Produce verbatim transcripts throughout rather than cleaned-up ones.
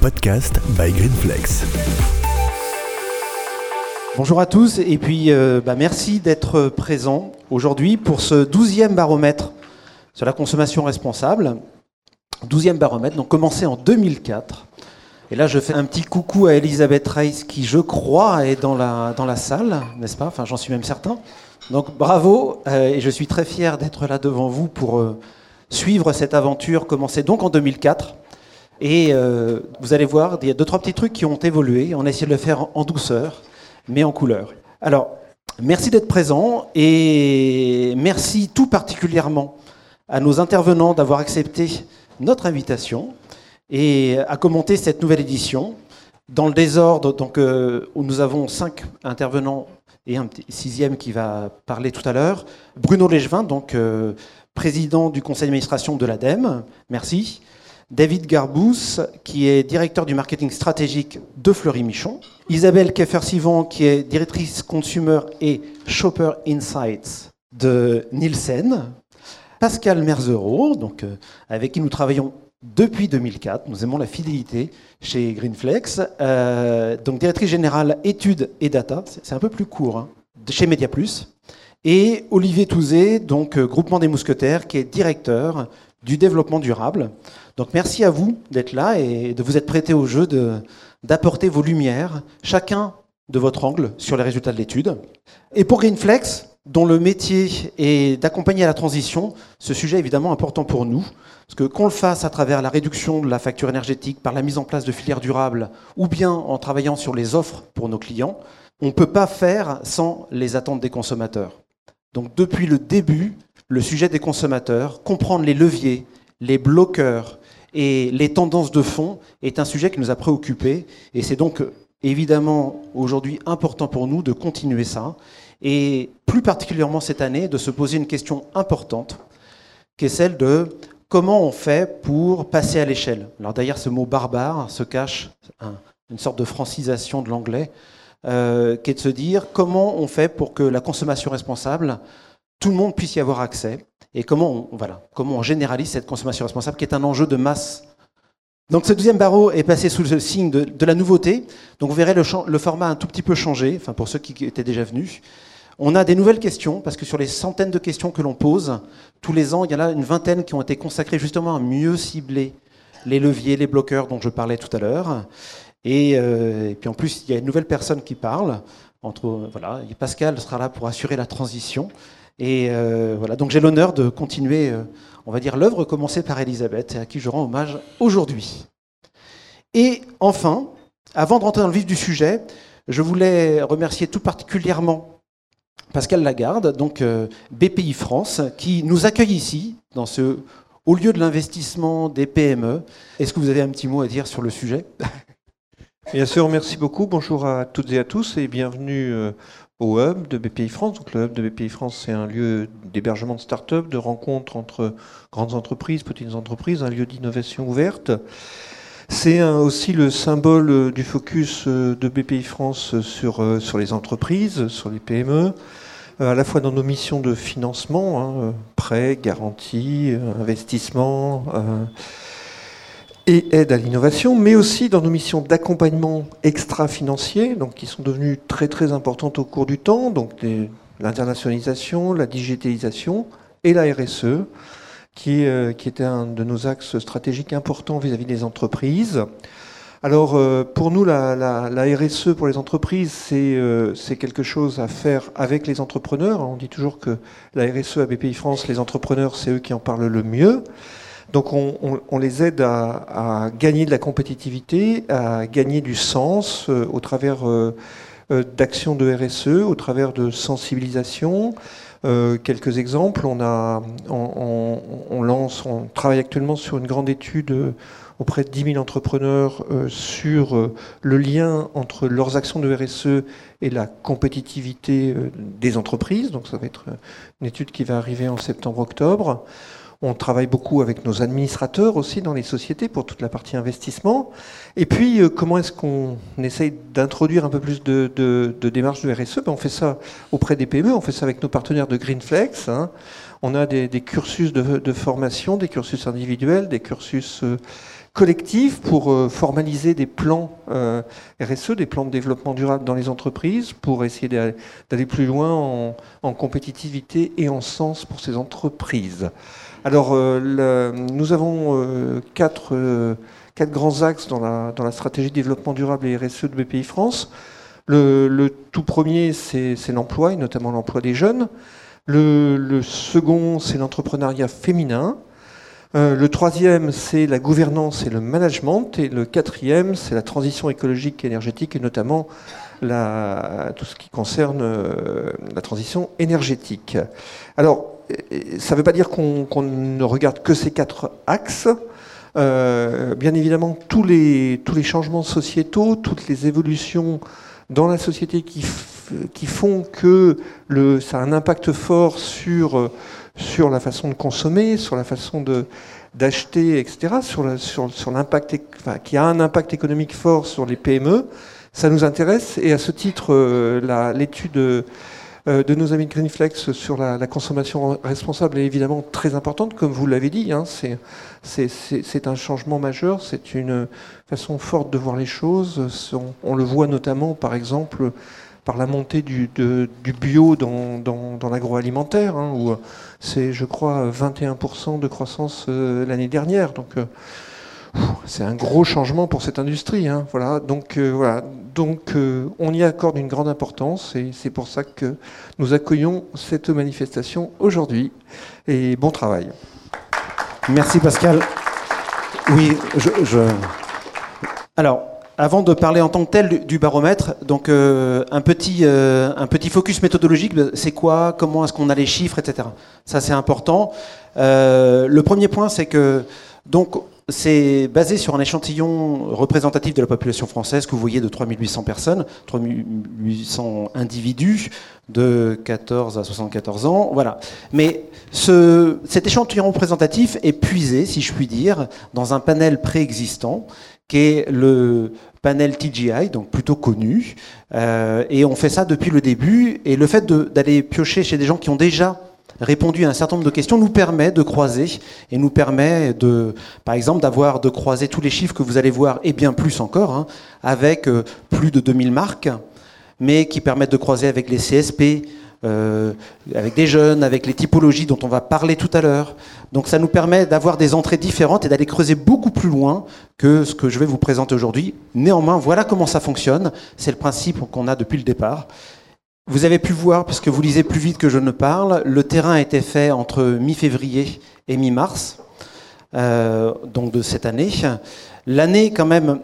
podcast by Greenflex. Bonjour à tous et puis euh, bah, merci d'être présents aujourd'hui pour ce douzième baromètre sur la consommation responsable. douzième baromètre, donc commencé en deux mille quatre. Et là, je fais un petit coucou à Elisabeth Reiss qui, je crois, est dans la, dans la salle, n'est-ce pas? Enfin, j'en suis même certain. Donc bravo, euh, et je suis très fier d'être là devant vous pour euh, suivre cette aventure commencée donc en deux mille quatre. Et euh, vous allez voir, il y a deux, trois petits trucs qui ont évolué. On a essayé de le faire en douceur, mais en couleur. Alors, merci d'être présents et merci tout particulièrement à nos intervenants d'avoir accepté notre invitation et à commenter cette nouvelle édition. Dans le désordre, donc, euh, où nous avons cinq intervenants et un petit sixième qui va parler tout à l'heure. Bruno Legevin, donc euh, président du conseil d'administration de l'ADEME, merci. David Garbous, qui est directeur du marketing stratégique de Fleury-Michon. Isabelle Keffer-Sivon, qui est directrice consumer et shopper insights de Nielsen. Pascal Merzero, donc, euh, avec qui nous travaillons depuis deux mille quatre. Nous aimons la fidélité chez Greenflex. Euh, donc, directrice générale études et data, c'est un peu plus court, hein, chez MediaPlus. Et Olivier Touzé, donc euh, groupement des mousquetaires, qui est directeur du développement durable. Donc merci à vous d'être là et de vous être prêté au jeu de, d'apporter vos lumières, chacun de votre angle, sur les résultats de l'étude. Et pour Greenflex, dont le métier est d'accompagner à la transition, ce sujet est évidemment important pour nous, parce que qu'on le fasse à travers la réduction de la facture énergétique, par la mise en place de filières durables, ou bien en travaillant sur les offres pour nos clients, on ne peut pas faire sans les attentes des consommateurs. Donc depuis le début, le sujet des consommateurs, comprendre les leviers, les bloqueurs et les tendances de fond est un sujet qui nous a préoccupés. Et c'est donc évidemment aujourd'hui important pour nous de continuer ça. Et plus particulièrement cette année, de se poser une question importante, qui est celle de comment on fait pour passer à l'échelle. Alors derrière ce mot barbare se cache un, une sorte de francisation de l'anglais, euh, qui est de se dire comment on fait pour que la consommation responsable, tout le monde puisse y avoir accès, et comment on, voilà, comment on généralise cette consommation responsable, qui est un enjeu de masse. Donc ce deuxième barreau est passé sous le signe de, de la nouveauté. Donc vous verrez le, le format un tout petit peu changé, enfin pour ceux qui étaient déjà venus. On a des nouvelles questions, parce que sur les centaines de questions que l'on pose, tous les ans, il y en a une vingtaine qui ont été consacrées justement à mieux cibler les leviers, les bloqueurs dont je parlais tout à l'heure. Et, euh, et puis en plus, il y a une nouvelle personne qui parle. Entre, voilà, et Pascal sera là pour assurer la transition. Et euh, voilà, donc j'ai l'honneur de continuer, euh, on va dire, l'œuvre commencée par Elisabeth, à qui je rends hommage aujourd'hui. Et enfin, avant de rentrer dans le vif du sujet, je voulais remercier tout particulièrement Pascal Lagarde, donc euh, B P I France, qui nous accueille ici, dans ce haut lieu de l'investissement des P M E. Est-ce que vous avez un petit mot à dire sur le sujet ? Bien sûr, merci beaucoup. Bonjour à toutes et à tous et bienvenue euh, au hub de B P I France. Donc, le hub de B P I France, c'est un lieu d'hébergement de start-up, de rencontre entre grandes entreprises, petites entreprises, un lieu d'innovation ouverte. C'est un, aussi le symbole du focus de B P I France sur, sur les entreprises, sur les P M E, à la fois dans nos missions de financement, hein, prêts, garanties, investissements euh, et aide à l'innovation, mais aussi dans nos missions d'accompagnement extra-financier, donc qui sont devenues très très importantes au cours du temps, donc des, l'internationalisation, la digitalisation et la R S E, qui, euh, qui était un de nos axes stratégiques importants vis-à-vis des entreprises. Alors euh, pour nous, la, la, la R S E pour les entreprises, c'est, euh, c'est quelque chose à faire avec les entrepreneurs. On dit toujours que la R S E à B P I France, les entrepreneurs, c'est eux qui en parlent le mieux. Donc on, on, on les aide à, à gagner de la compétitivité, à gagner du sens euh, au travers euh, euh, d'actions de R S E, au travers de sensibilisation. Euh, quelques exemples, on, a, on, on, on lance, on travaille actuellement sur une grande étude euh, auprès de dix mille entrepreneurs euh, sur euh, le lien entre leurs actions de R S E et la compétitivité euh, des entreprises. Donc ça va être une étude qui va arriver en septembre-octobre. On travaille beaucoup avec nos administrateurs aussi dans les sociétés pour toute la partie investissement. Et puis, euh, comment est-ce qu'on essaye d'introduire un peu plus de, de, de démarches de R S E ? Ben, on fait ça auprès des P M E, on fait ça avec nos partenaires de Greenflex. Hein. On a des, des cursus de, de formation, des cursus individuels, des cursus euh, collective pour euh, formaliser des plans euh, R S E, des plans de développement durable dans les entreprises, pour essayer d'aller, d'aller plus loin en, en compétitivité et en sens pour ces entreprises. Alors, euh, le, nous avons euh, quatre, euh, quatre grands axes dans la, dans la stratégie de développement durable et R S E de B P I France. Le, le tout premier, c'est, c'est l'emploi, et notamment l'emploi des jeunes. Le, le second, c'est l'entrepreneuriat féminin. Euh, le troisième, c'est la gouvernance et le management. Et le quatrième, c'est la transition écologique et énergétique, et notamment la, tout ce qui concerne euh, la transition énergétique. Alors, ça ne veut pas dire qu'on, qu'on ne regarde que ces quatre axes. Euh, bien évidemment, tous les, tous les changements sociétaux, toutes les évolutions dans la société qui, f- qui font que le, ça a un impact fort sur, sur la façon de consommer, sur la façon de, d'acheter, et cetera, sur, la, sur, sur l'impact, enfin, qui a un impact économique fort sur les P M E, ça nous intéresse. Et à ce titre, euh, la, l'étude euh, de nos amis de Greenflex sur la, la consommation responsable est évidemment très importante, comme vous l'avez dit. Hein, c'est, c'est, c'est, c'est un changement majeur, c'est une façon forte de voir les choses. On, on le voit notamment, par exemple, par la montée du, de, du bio dans, dans, dans l'agroalimentaire, hein, où c'est, je crois, vingt et un pour cent de croissance euh, l'année dernière. Donc, euh, c'est un gros changement pour cette industrie. Hein, voilà. Donc, euh, voilà. Donc euh, on y accorde une grande importance, et c'est pour ça que nous accueillons cette manifestation aujourd'hui. Et bon travail. Merci Pascal. Oui, je... je... Alors, avant de parler en tant que tel du, du baromètre, donc euh, un, petit, euh, un petit focus méthodologique, c'est quoi, comment est-ce qu'on a les chiffres, et cetera. Ça c'est important. Euh, le premier point, c'est que donc, c'est basé sur un échantillon représentatif de la population française que vous voyez de trois mille huit cents personnes, trois mille huit cents individus de quatorze à soixante-quatorze ans. Voilà. Mais ce, cet échantillon représentatif est puisé, si je puis dire, dans un panel préexistant qui est le panel T G I, donc plutôt connu. Euh, et on fait ça depuis le début. Et le fait de, d'aller piocher chez des gens qui ont déjà répondu à un certain nombre de questions nous permet de croiser et nous permet de, par exemple, d'avoir de croiser tous les chiffres que vous allez voir et bien plus encore, hein, avec euh, plus de deux mille marques, mais qui permettent de croiser avec les C S P, euh, avec des jeunes, avec les typologies dont on va parler tout à l'heure. Donc ça nous permet d'avoir des entrées différentes et d'aller creuser beaucoup plus loin que ce que je vais vous présenter aujourd'hui. Néanmoins, voilà comment ça fonctionne. C'est le principe qu'on a depuis le départ. Vous avez pu voir, puisque vous lisez plus vite que je ne parle, le terrain a été fait entre mi-février et mi-mars, euh, donc de cette année. L'année, quand même,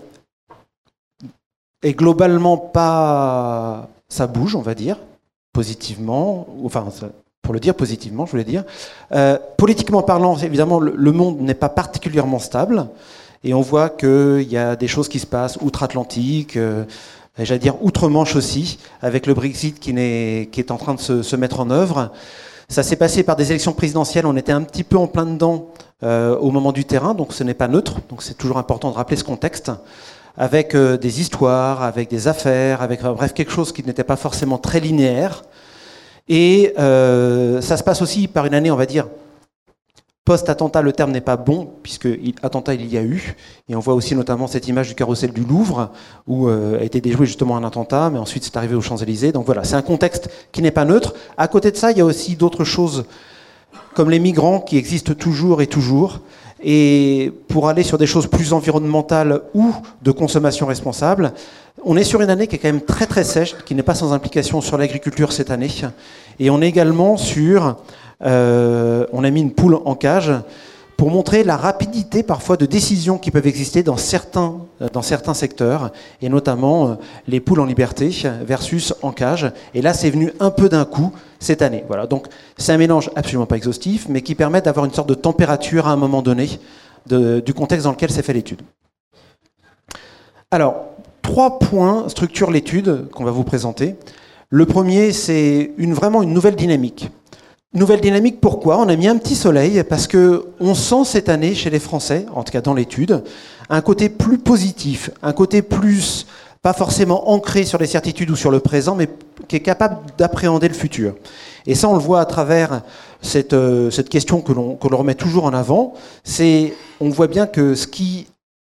est globalement pas... Ça bouge, on va dire, positivement, enfin, pour le dire positivement, je voulais dire. Euh, politiquement parlant, évidemment, le, le monde n'est pas particulièrement stable, et on voit qu'il y a des choses qui se passent outre-Atlantique, euh, j'allais dire outre-Manche aussi, avec le Brexit qui, n'est, qui est en train de se, se mettre en œuvre. Ça s'est passé par des élections présidentielles, on était un petit peu en plein dedans euh, au moment du terrain, donc ce n'est pas neutre, donc c'est toujours important de rappeler ce contexte, avec euh, des histoires, avec des affaires, avec euh, bref quelque chose qui n'était pas forcément très linéaire. Et euh, ça se passe aussi par une année, on va dire, post-attentat, le terme n'est pas bon, puisque attentat il y a eu, et on voit aussi notamment cette image du carrousel du Louvre, où euh, a été déjoué justement un attentat, mais ensuite c'est arrivé aux Champs-Élysées. Donc voilà, c'est un contexte qui n'est pas neutre. À côté de ça, il y a aussi d'autres choses, comme les migrants, qui existent toujours et toujours. Et pour aller sur des choses plus environnementales ou de consommation responsable, on est sur une année qui est quand même très très sèche, qui n'est pas sans implication sur l'agriculture cette année. Et on est également sur... Euh, on a mis une poule en cage pour montrer la rapidité parfois de décisions qui peuvent exister dans certains, dans certains secteurs, et notamment euh, les poules en liberté versus en cage. Et là, c'est venu un peu d'un coup cette année. Voilà. Donc, c'est un mélange absolument pas exhaustif, mais qui permet d'avoir une sorte de température à un moment donné de, du contexte dans lequel s'est fait l'étude. Alors, trois points structurent l'étude qu'on va vous présenter. Le premier, c'est une, vraiment une nouvelle dynamique. Nouvelle dynamique, pourquoi ? On a mis un petit soleil parce qu'on sent cette année chez les Français, en tout cas dans l'étude, un côté plus positif, un côté plus, pas forcément ancré sur les certitudes ou sur le présent, mais qui est capable d'appréhender le futur. Et ça, on le voit à travers cette, euh, cette question que l'on, que l'on remet toujours en avant. C'est, on voit bien que ce qui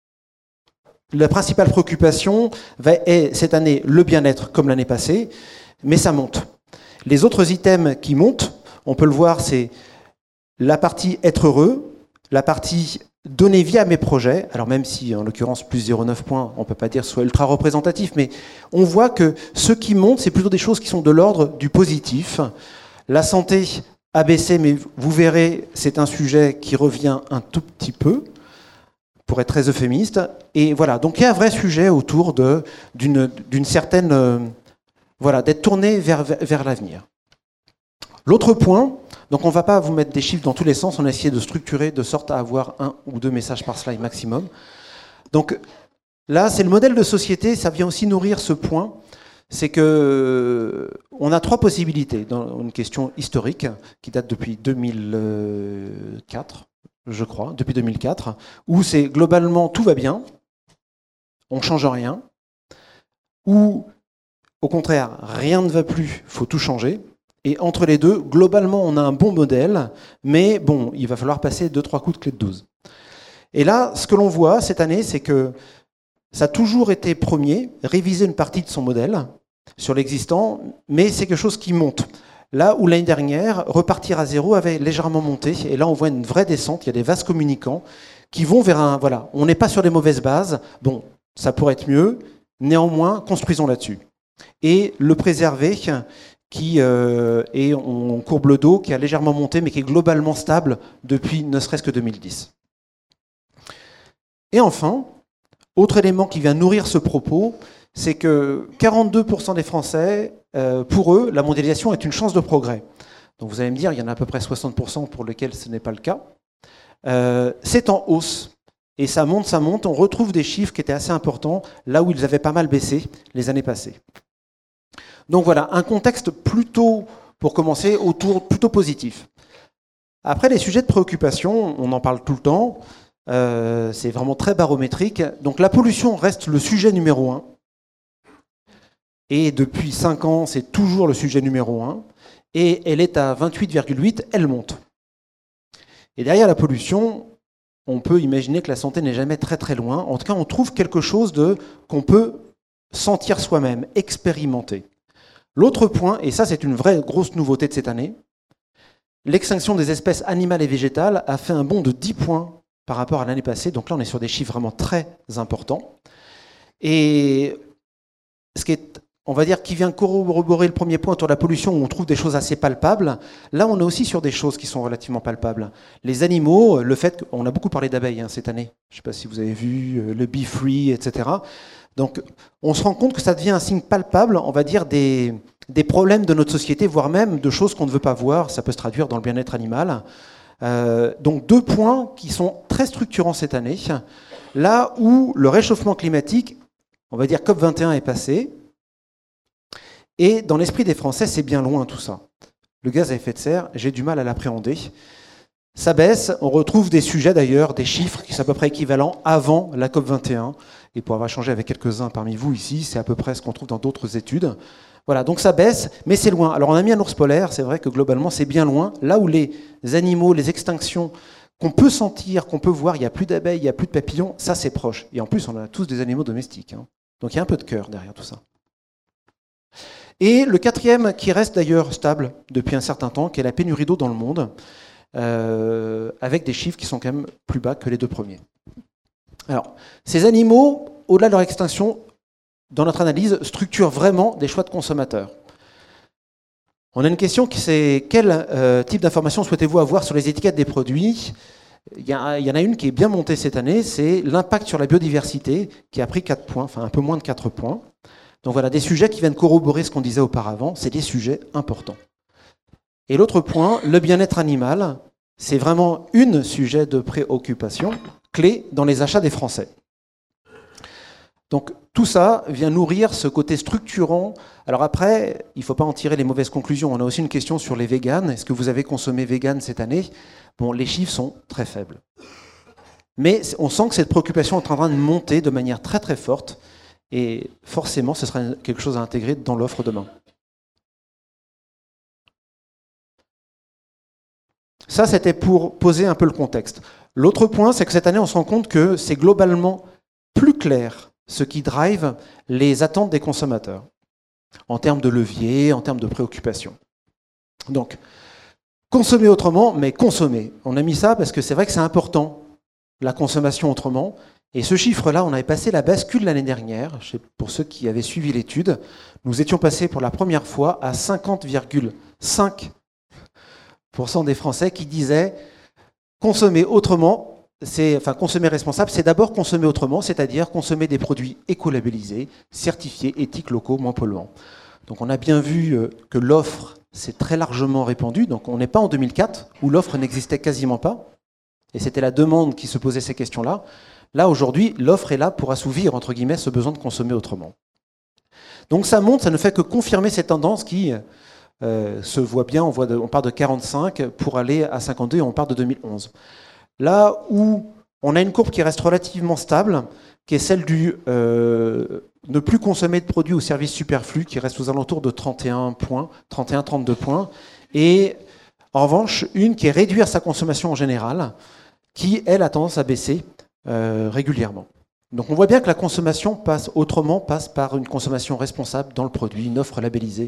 la principale préoccupation va, est cette année le bien-être comme l'année passée, mais ça monte. Les autres items qui montent, on peut le voir, c'est la partie être heureux, la partie donner vie à mes projets, alors même si en l'occurrence plus zéro virgule neuf points, on ne peut pas dire que ce soit ultra représentatif, mais on voit que ce qui monte, c'est plutôt des choses qui sont de l'ordre du positif. La santé a baissé, mais vous verrez, c'est un sujet qui revient un tout petit peu, pour être très euphémiste. Et voilà, donc il y a un vrai sujet autour de, d'une, d'une certaine... Euh, voilà, d'être tourné vers, vers l'avenir. L'autre point, donc on ne va pas vous mettre des chiffres dans tous les sens, on a essayé de structurer de sorte à avoir un ou deux messages par slide maximum. Donc là, c'est le modèle de société, ça vient aussi nourrir ce point, c'est que on a trois possibilités dans une question historique qui date depuis deux mille quatre, je crois, depuis deux mille quatre, où c'est globalement tout va bien, on ne change rien, ou au contraire, rien ne va plus, il faut tout changer. Et entre les deux, globalement, on a un bon modèle, mais bon, il va falloir passer deux trois coups de clé de douze. Et là, ce que l'on voit cette année, c'est que ça a toujours été premier, réviser une partie de son modèle sur l'existant, mais c'est quelque chose qui monte. Là où l'année dernière, repartir à zéro avait légèrement monté, et là on voit une vraie descente, il y a des vases communicants qui vont vers un... Voilà, on n'est pas sur des mauvaises bases, bon, ça pourrait être mieux, néanmoins, construisons là-dessus. Et le préserver, qui euh, est en courbe le dos, qui a légèrement monté, mais qui est globalement stable depuis ne serait-ce que deux mille dix. Et enfin, autre élément qui vient nourrir ce propos, c'est que quarante-deux pour cent des Français, euh, pour eux, la mondialisation est une chance de progrès. Donc vous allez me dire, il y en a à peu près soixante pour cent pour lesquels ce n'est pas le cas. Euh, c'est en hausse. Et ça monte, ça monte. On retrouve des chiffres qui étaient assez importants, là où ils avaient pas mal baissé les années passées. Donc voilà, un contexte plutôt, pour commencer, autour plutôt positif. Après, les sujets de préoccupation, on en parle tout le temps, euh, c'est vraiment très barométrique. Donc la pollution reste le sujet numéro un. Et depuis cinq ans, c'est toujours le sujet numéro un. Et elle est à vingt-huit virgule huit, elle monte. Et derrière la pollution, on peut imaginer que la santé n'est jamais très très loin. En tout cas, on trouve quelque chose de, qu'on peut sentir soi-même, expérimenter. L'autre point, et ça c'est une vraie grosse nouveauté de cette année, l'extinction des espèces animales et végétales a fait un bond de dix points par rapport à l'année passée. Donc là, on est sur des chiffres vraiment très importants. Et ce qui est, on va dire, qui vient corroborer le premier point autour de la pollution, où on trouve des choses assez palpables, là on est aussi sur des choses qui sont relativement palpables. Les animaux, le fait qu'on a beaucoup parlé d'abeilles hein, cette année, je ne sais pas si vous avez vu, le Bee Free, et cetera. Donc on se rend compte que ça devient un signe palpable, on va dire, des, des problèmes de notre société, voire même de choses qu'on ne veut pas voir, ça peut se traduire dans le bien-être animal. Euh, donc deux points qui sont très structurants cette année, là où le réchauffement climatique, on va dire COP vingt et un est passé, et dans l'esprit des Français, c'est bien loin tout ça. Le gaz à effet de serre, j'ai du mal à l'appréhender. Ça baisse, on retrouve des sujets d'ailleurs, des chiffres qui sont à peu près équivalents avant la COP vingt et un. Et pour avoir échangé avec quelques-uns parmi vous ici, c'est à peu près ce qu'on trouve dans d'autres études. Voilà, donc ça baisse, mais c'est loin. Alors on a mis un ours polaire, c'est vrai que globalement c'est bien loin. Là où les animaux, les extinctions qu'on peut sentir, qu'on peut voir, il n'y a plus d'abeilles, il n'y a plus de papillons, ça c'est proche. Et en plus, on a tous des animaux domestiques. Hein. Donc il y a un peu de cœur derrière tout ça. Et le quatrième, qui reste d'ailleurs stable depuis un certain temps, qui est la pénurie d'eau dans le monde, euh, avec des chiffres qui sont quand même plus bas que les deux premiers. Alors, ces animaux, au-delà de leur extinction, dans notre analyse, structurent vraiment des choix de consommateurs. On a une question qui c'est quel euh, type d'informations souhaitez-vous avoir sur les étiquettes des produits ? Il y, a, il y en a une qui est bien montée cette année, c'est l'impact sur la biodiversité, qui a pris quatre points, enfin un peu moins de quatre points. Donc voilà, des sujets qui viennent corroborer ce qu'on disait auparavant, c'est des sujets importants. Et l'autre point, le bien-être animal, c'est vraiment un sujet de préoccupation clé dans les achats des Français. Donc tout ça vient nourrir ce côté structurant. Alors après, il ne faut pas en tirer les mauvaises conclusions. On a aussi une question sur les véganes. Est-ce que vous avez consommé vegan cette année ? Bon, les chiffres sont très faibles. Mais on sent que cette préoccupation est en train de monter de manière très très forte. Et forcément, ce sera quelque chose à intégrer dans l'offre demain. Ça, c'était pour poser un peu le contexte. L'autre point, c'est que cette année, on se rend compte que c'est globalement plus clair ce qui drive les attentes des consommateurs, en termes de levier, en termes de préoccupation. Donc, consommer autrement, mais consommer. On a mis ça parce que c'est vrai que c'est important, la consommation autrement. Et ce chiffre-là, on avait passé la bascule l'année dernière. Pour ceux qui avaient suivi l'étude, nous étions passés pour la première fois à cinquante virgule cinq pour cent des Français qui disaient consommer autrement, c'est, enfin consommer responsable, c'est d'abord consommer autrement, c'est-à-dire consommer des produits écolabellisés, certifiés, éthiques, locaux, moins polluants. Donc on a bien vu que l'offre s'est très largement répandue. Donc on n'est pas en deux mille quatre, où l'offre n'existait quasiment pas. Et c'était la demande qui se posait ces questions-là. Là, aujourd'hui, l'offre est là pour assouvir, entre guillemets, ce besoin de consommer autrement. Donc ça monte, ça ne fait que confirmer ces tendances qui euh, se voient bien. On, voit de, on part de quarante-cinq pour aller à cinquante-deux et on part de deux mille onze. Là où on a une courbe qui reste relativement stable, qui est celle du euh, ne plus consommer de produits ou services superflus, qui reste aux alentours de trente et un points, trente et un à trente-deux points. Et en revanche, une qui est réduire sa consommation en général, qui, elle, a tendance à baisser Euh, régulièrement. Donc on voit bien que la consommation passe autrement, passe par une consommation responsable dans le produit, une offre labellisée.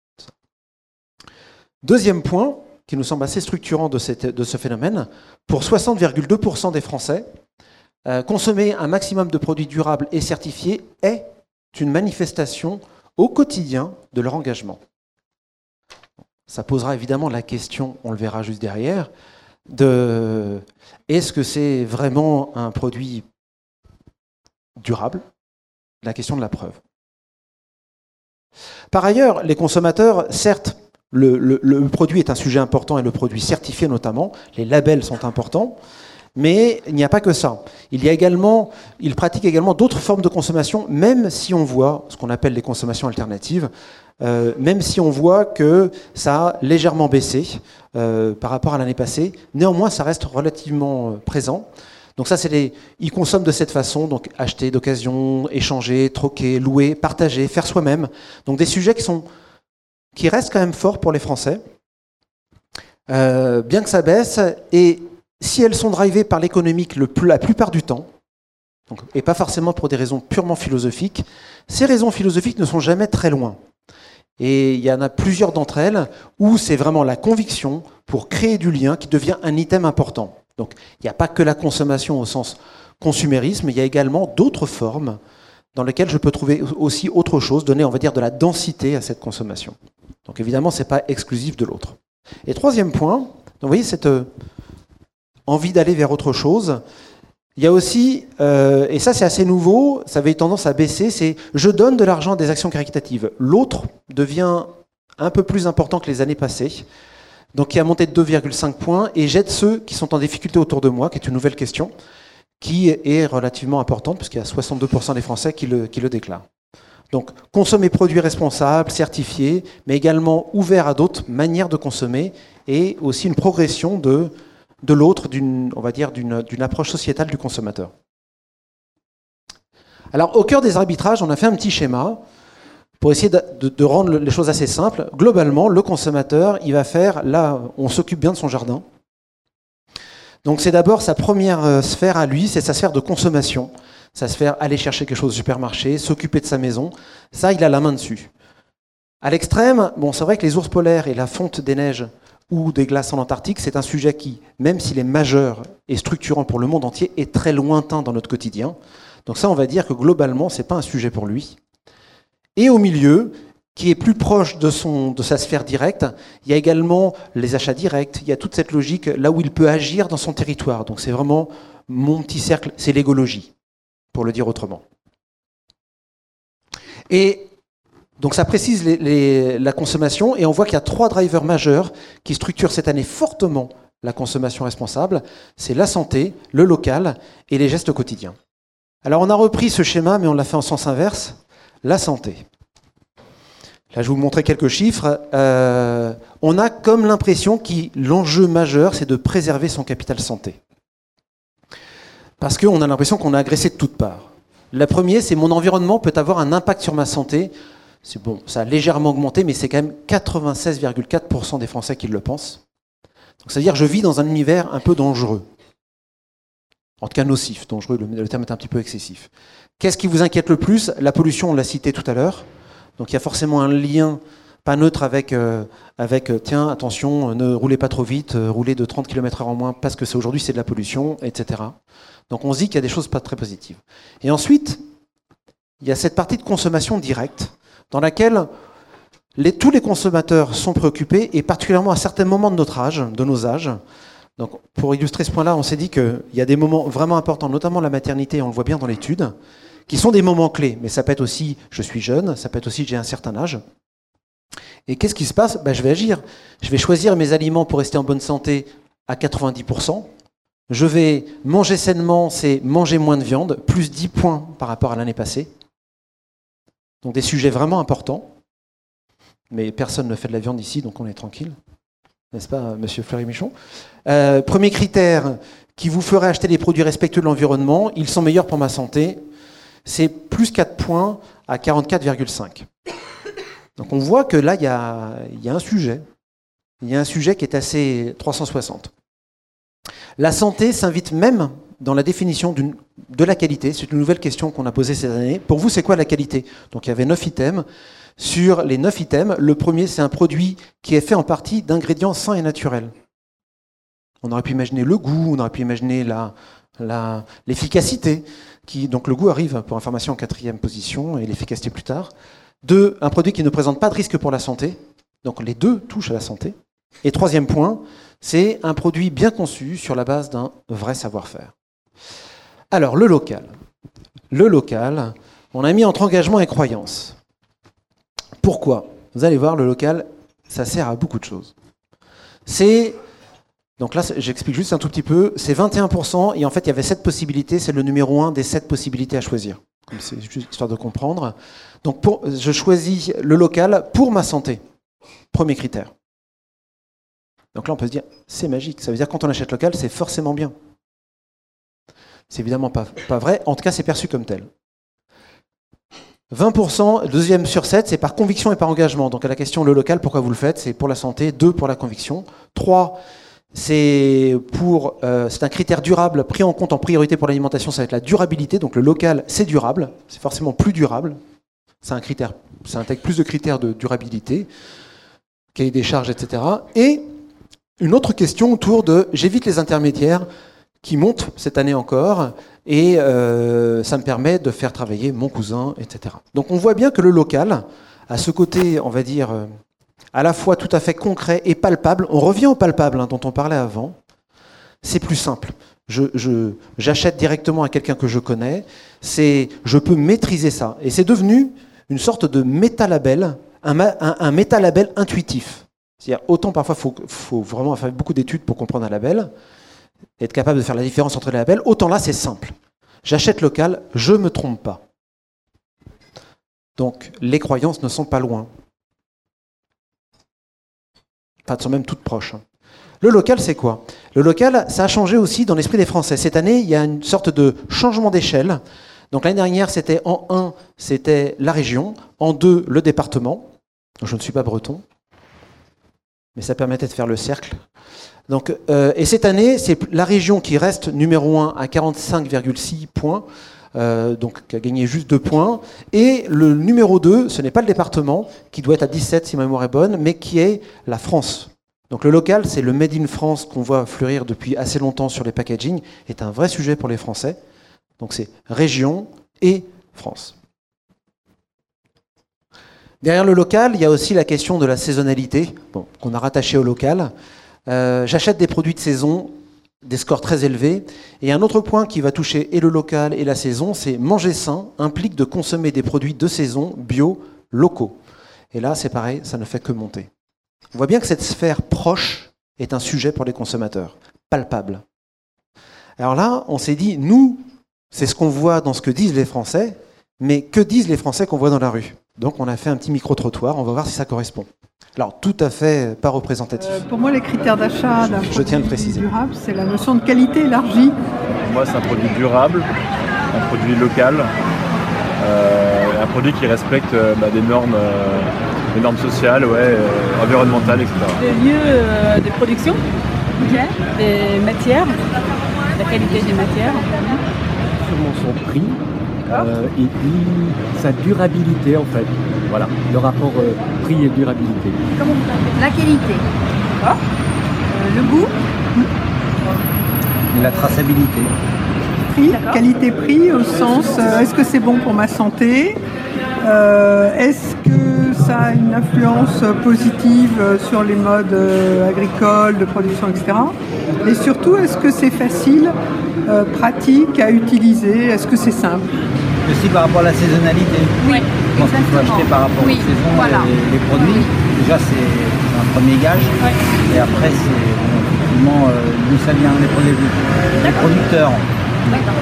Deuxième point, qui nous semble assez structurant de, cette, de ce phénomène, pour soixante virgule deux pour cent des Français, euh, consommer un maximum de produits durables et certifiés est une manifestation au quotidien de leur engagement. Ça posera évidemment la question, on le verra juste derrière, de est-ce que c'est vraiment un produit durable? La question de la preuve. Par ailleurs, les consommateurs, certes, le, le, le produit est un sujet important et le produit certifié notamment, les labels sont importants, mais il n'y a pas que ça. Il y a également, ils pratiquent également d'autres formes de consommation, même si on voit ce qu'on appelle les consommations alternatives, euh, même si on voit que ça a légèrement baissé euh, par rapport à l'année passée. Néanmoins, ça reste relativement présent. Donc ça, c'est les, ils consomment de cette façon, donc acheter d'occasion, échanger, troquer, louer, partager, faire soi-même. Donc des sujets qui sont, qui restent quand même forts pour les Français, euh, bien que ça baisse. Et si elles sont drivées par l'économique le plus, la plupart du temps, donc, et pas forcément pour des raisons purement philosophiques, ces raisons philosophiques ne sont jamais très loin. Et il y en a plusieurs d'entre elles où c'est vraiment la conviction pour créer du lien qui devient un item important. Donc il n'y a pas que la consommation au sens consumérisme, il y a également d'autres formes dans lesquelles je peux trouver aussi autre chose, donner, on va dire, de la densité à cette consommation. Donc évidemment, ce n'est pas exclusif de l'autre. Et troisième point, donc, vous voyez cette envie d'aller vers autre chose. Il y a aussi, euh, et ça c'est assez nouveau, ça avait tendance à baisser, c'est je donne de l'argent à des actions caritatives. L'autre devient un peu plus important que les années passées, donc qui a monté de deux virgule cinq points, et j'aide ceux qui sont en difficulté autour de moi, qui est une nouvelle question, qui est relativement importante, puisqu'il y a soixante-deux pour cent des Français qui le, qui le déclarent. Donc consommer produits responsables, certifiés, mais également ouverts à d'autres manières de consommer, et aussi une progression de... de l'autre, d'une, on va dire, d'une, d'une approche sociétale du consommateur. Alors, au cœur des arbitrages, on a fait un petit schéma pour essayer de, de, de rendre les choses assez simples. Globalement, le consommateur, il va faire, là, on s'occupe bien de son jardin. Donc, c'est d'abord sa première sphère à lui, c'est sa sphère de consommation. Sa sphère aller chercher quelque chose au supermarché, s'occuper de sa maison. Ça, il a la main dessus. À l'extrême, bon, c'est vrai que les ours polaires et la fonte des neiges ou des glaces en Antarctique, c'est un sujet qui, même s'il est majeur et structurant pour le monde entier, est très lointain dans notre quotidien. Donc ça, on va dire que globalement, ce n'est pas un sujet pour lui. Et au milieu, qui est plus proche de, son, de sa sphère directe, il y a également les achats directs, il y a toute cette logique là où il peut agir dans son territoire. Donc c'est vraiment mon petit cercle, c'est l'écologie, pour le dire autrement. Et donc ça précise les, les, la consommation, et on voit qu'il y a trois drivers majeurs qui structurent cette année fortement la consommation responsable. C'est la santé, le local et les gestes quotidiens. Alors on a repris ce schéma, mais on l'a fait en sens inverse. La santé. Là, je vais vous montrer quelques chiffres. Euh, on a comme l'impression que l'enjeu majeur, c'est de préserver son capital santé. Parce qu'on a l'impression qu'on a agressé de toutes parts. La première, c'est mon environnement peut avoir un impact sur ma santé. C'est bon, ça a légèrement augmenté, mais c'est quand même quatre-vingt-seize virgule quatre pour cent des Français qui le pensent. Donc, c'est-à-dire que je vis dans un univers un peu dangereux. En tout cas nocif, dangereux, le, le terme est un petit peu excessif. Qu'est-ce qui vous inquiète le plus? La pollution, on l'a cité tout à l'heure. Donc il y a forcément un lien pas neutre avec, euh, avec euh, tiens, attention, ne roulez pas trop vite, euh, roulez de trente kilomètres heure en moins parce que c'est aujourd'hui c'est de la pollution, et cetera. Donc on se dit qu'il y a des choses pas très positives. Et ensuite, il y a cette partie de consommation directe dans laquelle les, tous les consommateurs sont préoccupés, et particulièrement à certains moments de notre âge, de nos âges. Donc pour illustrer ce point-là, on s'est dit qu'il y a des moments vraiment importants, notamment la maternité, on le voit bien dans l'étude, qui sont des moments clés. Mais ça peut être aussi, je suis jeune, ça peut être aussi, j'ai un certain âge. Et qu'est-ce qui se passe? Ben, je vais agir. Je vais choisir mes aliments pour rester en bonne santé à quatre-vingt-dix pour cent. Je vais manger sainement, c'est manger moins de viande, plus dix points par rapport à l'année passée. Donc des sujets vraiment importants. Mais personne ne fait de la viande ici, donc on est tranquille. N'est-ce pas, monsieur Fleury-Michon? euh, Premier critère qui vous ferait acheter des produits respectueux de l'environnement, ils sont meilleurs pour ma santé, c'est plus quatre points à quarante-quatre virgule cinq. Donc on voit que là, il y a, y a un sujet. Il y a un sujet qui est assez trois cent soixante. La santé s'invite même dans la définition d'une, de la qualité. C'est une nouvelle question qu'on a posée cette année. Pour vous, c'est quoi la qualité? Donc il y avait neuf items. Sur les neuf items, le premier, c'est un produit qui est fait en partie d'ingrédients sains et naturels. On aurait pu imaginer le goût, on aurait pu imaginer la, la, l'efficacité. Qui, donc le goût arrive, pour information, en quatrième position, et l'efficacité plus tard. Deux, un produit qui ne présente pas de risque pour la santé. Donc les deux touchent à la santé. Et troisième point, c'est un produit bien conçu sur la base d'un vrai savoir-faire. Alors, le local. Le local, on a mis entre engagement et croyance. Pourquoi? Vous allez voir, le local, ça sert à beaucoup de choses. C'est, donc là, j'explique juste un tout petit peu, c'est vingt et un pour cent, et en fait, il y avait sept possibilités, c'est le numéro un des sept possibilités à choisir. C'est juste histoire de comprendre. Donc, pour, je choisis le local pour ma santé. Premier critère. Donc là, on peut se dire, c'est magique. Ça veut dire que quand on achète local, c'est forcément bien. C'est évidemment pas, pas vrai. En tout cas, c'est perçu comme tel. vingt pour cent, deuxième sur sept, c'est par conviction et par engagement. Donc à la question, le local, pourquoi vous le faites? C'est pour la santé. Deux, pour la conviction. Trois, c'est, pour, euh, c'est un critère durable pris en compte en priorité pour l'alimentation, ça va être la durabilité. Donc le local, c'est durable. C'est forcément plus durable. C'est un critère, ça intègre plus de critères de durabilité, cahier des charges, et cetera. Et une autre question autour de, j'évite les intermédiaires qui montent cette année encore, et euh, ça me permet de faire travailler mon cousin, et cetera. Donc on voit bien que le local a ce côté, on va dire, euh, à la fois tout à fait concret et palpable. On revient au palpable hein, dont on parlait avant. C'est plus simple. Je, je, j'achète directement à quelqu'un que je connais. C'est, je peux maîtriser ça. Et c'est devenu une sorte de métalabel, un, un, un métalabel intuitif. C'est-à-dire, autant parfois il faut, faut vraiment faire beaucoup d'études pour comprendre un label, être capable de faire la différence entre les labels, autant là c'est simple. J'achète local, je ne me trompe pas. Donc les croyances ne sont pas loin. Enfin, elles sont même toutes proches. Le local, c'est quoi? Le local, ça a changé aussi dans l'esprit des Français. Cette année, il y a une sorte de changement d'échelle. Donc l'année dernière, c'était en un, c'était la région. En deux, le département. Je ne suis pas breton, mais ça permettait de faire le cercle. Donc, euh, et cette année, c'est la région qui reste numéro un à quarante-cinq virgule six points, euh, donc qui a gagné juste deux points. Et le numéro deux, ce n'est pas le département, qui doit être à dix-sept si ma mémoire est bonne, mais qui est la France. Donc le local, c'est le Made in France qu'on voit fleurir depuis assez longtemps sur les packaging, est un vrai sujet pour les Français. Donc c'est région et France. Derrière le local, il y a aussi la question de la saisonnalité, bon, qu'on a rattachée au local. Euh, j'achète des produits de saison, des scores très élevés. Et un autre point qui va toucher et le local et la saison, c'est manger sain implique de consommer des produits de saison bio, locaux. Et là, c'est pareil, ça ne fait que monter. On voit bien que cette sphère proche est un sujet pour les consommateurs, palpable. Alors là, on s'est dit, nous, c'est ce qu'on voit dans ce que disent les Français, mais que disent les Français qu'on voit dans la rue? Donc on a fait un petit micro-trottoir, on va voir si ça correspond. Alors, tout à fait pas représentatif. Euh, pour moi, les critères d'achat d'un Je tiens à le préciser. Durable, c'est la notion de qualité élargie. Pour moi, c'est un produit durable, un produit local, euh, un produit qui respecte euh, bah, des normes, euh, des normes sociales, ouais, euh, environnementales, et cetera. Des lieux euh, de production, okay. Des matières, la qualité des matières. Sûrement son prix euh, et puis sa durabilité en fait. Voilà, le rapport euh, prix et durabilité. Comment vous l'appelez? La qualité. D'accord. Euh, le goût. Et la traçabilité. Prix, D'accord. qualité-prix au sens euh, est-ce que c'est bon pour ma santé? Euh, Est-ce que ça a une influence positive sur les modes euh, agricoles, de production, et cetera. Et surtout, est-ce que c'est facile, euh, pratique à utiliser? Est-ce que c'est simple? Aussi par rapport à la saisonnalité. Oui, Je pense qu'il faut acheter par rapport Oui, aux saisons voilà. les, les produits. Déjà, c'est un premier gage. Ouais. Et après, c'est bon, effectivement euh, d'où ça vient, les, produits, les producteurs. D'accord.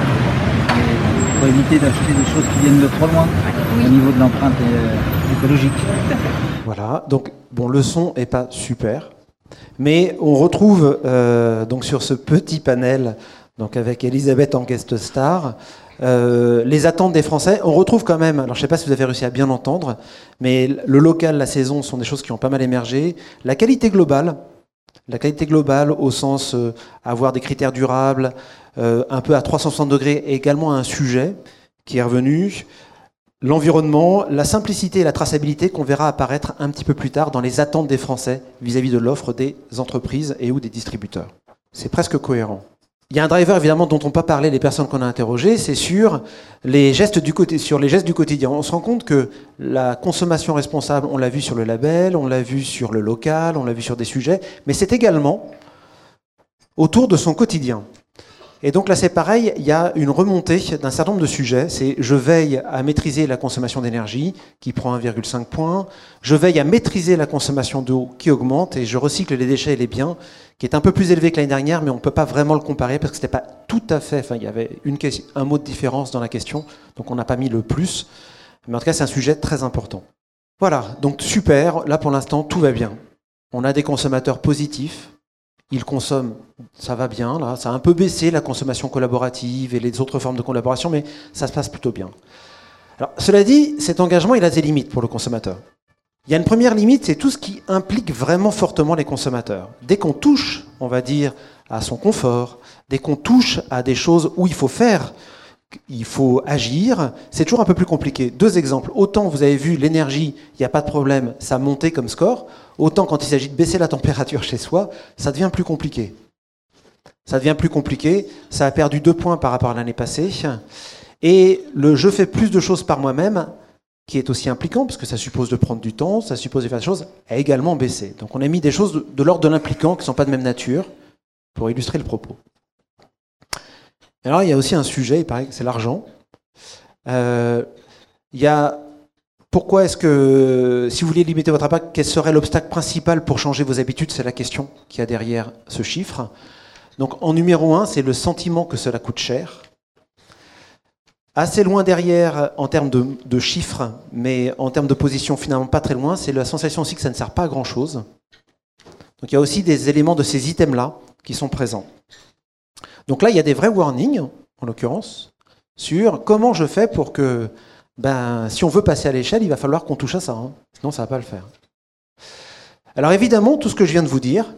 Il faut éviter d'acheter des choses qui viennent de trop loin Oui. au niveau de l'empreinte euh, écologique. Voilà, donc bon, le son est pas super, mais on retrouve euh, donc sur ce petit panel, donc avec Elisabeth en guest star, euh, les attentes des Français. On retrouve quand même, alors je sais pas si vous avez réussi à bien entendre, mais le local, la saison sont des choses qui ont pas mal émergé. La qualité globale, la qualité globale au sens euh, avoir des critères durables, euh, un peu à trois cent soixante degrés, est également un sujet qui est revenu. L'environnement, la simplicité et la traçabilité qu'on verra apparaître un petit peu plus tard dans les attentes des Français vis-à-vis de l'offre des entreprises et ou des distributeurs. C'est presque cohérent. Il y a un driver évidemment dont on pas parlé les personnes qu'on a interrogées, c'est sur les gestes du côté, sur les gestes du quotidien. On se rend compte que la consommation responsable, on l'a vu sur le label, on l'a vu sur le local, on l'a vu sur des sujets, mais c'est également autour de son quotidien. Et donc là, c'est pareil, il y a une remontée d'un certain nombre de sujets. C'est je veille à maîtriser la consommation d'énergie, qui prend un virgule cinq points. Je veille à maîtriser la consommation d'eau, qui augmente. Et je recycle les déchets et les biens, qui est un peu plus élevé que l'année dernière, mais on ne peut pas vraiment le comparer, parce que ce n'était pas tout à fait... Enfin, il y avait une, un mot de différence dans la question, donc on n'a pas mis le plus. Mais en tout cas, c'est un sujet très important. Voilà, donc super. Là, pour l'instant, tout va bien. On a des consommateurs positifs. Ils consomment, ça va bien, là. Ça a un peu baissé la consommation collaborative et les autres formes de collaboration, mais ça se passe plutôt bien. Alors, cela dit, cet engagement, il a des limites pour le consommateur. Il y a une première limite, c'est tout ce qui implique vraiment fortement les consommateurs. Dès qu'on touche, on va dire, à son confort, dès qu'on touche à des choses où il faut faire, il faut agir, c'est toujours un peu plus compliqué. Deux exemples. Autant, vous avez vu, l'énergie, il n'y a pas de problème, ça a monté comme score. Autant, quand il s'agit de baisser la température chez soi, ça devient plus compliqué. Ça devient plus compliqué. Ça a perdu deux points par rapport à l'année passée. Et le « je fais plus de choses par moi-même », qui est aussi impliquant, parce que ça suppose de prendre du temps, ça suppose de faire des choses, a également baissé. Donc on a mis des choses de, de l'ordre de l'impliquant, qui ne sont pas de même nature, pour illustrer le propos. Alors, il y a aussi un sujet, il paraît que c'est l'argent. Euh, il y a pourquoi est-ce que, si vous voulez limiter votre impact, quel serait l'obstacle principal pour changer vos habitudes? C'est la question qu'il y a derrière ce chiffre. Donc, en numéro un, c'est le sentiment que cela coûte cher. Assez loin derrière, en termes de, de chiffres, mais en termes de position, finalement pas très loin, c'est la sensation aussi que ça ne sert pas à grand-chose. Donc, il y a aussi des éléments de ces items-là qui sont présents. Donc là, il y a des vrais warnings, en l'occurrence, sur comment je fais pour que, ben, si on veut passer à l'échelle, il va falloir qu'on touche à ça, hein. Sinon ça ne va pas le faire. Alors évidemment, tout ce que je viens de vous dire,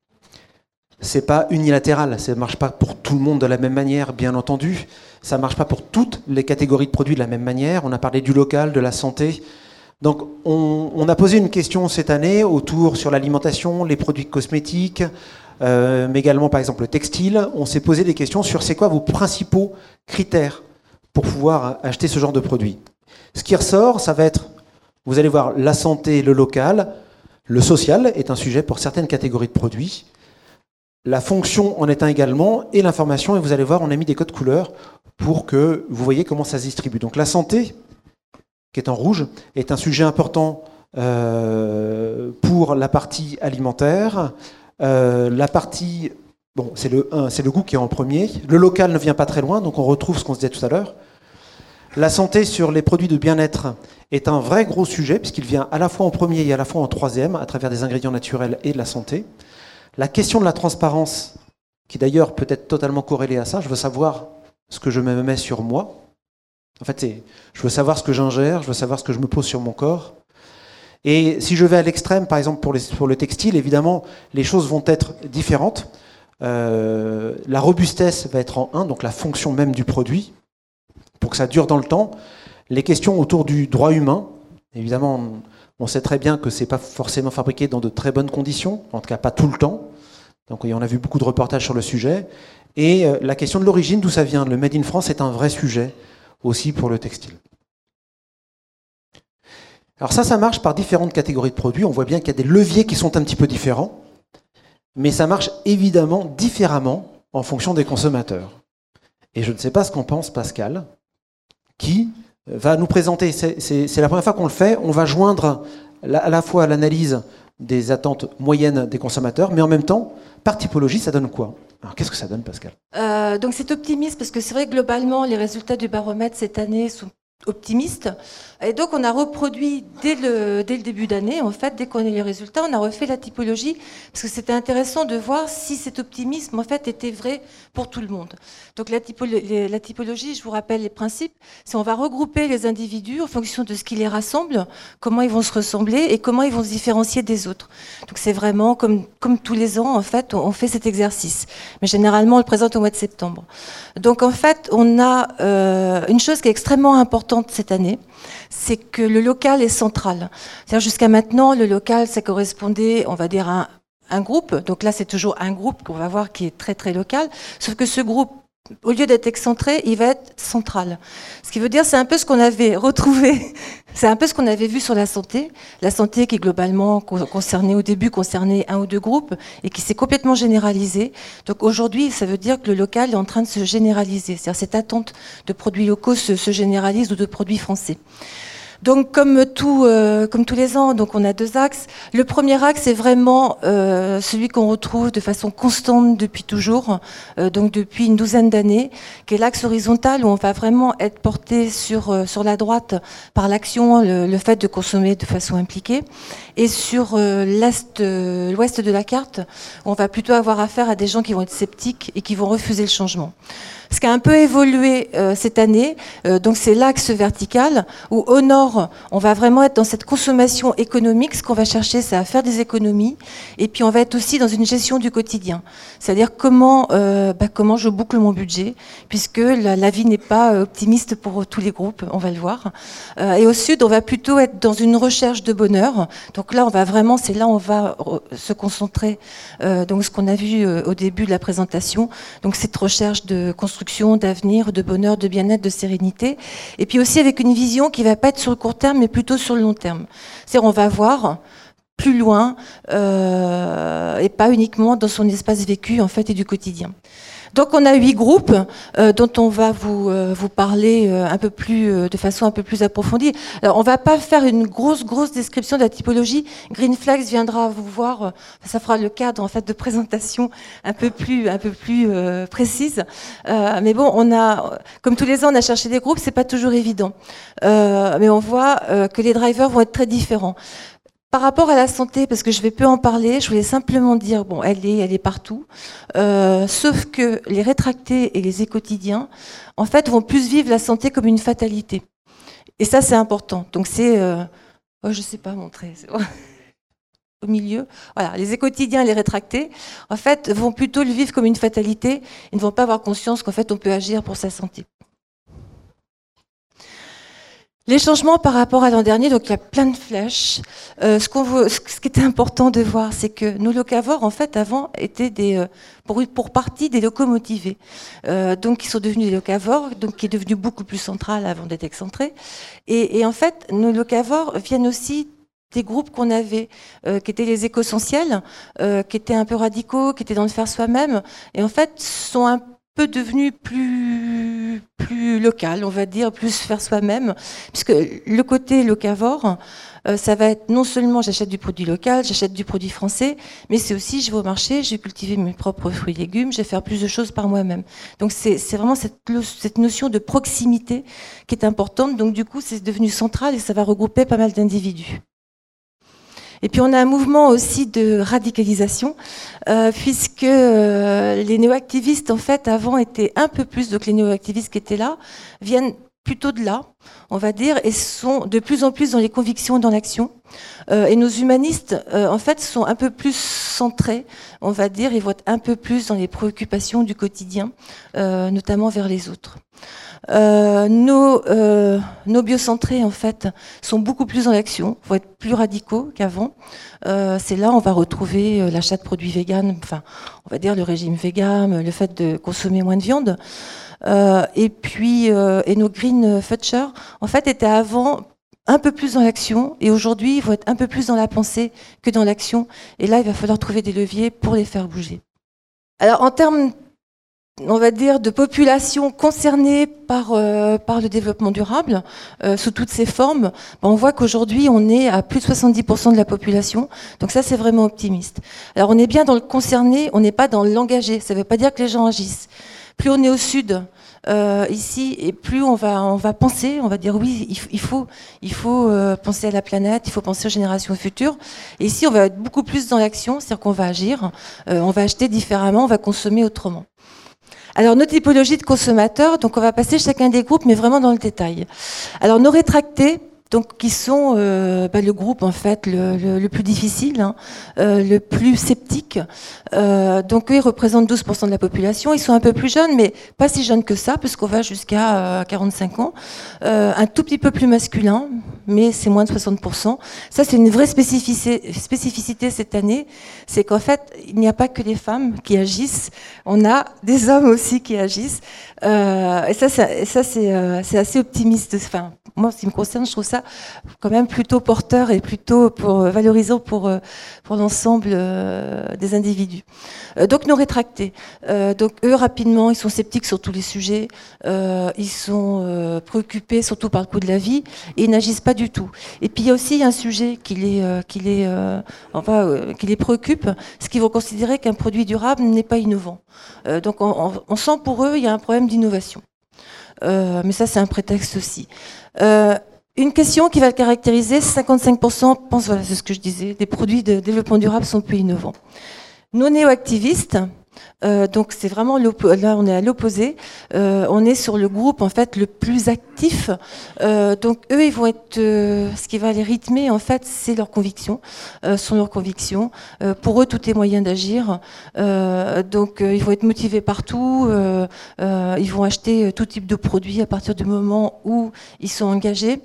c'est pas unilatéral, ça ne marche pas pour tout le monde de la même manière, bien entendu. Ça ne marche pas pour toutes les catégories de produits de la même manière. On a parlé du local, de la santé. Donc on, on a posé une question cette année autour sur l'alimentation, les produits cosmétiques, Euh, mais également par exemple le textile. On s'est posé des questions sur c'est quoi vos principaux critères pour pouvoir acheter ce genre de produit. Ce qui ressort, ça va être, vous allez voir, la santé, le local, le social est un sujet pour certaines catégories de produits, la fonction en est un également, et l'information, et vous allez voir, on a mis des codes couleurs pour que vous voyez comment ça se distribue. Donc la santé, qui est en rouge, est un sujet important euh, pour la partie alimentaire. Euh, la partie, bon, c'est le un, c'est le goût qui est en premier. Le local ne vient pas très loin, donc on retrouve ce qu'on se disait tout à l'heure. La santé sur les produits de bien-être est un vrai gros sujet, puisqu'il vient à la fois en premier et à la fois en troisième, à travers des ingrédients naturels et de la santé. La question de la transparence, qui d'ailleurs peut être totalement corrélée à ça, je veux savoir ce que je me mets sur moi. En fait, c'est, je veux savoir ce que j'ingère, je veux savoir ce que je me pose sur mon corps. Et si je vais à l'extrême, par exemple pour, les, pour le textile, évidemment, les choses vont être différentes. Euh, la robustesse va être en un, donc la fonction même du produit, pour que ça dure dans le temps. Les questions autour du droit humain, évidemment, on, on sait très bien que ce n'est pas forcément fabriqué dans de très bonnes conditions, en tout cas pas tout le temps. Donc on a vu beaucoup de reportages sur le sujet. Et euh, la question de l'origine, d'où ça vient, le Made in France est un vrai sujet aussi pour le textile. Alors ça, ça marche par différentes catégories de produits. On voit bien qu'il y a des leviers qui sont un petit peu différents, mais ça marche évidemment différemment en fonction des consommateurs. Et je ne sais pas ce qu'en pense Pascal, qui va nous présenter, c'est la première fois qu'on le fait, on va joindre à la fois l'analyse des attentes moyennes des consommateurs, mais en même temps, par typologie, ça donne quoi? Alors qu'est-ce que ça donne, Pascal? euh, Donc c'est optimiste, parce que c'est vrai que globalement, les résultats du baromètre cette année sont optimiste. Et donc, on a reproduit dès le, dès le début d'année, en fait, dès qu'on a eu les résultats, on a refait la typologie, parce que c'était intéressant de voir si cet optimisme, en fait, était vrai pour tout le monde. Donc, la, typolo la typologie, je vous rappelle les principes, c'est on va regrouper les individus en fonction de ce qui les rassemble, comment ils vont se ressembler et comment ils vont se différencier des autres. Donc, c'est vraiment comme, comme tous les ans, en fait, on, on fait cet exercice. Mais généralement, on le présente au mois de septembre. Donc, en fait, on a euh, une chose qui est extrêmement importante cette année, c'est que le local est central. C'est-à-dire jusqu'à maintenant, le local, ça correspondait, on va dire, à un, un groupe. Donc là, c'est toujours un groupe qu'on va voir qui est très très local. Sauf que ce groupe, au lieu d'être excentré, il va être central. Ce qui veut dire, c'est un peu ce qu'on avait retrouvé, c'est un peu ce qu'on avait vu sur la santé. La santé qui, globalement, concernait au début, concernait un ou deux groupes et qui s'est complètement généralisée. Donc aujourd'hui, ça veut dire que le local est en train de se généraliser. C'est-à-dire cette attente de produits locaux se, se généralise ou de produits français. Donc, comme, tout, euh, comme tous les ans, donc on a deux axes. Le premier axe, c'est vraiment euh, celui qu'on retrouve de façon constante depuis toujours, euh, donc depuis une douzaine d'années, qui est l'axe horizontal où on va vraiment être porté sur, euh, sur la droite par l'action, le, le fait de consommer de façon impliquée, et sur euh, l'est, euh, l'ouest de la carte, où on va plutôt avoir affaire à des gens qui vont être sceptiques et qui vont refuser le changement. Ce qui a un peu évolué euh, cette année, euh, donc c'est l'axe vertical, où au nord, on va vraiment être dans cette consommation économique. Ce qu'on va chercher, c'est à faire des économies. Et puis on va être aussi dans une gestion du quotidien. C'est-à-dire comment, euh, bah, comment je boucle mon budget, puisque la, la vie n'est pas optimiste pour tous les groupes, on va le voir. Euh, et au sud, on va plutôt être dans une recherche de bonheur. Donc là, on va vraiment, c'est là où on va se concentrer, euh, donc ce qu'on a vu euh, au début de la présentation. Donc cette recherche de construction, d'avenir, de bonheur, de bien-être, de sérénité. Et puis aussi avec une vision qui ne va pas être sur le court terme, mais plutôt sur le long terme. C'est-à-dire on va voir plus loin euh, et pas uniquement dans son espace vécu en fait et du quotidien. Donc on a huit groupes euh, dont on va vous, euh, vous parler euh, un peu plus, euh, de façon un peu plus approfondie. Alors on ne va pas faire une grosse grosse description de la typologie. Greenflex viendra vous voir, euh, ça fera le cadre en fait de présentation un peu plus un peu plus euh, précise. Euh, mais bon, on a, comme tous les ans, on a cherché des groupes, c'est pas toujours évident. Euh, mais on voit euh, que les drivers vont être très différents. Par rapport à la santé, parce que je vais peu en parler, je voulais simplement dire, bon, elle est, elle est partout, euh, sauf que les rétractés et les écotidiens, en fait, vont plus vivre la santé comme une fatalité. Et ça, c'est important. Donc c'est, euh, oh, je sais pas montrer, au milieu, voilà, les écotidiens et les rétractés, en fait, vont plutôt le vivre comme une fatalité et ne vont pas avoir conscience qu'en fait, on peut agir pour sa santé. Les changements par rapport à l'an dernier, donc il y a plein de flèches. Euh, ce, qu'on veut, ce qui était important de voir, c'est que nos locavores, en fait, avant, étaient des, euh, pour, pour partie des locomotivés. Euh, donc, ils sont devenus des locavores, donc qui est devenu beaucoup plus central avant d'être excentré. Et, et en fait, nos locavores viennent aussi des groupes qu'on avait, euh, qui étaient les éco-essentiels, euh, qui étaient un peu radicaux, qui étaient dans le faire soi-même, et en fait, sont un peu devenu plus, plus local, on va dire, plus faire soi-même, puisque le côté locavore, euh, ça va être non seulement j'achète du produit local, j'achète du produit français, mais c'est aussi je vais au marché, je vais cultiver mes propres fruits et légumes, je vais faire plus de choses par moi-même. Donc c'est vraiment cette, cette notion de proximité qui est importante, donc du coup c'est devenu central et ça va regrouper pas mal d'individus. Et puis on a un mouvement aussi de radicalisation, euh, puisque euh, les néo-activistes, en fait, avant étaient un peu plus, donc les néo-activistes qui étaient là, viennent plutôt de là, on va dire, et sont de plus en plus dans les convictions, dans l'action. Euh, et nos humanistes, euh, en fait, sont un peu plus centrés, on va dire, ils vont être un peu plus dans les préoccupations du quotidien, euh, notamment vers les autres. Euh, nos, euh, nos biocentrés, en fait, sont beaucoup plus dans l'action, vont être plus radicaux qu'avant. Euh, c'est là où on va retrouver euh, l'achat de produits véganes, enfin, on va dire le régime vegan, le fait de consommer moins de viande. Euh, et puis, euh, et nos green futures, en fait, étaient avant un peu plus dans l'action, et aujourd'hui, ils vont être un peu plus dans la pensée que dans l'action. Et là, il va falloir trouver des leviers pour les faire bouger. Alors, en termes, on va dire, de population concernée par, euh, par le développement durable, euh, sous toutes ses formes, ben, on voit qu'aujourd'hui, on est à plus de soixante-dix pour cent de la population. Donc ça, c'est vraiment optimiste. Alors, on est bien dans le concerné, on n'est pas dans l'engagé. Ça ne veut pas dire que les gens agissent. Plus on est au sud, euh, ici, et plus on va, on va penser, on va dire oui, il, il faut, il faut euh, penser à la planète, il faut penser aux générations futures. Et ici, on va être beaucoup plus dans l'action, c'est-à-dire qu'on va agir, euh, on va acheter différemment, on va consommer autrement. Alors, nos typologies de consommateurs, donc on va passer chacun des groupes, mais vraiment dans le détail. Alors, nos rétractés, donc qui sont euh, bah, le groupe en fait le, le, le plus difficile, hein, euh, le plus sceptique. Euh, donc eux, ils représentent douze pour cent de la population. Ils sont un peu plus jeunes, mais pas si jeunes que ça, puisqu'on va jusqu'à euh, quarante-cinq ans. Euh, un tout petit peu plus masculin, mais c'est moins de soixante pour cent. Ça, c'est une vraie spécificité, spécificité cette année, c'est qu'en fait, il n'y a pas que les femmes qui agissent, on a des hommes aussi qui agissent. Euh, et ça, ça, ça c'est euh, assez optimiste. Enfin, moi, en ce qui me concerne, je trouve ça quand même plutôt porteur et plutôt pour, euh, valorisant pour, euh, pour l'ensemble euh, des individus. Euh, donc, nos rétractés. Euh, donc, eux, rapidement, ils sont sceptiques sur tous les sujets. Euh, ils sont euh, préoccupés surtout par le coût de la vie et ils n'agissent pas du tout. Et puis, il y a aussi un sujet qui les, euh, qui les, euh, enfin, euh, qui les préoccupe, c'est qu'ils vont considérer qu'un produit durable n'est pas innovant. Euh, donc, on, on, on sent pour eux, il y a un problème d'innovation. Euh, mais ça, c'est un prétexte aussi. Euh, Une question qui va le caractériser, cinquante-cinq pour cent pensent, voilà, c'est ce que je disais, des produits de développement durable sont peu innovants. Nos néo-activistes, euh, donc c'est vraiment là on est à l'opposé, euh, on est sur le groupe en fait le plus actif. Euh, donc eux ils vont être, euh, ce qui va les rythmer en fait, c'est leurs convictions, euh, sont leurs convictions. Euh, pour eux tout est moyen d'agir. Euh, donc euh, ils vont être motivés partout, euh, euh, ils vont acheter tout type de produits à partir du moment où ils sont engagés.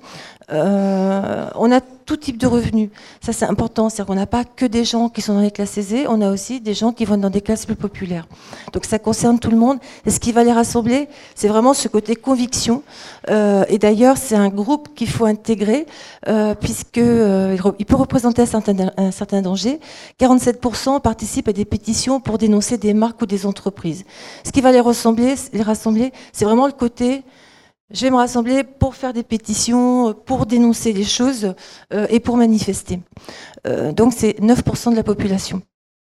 Euh, on a tout type de revenus. Ça, c'est important. C'est-à-dire qu'on n'a pas que des gens qui sont dans les classes aisées, on a aussi des gens qui vont dans des classes plus populaires. Donc, ça concerne tout le monde. Et ce qui va les rassembler, c'est vraiment ce côté conviction. Euh, et d'ailleurs, c'est un groupe qu'il faut intégrer, euh, puisque euh, il peut représenter un certain, un certain danger. quarante-sept pour cent participent à des pétitions pour dénoncer des marques ou des entreprises. Ce qui va les rassembler, les rassembler, c'est vraiment le côté... Je vais me rassembler pour faire des pétitions, pour dénoncer les choses euh, et pour manifester. Euh, donc c'est neuf pour cent de la population.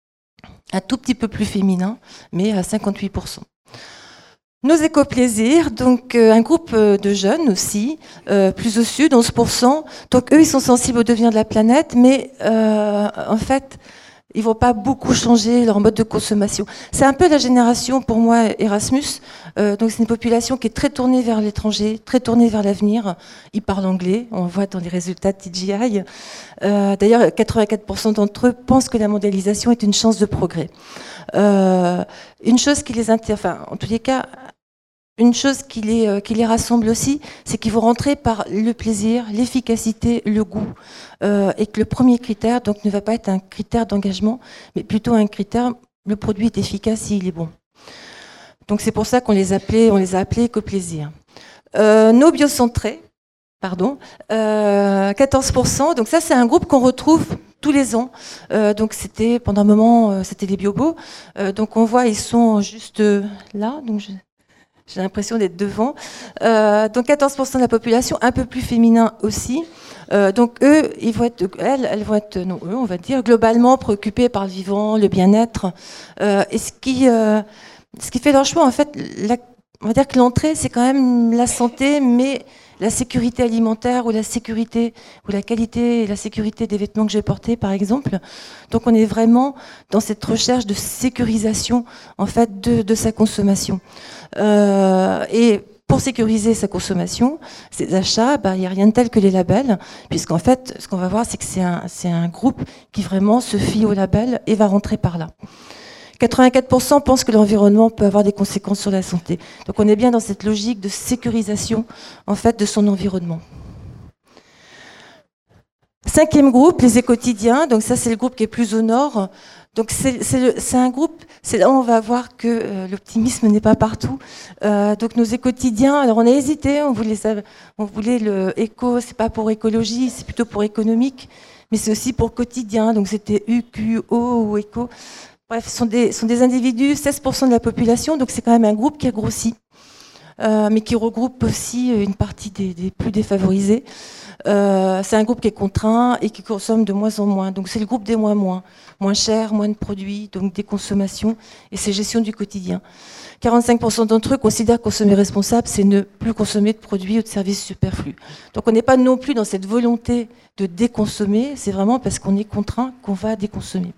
Un tout petit peu plus féminin, mais à cinquante-huit pour cent. Nos éco-plaisirs, donc euh, un groupe de jeunes aussi, euh, plus au sud, onze pour cent. Donc eux, ils sont sensibles au devenir de la planète, mais euh, en fait... ils vont pas beaucoup changer leur mode de consommation. C'est un peu la génération, pour moi, Erasmus. Euh, donc c'est une population qui est très tournée vers l'étranger, très tournée vers l'avenir. Ils parlent anglais, on voit dans les résultats de T G I. Euh, D'ailleurs, quatre-vingt-quatre pour cent d'entre eux pensent que la mondialisation est une chance de progrès. Euh, une chose qui les intéresse, enfin, en tous les cas, une chose qui les, euh, qui les rassemble aussi, c'est qu'ils vont rentrer par le plaisir, l'efficacité, le goût, euh, et que le premier critère donc, ne va pas être un critère d'engagement, mais plutôt un critère, le produit est efficace s'il est bon. Donc c'est pour ça qu'on les appelait, on les a appelés éco-plaisir. Euh, nos biocentrés, pardon, euh, quatorze pour cent, donc ça c'est un groupe qu'on retrouve tous les ans. Euh, donc c'était, pendant un moment, euh, c'était les biobos. Euh, donc on voit, ils sont juste là, donc je... J'ai l'impression d'être devant. Euh, donc quatorze pour cent de la population, un peu plus féminin aussi. Euh, donc eux, ils vont être, elles, elles vont être, non, eux, on va dire, globalement préoccupés par le vivant, le bien-être. Euh, et ce qui, euh, ce qui fait leur choix, en fait, la, on va dire que l'entrée, c'est quand même la santé, mais la sécurité alimentaire ou la sécurité ou la qualité et la sécurité des vêtements que j'ai portés, par exemple. Donc on est vraiment dans cette recherche de sécurisation, en fait, de, de sa consommation. Euh, et pour sécuriser sa consommation, ses achats, bah, il n'y a rien de tel que les labels, puisqu'en fait, ce qu'on va voir, c'est que c'est un, c'est un groupe qui vraiment se fie aux labels et va rentrer par là. quatre-vingt-quatre pour cent pensent que l'environnement peut avoir des conséquences sur la santé. Donc on est bien dans cette logique de sécurisation en fait, de son environnement. Cinquième groupe, les écotidiens. Donc ça, c'est le groupe qui est plus au nord. Donc c'est, c'est, le, c'est un groupe, c'est là où on va voir que euh, l'optimisme n'est pas partout. Euh, donc nos écotidiens, alors on a hésité, on voulait, on voulait le éco, c'est pas pour écologie, c'est plutôt pour économique, mais c'est aussi pour quotidien. Donc c'était U, Q, O ou éco. Bref, ce sont des, sont des individus, seize pour cent de la population, donc c'est quand même un groupe qui a grossi, euh, mais qui regroupe aussi une partie des, des plus défavorisés. Euh, c'est un groupe qui est contraint et qui consomme de moins en moins. Donc c'est le groupe des moins moins. Moins cher, moins de produits, donc des consommations, et c'est gestion du quotidien. quarante-cinq pour cent d'entre eux considèrent que consommer responsable, c'est ne plus consommer de produits ou de services superflus. Donc on n'est pas non plus dans cette volonté de déconsommer, c'est vraiment parce qu'on est contraint qu'on va déconsommer.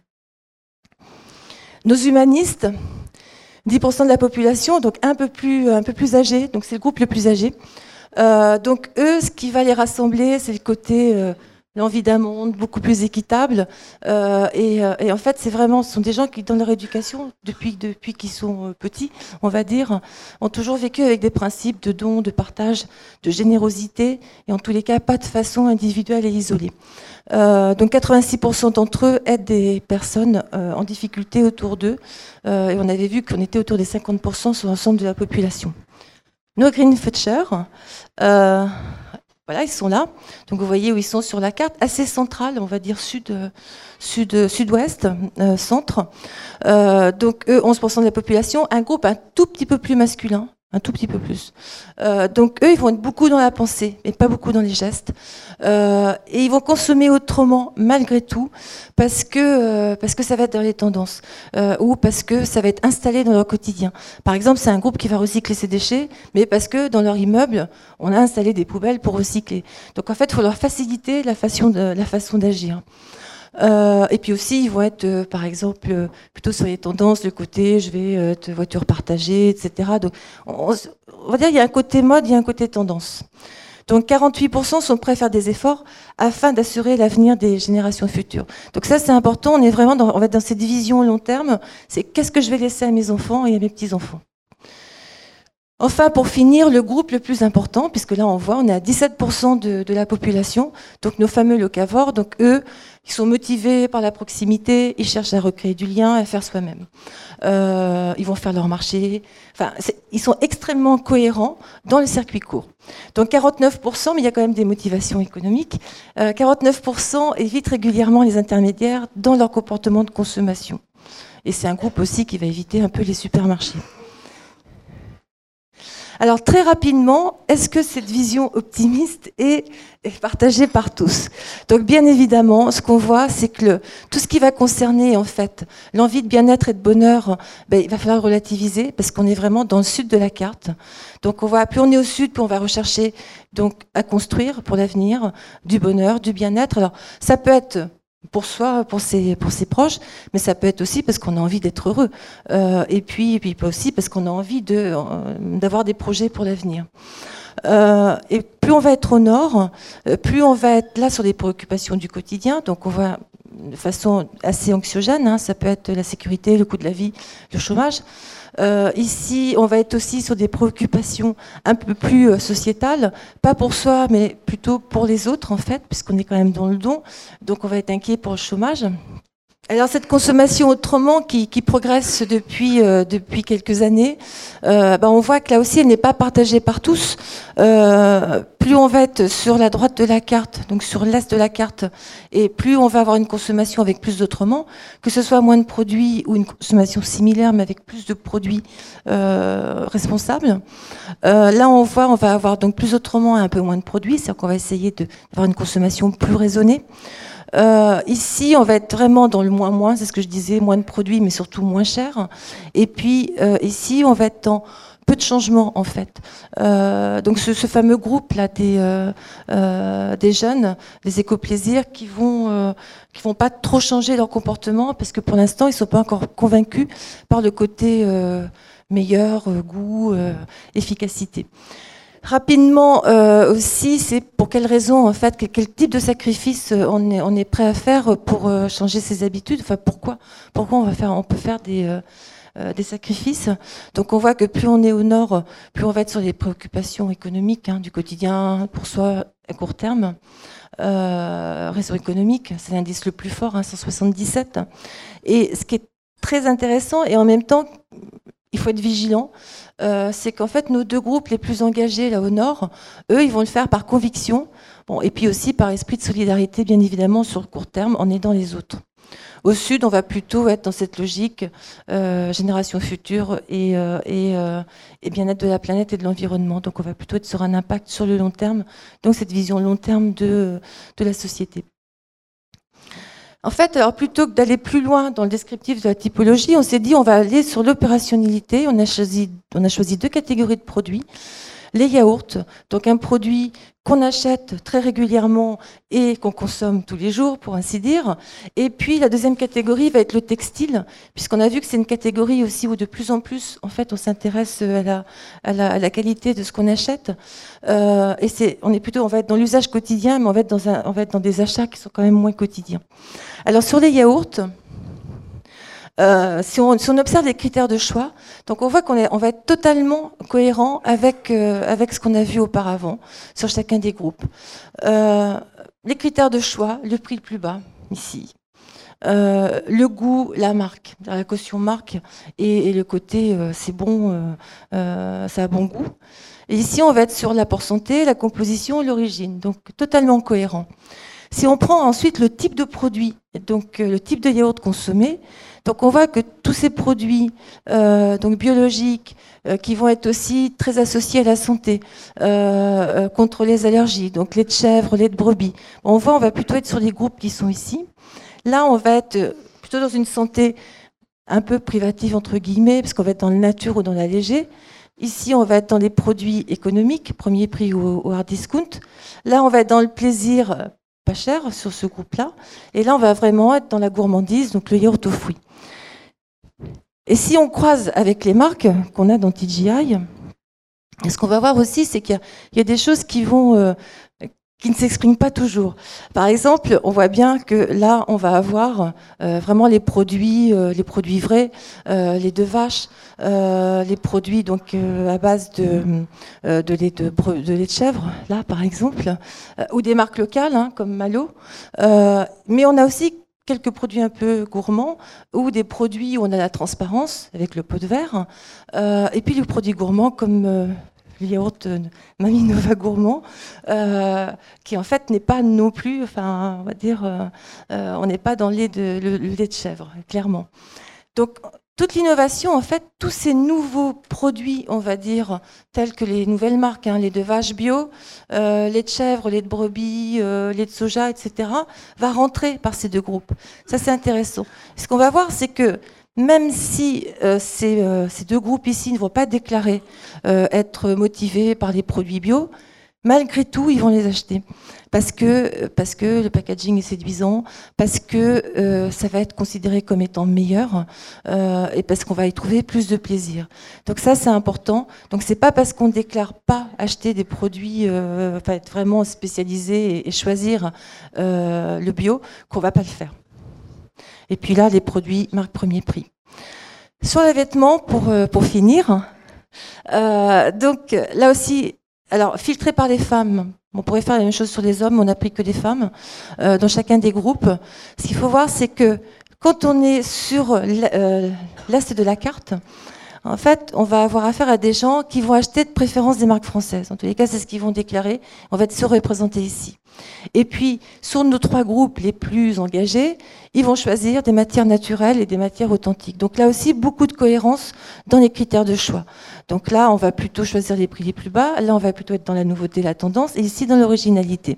Nos humanistes, dix pour cent de la population, donc un peu plus, un peu plus âgés, donc c'est le groupe le plus âgé. Euh, donc eux, ce qui va les rassembler, c'est le côté, euh, l'envie d'un monde beaucoup plus équitable. Euh, et, euh, et en fait, c'est vraiment, ce sont des gens qui, dans leur éducation, depuis, depuis qu'ils sont petits, on va dire, ont toujours vécu avec des principes de don, de partage, de générosité, et en tous les cas, pas de façon individuelle et isolée. Euh, donc quatre-vingt-six pour cent d'entre eux aident des personnes euh, en difficulté autour d'eux. Euh, et on avait vu qu'on était autour des cinquante pour cent sur l'ensemble de la population. Nos Green Futures, euh, voilà, ils sont là. Donc vous voyez où ils sont sur la carte, assez centrale, on va dire sud, sud, sud-ouest, euh, centre. Euh, donc eux, onze pour cent de la population, un groupe un tout petit peu plus masculin. Un tout petit peu plus. Euh, donc eux, ils vont être beaucoup dans la pensée, mais pas beaucoup dans les gestes. Euh, et ils vont consommer autrement, malgré tout, parce que, euh, parce que ça va être dans les tendances, euh, ou parce que ça va être installé dans leur quotidien. Par exemple, c'est un groupe qui va recycler ses déchets, mais parce que dans leur immeuble, on a installé des poubelles pour recycler. Donc en fait, il faut leur faciliter la façon, de, la façon d'agir. Euh, et puis aussi, ils vont être, euh, par exemple, euh, plutôt sur les tendances, le côté je vais euh, te voiture partagée, et cetera. Donc, on, on va dire il y a un côté mode, il y a un côté tendance. Donc, quarante-huit pour cent sont prêts à faire des efforts afin d'assurer l'avenir des générations futures. Donc ça, c'est important. On est vraiment dans, on va être dans cette vision long terme. C'est qu'est-ce que je vais laisser à mes enfants et à mes petits-enfants. Enfin, pour finir, le groupe le plus important, puisque là on voit, on est à dix-sept pour cent de, de la population, donc nos fameux locavores, donc eux, ils sont motivés par la proximité, ils cherchent à recréer du lien, à faire soi-même. Euh, ils vont faire leur marché, enfin, ils sont extrêmement cohérents dans le circuit court. Donc quarante-neuf pour cent, mais il y a quand même des motivations économiques, euh, quarante-neuf pour cent évitent régulièrement les intermédiaires dans leur comportement de consommation. Et c'est un groupe aussi qui va éviter un peu les supermarchés. Alors très rapidement, est-ce que cette vision optimiste est, est partagée par tous? Donc bien évidemment, ce qu'on voit, c'est que le, tout ce qui va concerner en fait l'envie de bien-être et de bonheur, ben, il va falloir relativiser parce qu'on est vraiment dans le sud de la carte. Donc on voit, plus on est au sud, plus on va rechercher donc à construire pour l'avenir du bonheur, du bien-être. Alors ça peut être pour soi, pour ses, pour ses proches, mais ça peut être aussi parce qu'on a envie d'être heureux. Euh, et puis, et puis aussi parce qu'on a envie de, euh, d'avoir des projets pour l'avenir. Euh, et plus on va être au nord, plus on va être là sur des préoccupations du quotidien. Donc on va de façon assez anxiogène, hein, ça peut être la sécurité, le coût de la vie, le chômage. Euh, ici, on va être aussi sur des préoccupations un peu plus euh, sociétales, pas pour soi, mais plutôt pour les autres, en fait, puisqu'on est quand même dans le don. Donc, on va être inquiet pour le chômage. Alors, cette consommation autrement qui, qui progresse depuis, euh, depuis quelques années, euh, ben, on voit que là aussi, elle n'est pas partagée par tous. Euh, plus on va être sur la droite de la carte, donc sur l'est de la carte, et plus on va avoir une consommation avec plus d'autrement, que ce soit moins de produits ou une consommation similaire, mais avec plus de produits euh, responsables. Euh, là, on voit, on va avoir donc plus autrement et un peu moins de produits, c'est-à-dire qu'on va essayer d'avoir une consommation plus raisonnée. Euh, ici, on va être vraiment dans le moins-moins, c'est ce que je disais, moins de produits, mais surtout moins cher. Et puis, euh, ici, on va être dans peu de changements, en fait. Euh, donc, ce, ce fameux groupe-là des, euh, euh, des jeunes, des éco-plaisirs, qui vont, euh, qui vont pas trop changer leur comportement, parce que pour l'instant, ils sont pas encore convaincus par le côté... Euh, meilleur euh, goût, euh, efficacité. Rapidement euh, aussi, c'est pour quelles raisons, en fait, quel, quel type de sacrifice on est, on est prêt à faire pour euh, changer ses habitudes. Enfin, pourquoi, pourquoi on va faire, on peut faire des, euh, euh, des sacrifices. Donc, on voit que plus on est au nord, plus on va être sur les préoccupations économiques hein, du quotidien pour soi à court terme. Euh, réseau économique, c'est l'indice le plus fort, hein, cent soixante-dix-sept. Et ce qui est très intéressant, et en même temps, il faut être vigilant, euh, c'est qu'en fait, nos deux groupes les plus engagés là au nord, eux, ils vont le faire par conviction, bon, et puis aussi par esprit de solidarité, bien évidemment, sur le court terme, en aidant les autres. Au sud, on va plutôt être dans cette logique euh, génération future et, euh, et, euh, et bien-être de la planète et de l'environnement. Donc on va plutôt être sur un impact sur le long terme, donc cette vision long terme de, de la société. En fait, alors plutôt que d'aller plus loin dans le descriptif de la typologie, on s'est dit on va aller sur l'opérationnalité. On a choisi, on a choisi deux catégories de produits. Les yaourts, donc un produit qu'on achète très régulièrement et qu'on consomme tous les jours, pour ainsi dire. Et puis la deuxième catégorie va être le textile, puisqu'on a vu que c'est une catégorie aussi où de plus en plus, en fait, on s'intéresse à la, à la, à la qualité de ce qu'on achète. Euh, et c'est, on est plutôt, on va être dans l'usage quotidien, mais on va être dans un, on va être dans des achats qui sont quand même moins quotidiens. Alors sur les yaourts. Euh, si, on, si on observe les critères de choix, donc on voit qu'on est, on va être totalement cohérent avec, euh, avec ce qu'on a vu auparavant sur chacun des groupes. Euh, les critères de choix, le prix le plus bas, ici. Euh, le goût, la marque, la caution marque et, et le côté euh, c'est bon, euh, euh, ça a bon goût. Et ici, on va être sur l'apport santé, la composition, l'origine, donc totalement cohérent. Si on prend ensuite le type de produit, donc euh, le type de yaourt consommé, donc on voit que tous ces produits euh, donc biologiques euh, qui vont être aussi très associés à la santé, euh, euh, contre les allergies, donc lait de chèvre, lait de brebis. On voit, on va plutôt être sur les groupes qui sont ici. Là, on va être plutôt dans une santé un peu privative entre guillemets, parce qu'on va être dans le nature ou dans l'allégé. Ici, on va être dans les produits économiques, premier prix ou, ou hard discount. Là, on va être dans le plaisir pas cher sur ce groupe-là. Et là, on va vraiment être dans la gourmandise, donc le yaourt aux fruits. Et si on croise avec les marques qu'on a dans T G I, ce qu'on va voir aussi, c'est qu'il y, y a des choses qui vont, euh, qui ne s'expriment pas toujours. Par exemple, on voit bien que là, on va avoir euh, vraiment les produits, euh, les produits vrais, euh, les deux vaches, euh, les produits donc euh, à base de, euh, de, lait de, de lait de chèvre, là par exemple, euh, ou des marques locales hein, comme Malo. Euh, mais on a aussi quelques produits un peu gourmands ou des produits où on a la transparence avec le pot de verre, euh, et puis les produits gourmands comme euh, le yaourt euh, Mamie Nova Gourmand, euh, qui en fait n'est pas non plus, enfin on va dire, euh, euh, on n'est pas dans le lait de, le, le lait de chèvre, clairement. Donc toute l'innovation, en fait, tous ces nouveaux produits, on va dire, tels que les nouvelles marques, hein, lait de vache bio, euh, lait de chèvre, lait de brebis, euh, lait de soja, et cetera, va rentrer par ces deux groupes. Ça, c'est intéressant. Ce qu'on va voir, c'est que même si euh, ces, euh, ces deux groupes ici ne vont pas déclarer euh, être motivés par les produits bio, malgré tout, ils vont les acheter. Parce que, parce que le packaging est séduisant, parce que euh, ça va être considéré comme étant meilleur, euh, et parce qu'on va y trouver plus de plaisir. Donc ça, c'est important. Donc c'est pas parce qu'on ne déclare pas acheter des produits, euh, enfin être vraiment spécialisé et, et choisir euh, le bio, qu'on va pas le faire. Et puis là, les produits marque premier prix. Sur les vêtements, pour, pour finir, euh, donc là aussi, alors filtré par les femmes, on pourrait faire la même chose sur les hommes, on n'a pris que des femmes euh, dans chacun des groupes. Ce qu'il faut voir, c'est que quand on est sur l'est de la carte, en fait, on va avoir affaire à des gens qui vont acheter de préférence des marques françaises. En tous les cas, c'est ce qu'ils vont déclarer. On va être surreprésentés ici. Et puis, sur nos trois groupes les plus engagés, ils vont choisir des matières naturelles et des matières authentiques. Donc là aussi, beaucoup de cohérence dans les critères de choix. Donc là, on va plutôt choisir les prix les plus bas. Là, on va plutôt être dans la nouveauté, la tendance. Et ici, dans l'originalité.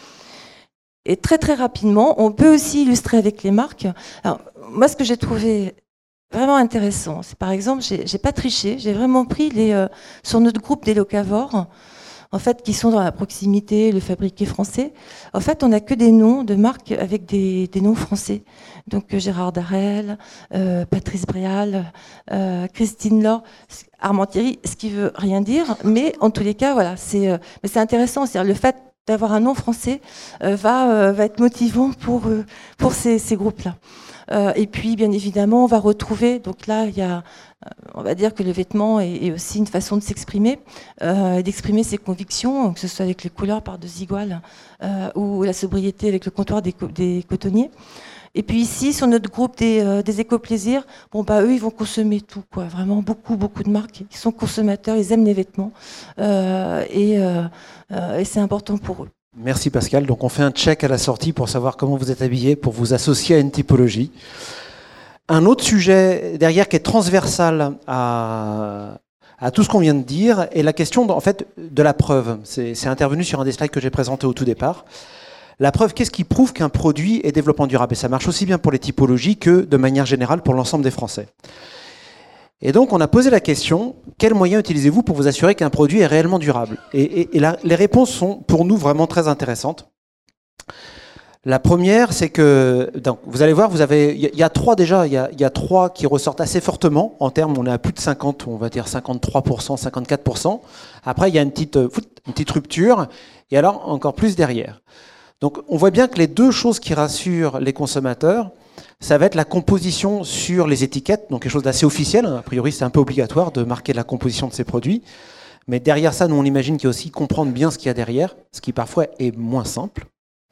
Et très, très rapidement, on peut aussi illustrer avec les marques. Alors, moi, ce que j'ai trouvé vraiment intéressant, c'est par exemple, j'ai, j'ai pas triché, j'ai vraiment pris les, euh, sur notre groupe des locavores, en fait, qui sont dans la proximité, le fabriqué français. En fait, on n'a que des noms de marques avec des, des noms français. Donc euh, Gérard Darel, euh, Patrice Bréal, euh, Christine Laure, Armand Thierry, ce qui veut rien dire, mais en tous les cas, voilà, c'est, euh, mais c'est intéressant, c'est-à-dire le fait d'avoir un nom français euh, va, euh, va être motivant pour, euh, pour ces, ces groupes-là. Euh, et puis, bien évidemment, on va retrouver, donc là, il y a, on va dire que le vêtement est, est aussi une façon de s'exprimer, euh, d'exprimer ses convictions, que ce soit avec les couleurs par deux iguales euh, ou la sobriété avec le comptoir des, des cotonniers. Et puis ici, sur notre groupe des, euh, des éco-plaisirs, bon, bah, eux, ils vont consommer tout, quoi. Vraiment beaucoup, beaucoup de marques. Ils sont consommateurs, ils aiment les vêtements. Euh, et, euh, euh, et c'est important pour eux. Merci Pascal. Donc on fait un check à la sortie pour savoir comment vous êtes habillé, pour vous associer à une typologie. Un autre sujet derrière qui est transversal à, à tout ce qu'on vient de dire est la question de, en fait, de la preuve. C'est, c'est intervenu sur un des slides que j'ai présenté au tout départ. La preuve, qu'est-ce qui prouve qu'un produit est développement durable? Et ça marche aussi bien pour les typologies que, de manière générale, pour l'ensemble des Français. Et donc, on a posé la question, quels moyens utilisez-vous pour vous assurer qu'un produit est réellement durable? Et, et, et la, les réponses sont, pour nous, vraiment très intéressantes. La première, c'est que, donc, vous allez voir, vous avez, il y, y a trois déjà, il y a, y a trois qui ressortent assez fortement, en termes, on est à plus de cinquante, on va dire cinquante-trois pour cent, cinquante-quatre pour cent. Après, il y a une petite, une petite rupture, et alors encore plus derrière. Donc on voit bien que les deux choses qui rassurent les consommateurs, ça va être la composition sur les étiquettes, donc quelque chose d'assez officiel. A priori, c'est un peu obligatoire de marquer la composition de ces produits. Mais derrière ça, nous, on imagine qu'il y a aussi comprendre bien ce qu'il y a derrière, ce qui parfois est moins simple.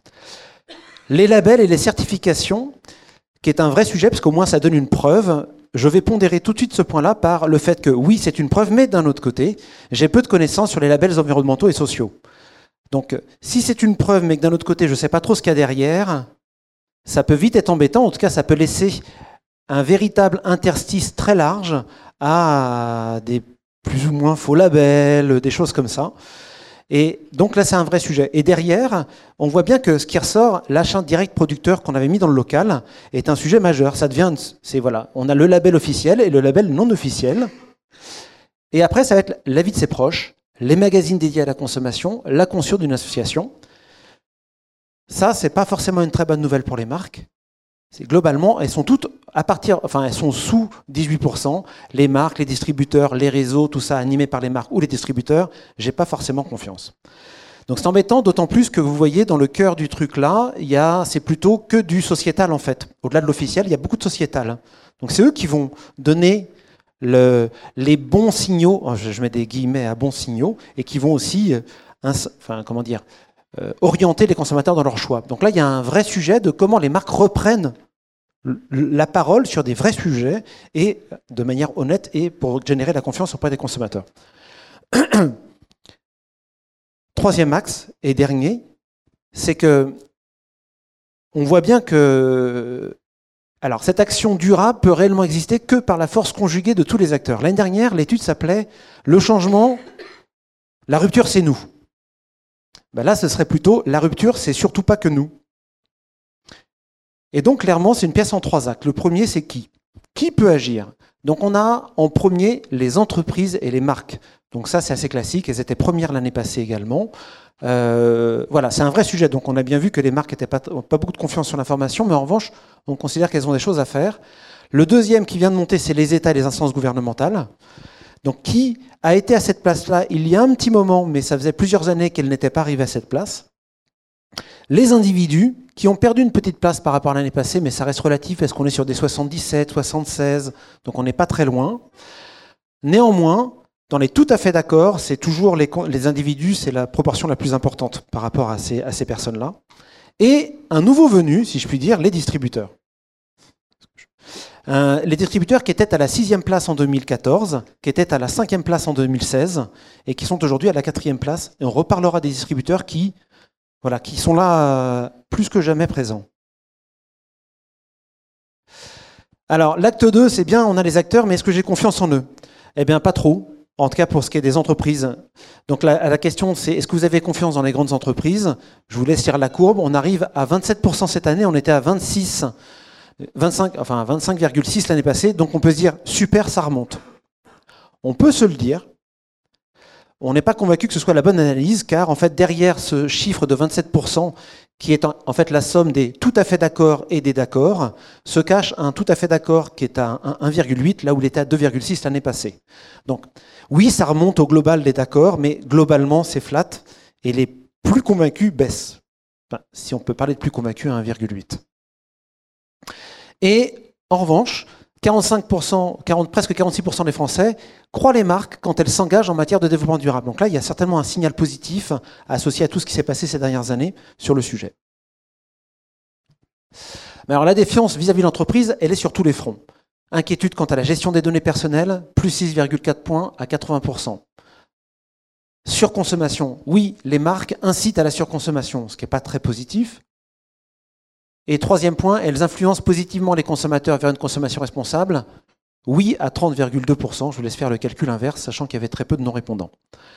Les labels et les certifications, qui est un vrai sujet, parce qu'au moins ça donne une preuve. Je vais pondérer tout de suite ce point-là par le fait que oui, c'est une preuve, mais d'un autre côté, j'ai peu de connaissances sur les labels environnementaux et sociaux. Donc, si c'est une preuve, mais que d'un autre côté, je ne sais pas trop ce qu'il y a derrière, ça peut vite être embêtant. En tout cas, ça peut laisser un véritable interstice très large à des plus ou moins faux labels, des choses comme ça. Et donc là, c'est un vrai sujet. Et derrière, on voit bien que ce qui ressort, l'achat direct producteur qu'on avait mis dans le local, est un sujet majeur. Ça devient, c'est voilà, on a le label officiel et le label non officiel. Et après, ça va être l'avis de ses proches, les magazines dédiés à la consommation, la conscience d'une association. Ça, c'est pas forcément une très bonne nouvelle pour les marques. C'est globalement, elles sont toutes à partir, enfin, elles sont sous dix-huit pour cent. Les marques, les distributeurs, les réseaux, tout ça animé par les marques ou les distributeurs, j'ai pas forcément confiance. Donc c'est embêtant, d'autant plus que vous voyez dans le cœur du truc là, il y a, c'est plutôt que du sociétal en fait. Au-delà de l'officiel, il y a beaucoup de sociétal. Donc c'est eux qui vont donner Le, les bons signaux, je mets des guillemets à bons signaux, et qui vont aussi ins, enfin, comment dire, euh, orienter les consommateurs dans leur choix. Donc là, il y a un vrai sujet de comment les marques reprennent la parole sur des vrais sujets, et de manière honnête, et pour générer la confiance auprès des consommateurs. Troisième axe, et dernier, c'est que on voit bien que Alors, cette action durable peut réellement exister que par la force conjuguée de tous les acteurs. L'année dernière, l'étude s'appelait « Le changement, la rupture, c'est nous ». Ben là, ce serait plutôt « La rupture, c'est surtout pas que nous ». Et donc, clairement, c'est une pièce en trois actes. Le premier, c'est qui ? Qui peut agir ? Donc, on a en premier les entreprises et les marques. Donc ça, c'est assez classique. Elles étaient premières l'année passée également. Euh, voilà, c'est un vrai sujet. Donc on a bien vu que les marques n'avaient pas, pas beaucoup de confiance sur l'information, mais en revanche, on considère qu'elles ont des choses à faire. Le deuxième qui vient de monter, c'est les États et les instances gouvernementales. Donc qui a été à cette place-là il y a un petit moment, mais ça faisait plusieurs années qu'elle n'était pas arrivée à cette place. Les individus qui ont perdu une petite place par rapport à l'année passée, mais ça reste relatif parce qu'on est sur des soixante-dix-sept, soixante-seize, donc on n'est pas très loin. Néanmoins, on est tout à fait d'accord, c'est toujours les, les individus, c'est la proportion la plus importante par rapport à ces, à ces personnes-là. Et un nouveau venu, si je puis dire, les distributeurs. Euh, les distributeurs qui étaient à la sixième place en deux mille quatorze, qui étaient à la cinquième place en deux mille seize, et qui sont aujourd'hui à la quatrième place. Et on reparlera des distributeurs qui, voilà, qui sont là euh, plus que jamais présents. Alors, l'acte deux, c'est bien, on a les acteurs, mais est-ce que j'ai confiance en eux? Eh bien, pas trop. En tout cas, pour ce qui est des entreprises. Donc la, la question, c'est est-ce que vous avez confiance dans les grandes entreprises? Je vous laisse lire la courbe. On arrive à vingt-sept pour cent cette année. On était à vingt-six, vingt-cinq, enfin vingt-cinq virgule six l'année passée. Donc on peut se dire, super, ça remonte. On peut se le dire. on n'est pas convaincu que ce soit la bonne analyse, car en fait, derrière ce chiffre de vingt-sept pour cent, qui est en fait la somme des tout à fait d'accord et des d'accord, se cache un tout à fait d'accord qui est à un virgule huit, là où il était à deux virgule six l'année passée. Donc oui, ça remonte au global des d'accords, mais globalement, c'est flat, et les plus convaincus baissent. Enfin, si on peut parler de plus convaincus à un virgule huit. Et en revanche, quarante-cinq pour cent, quarante, presque quarante-six pour cent des Français croient les marques quand elles s'engagent en matière de développement durable. Donc là, il y a certainement un signal positif associé à tout ce qui s'est passé ces dernières années sur le sujet. Mais alors la défiance vis-à-vis de l'entreprise, elle est sur tous les fronts. Inquiétude quant à la gestion des données personnelles, plus six virgule quatre points à quatre-vingts pour cent. Surconsommation, oui, les marques incitent à la surconsommation, ce qui n'est pas très positif. Et troisième point, elles influencent positivement les consommateurs vers une consommation responsable. Oui, à trente virgule deux pour cent. Je vous laisse faire le calcul inverse, sachant qu'il y avait très peu de non-répondants.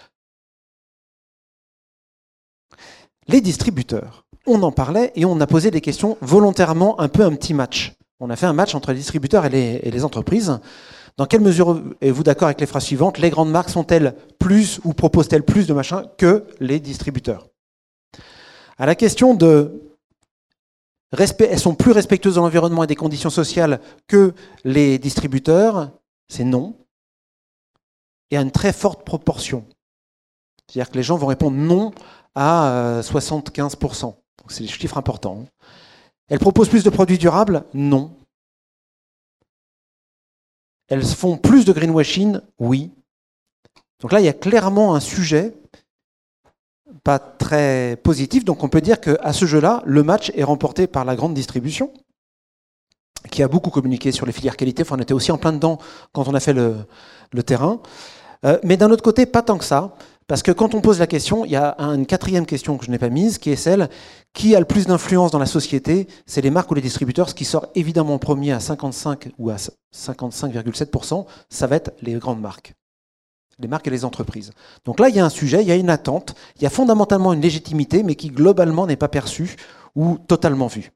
Les distributeurs. On en parlait et on a posé des questions volontairement, un peu un petit match. On a fait un match entre les distributeurs et les, et les entreprises. Dans quelle mesure êtes-vous d'accord avec les phrases suivantes? Les grandes marques sont-elles plus ou proposent-elles plus de machin que les distributeurs? À la question de respect, elles sont plus respectueuses de l'environnement et des conditions sociales que les distributeurs, c'est non. Et à une très forte proportion. C'est-à-dire que les gens vont répondre non à soixante-quinze pour cent. Donc c'est des chiffres importants. Elles proposent plus de produits durables? Non. Elles font plus de greenwashing? Oui. Donc là, il y a clairement un sujet pas très positif. Donc on peut dire qu'à ce jeu-là, le match est remporté par la grande distribution, qui a beaucoup communiqué sur les filières qualité. Enfin, on était aussi en plein dedans quand on a fait le, le terrain. Euh, mais d'un autre côté, pas tant que ça. Parce que quand on pose la question, il y a une quatrième question que je n'ai pas mise, qui est celle qui a le plus d'influence dans la société, c'est les marques ou les distributeurs. Ce qui sort évidemment en premier à cinquante-cinq ou à cinquante-cinq virgule sept pour cent, ça va être les grandes marques. Les marques et les entreprises. Donc là, il y a un sujet, il y a une attente, il y a fondamentalement une légitimité, mais qui globalement n'est pas perçue ou totalement vue.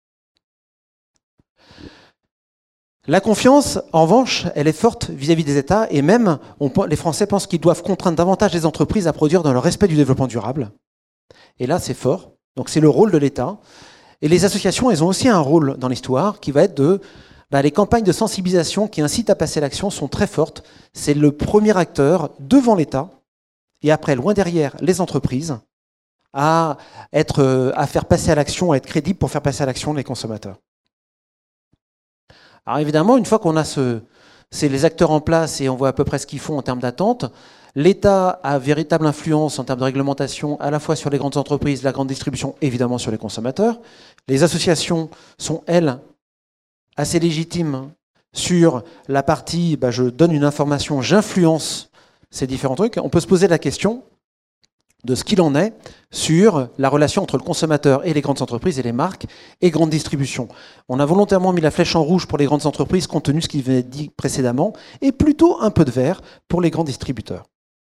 La confiance, en revanche, elle est forte vis-à-vis des États, et même on, les Français pensent qu'ils doivent contraindre davantage les entreprises à produire dans le respect du développement durable. Et là, c'est fort. Donc c'est le rôle de l'État. Et les associations, elles ont aussi un rôle dans l'histoire qui va être de... Ben, les campagnes de sensibilisation qui incitent à passer à l'action sont très fortes. C'est le premier acteur devant l'État, et après, loin derrière, les entreprises, à, être, à faire passer à l'action, à être crédibles pour faire passer à l'action les consommateurs. Alors évidemment, une fois qu'on a ce, c'est les acteurs en place et on voit à peu près ce qu'ils font en termes d'attente, l'État a véritable influence en termes de réglementation à la fois sur les grandes entreprises, la grande distribution, évidemment sur les consommateurs. Les associations sont, elles, assez légitimes sur la partie, bah, je donne une information, j'influence ces différents trucs. On peut se poser la question de ce qu'il en est sur la relation entre le consommateur et les grandes entreprises et les marques et grandes distributions. On a volontairement mis la flèche en rouge pour les grandes entreprises compte tenu de ce qui venait d'être dit précédemment et plutôt un peu de vert pour les grands distributeurs.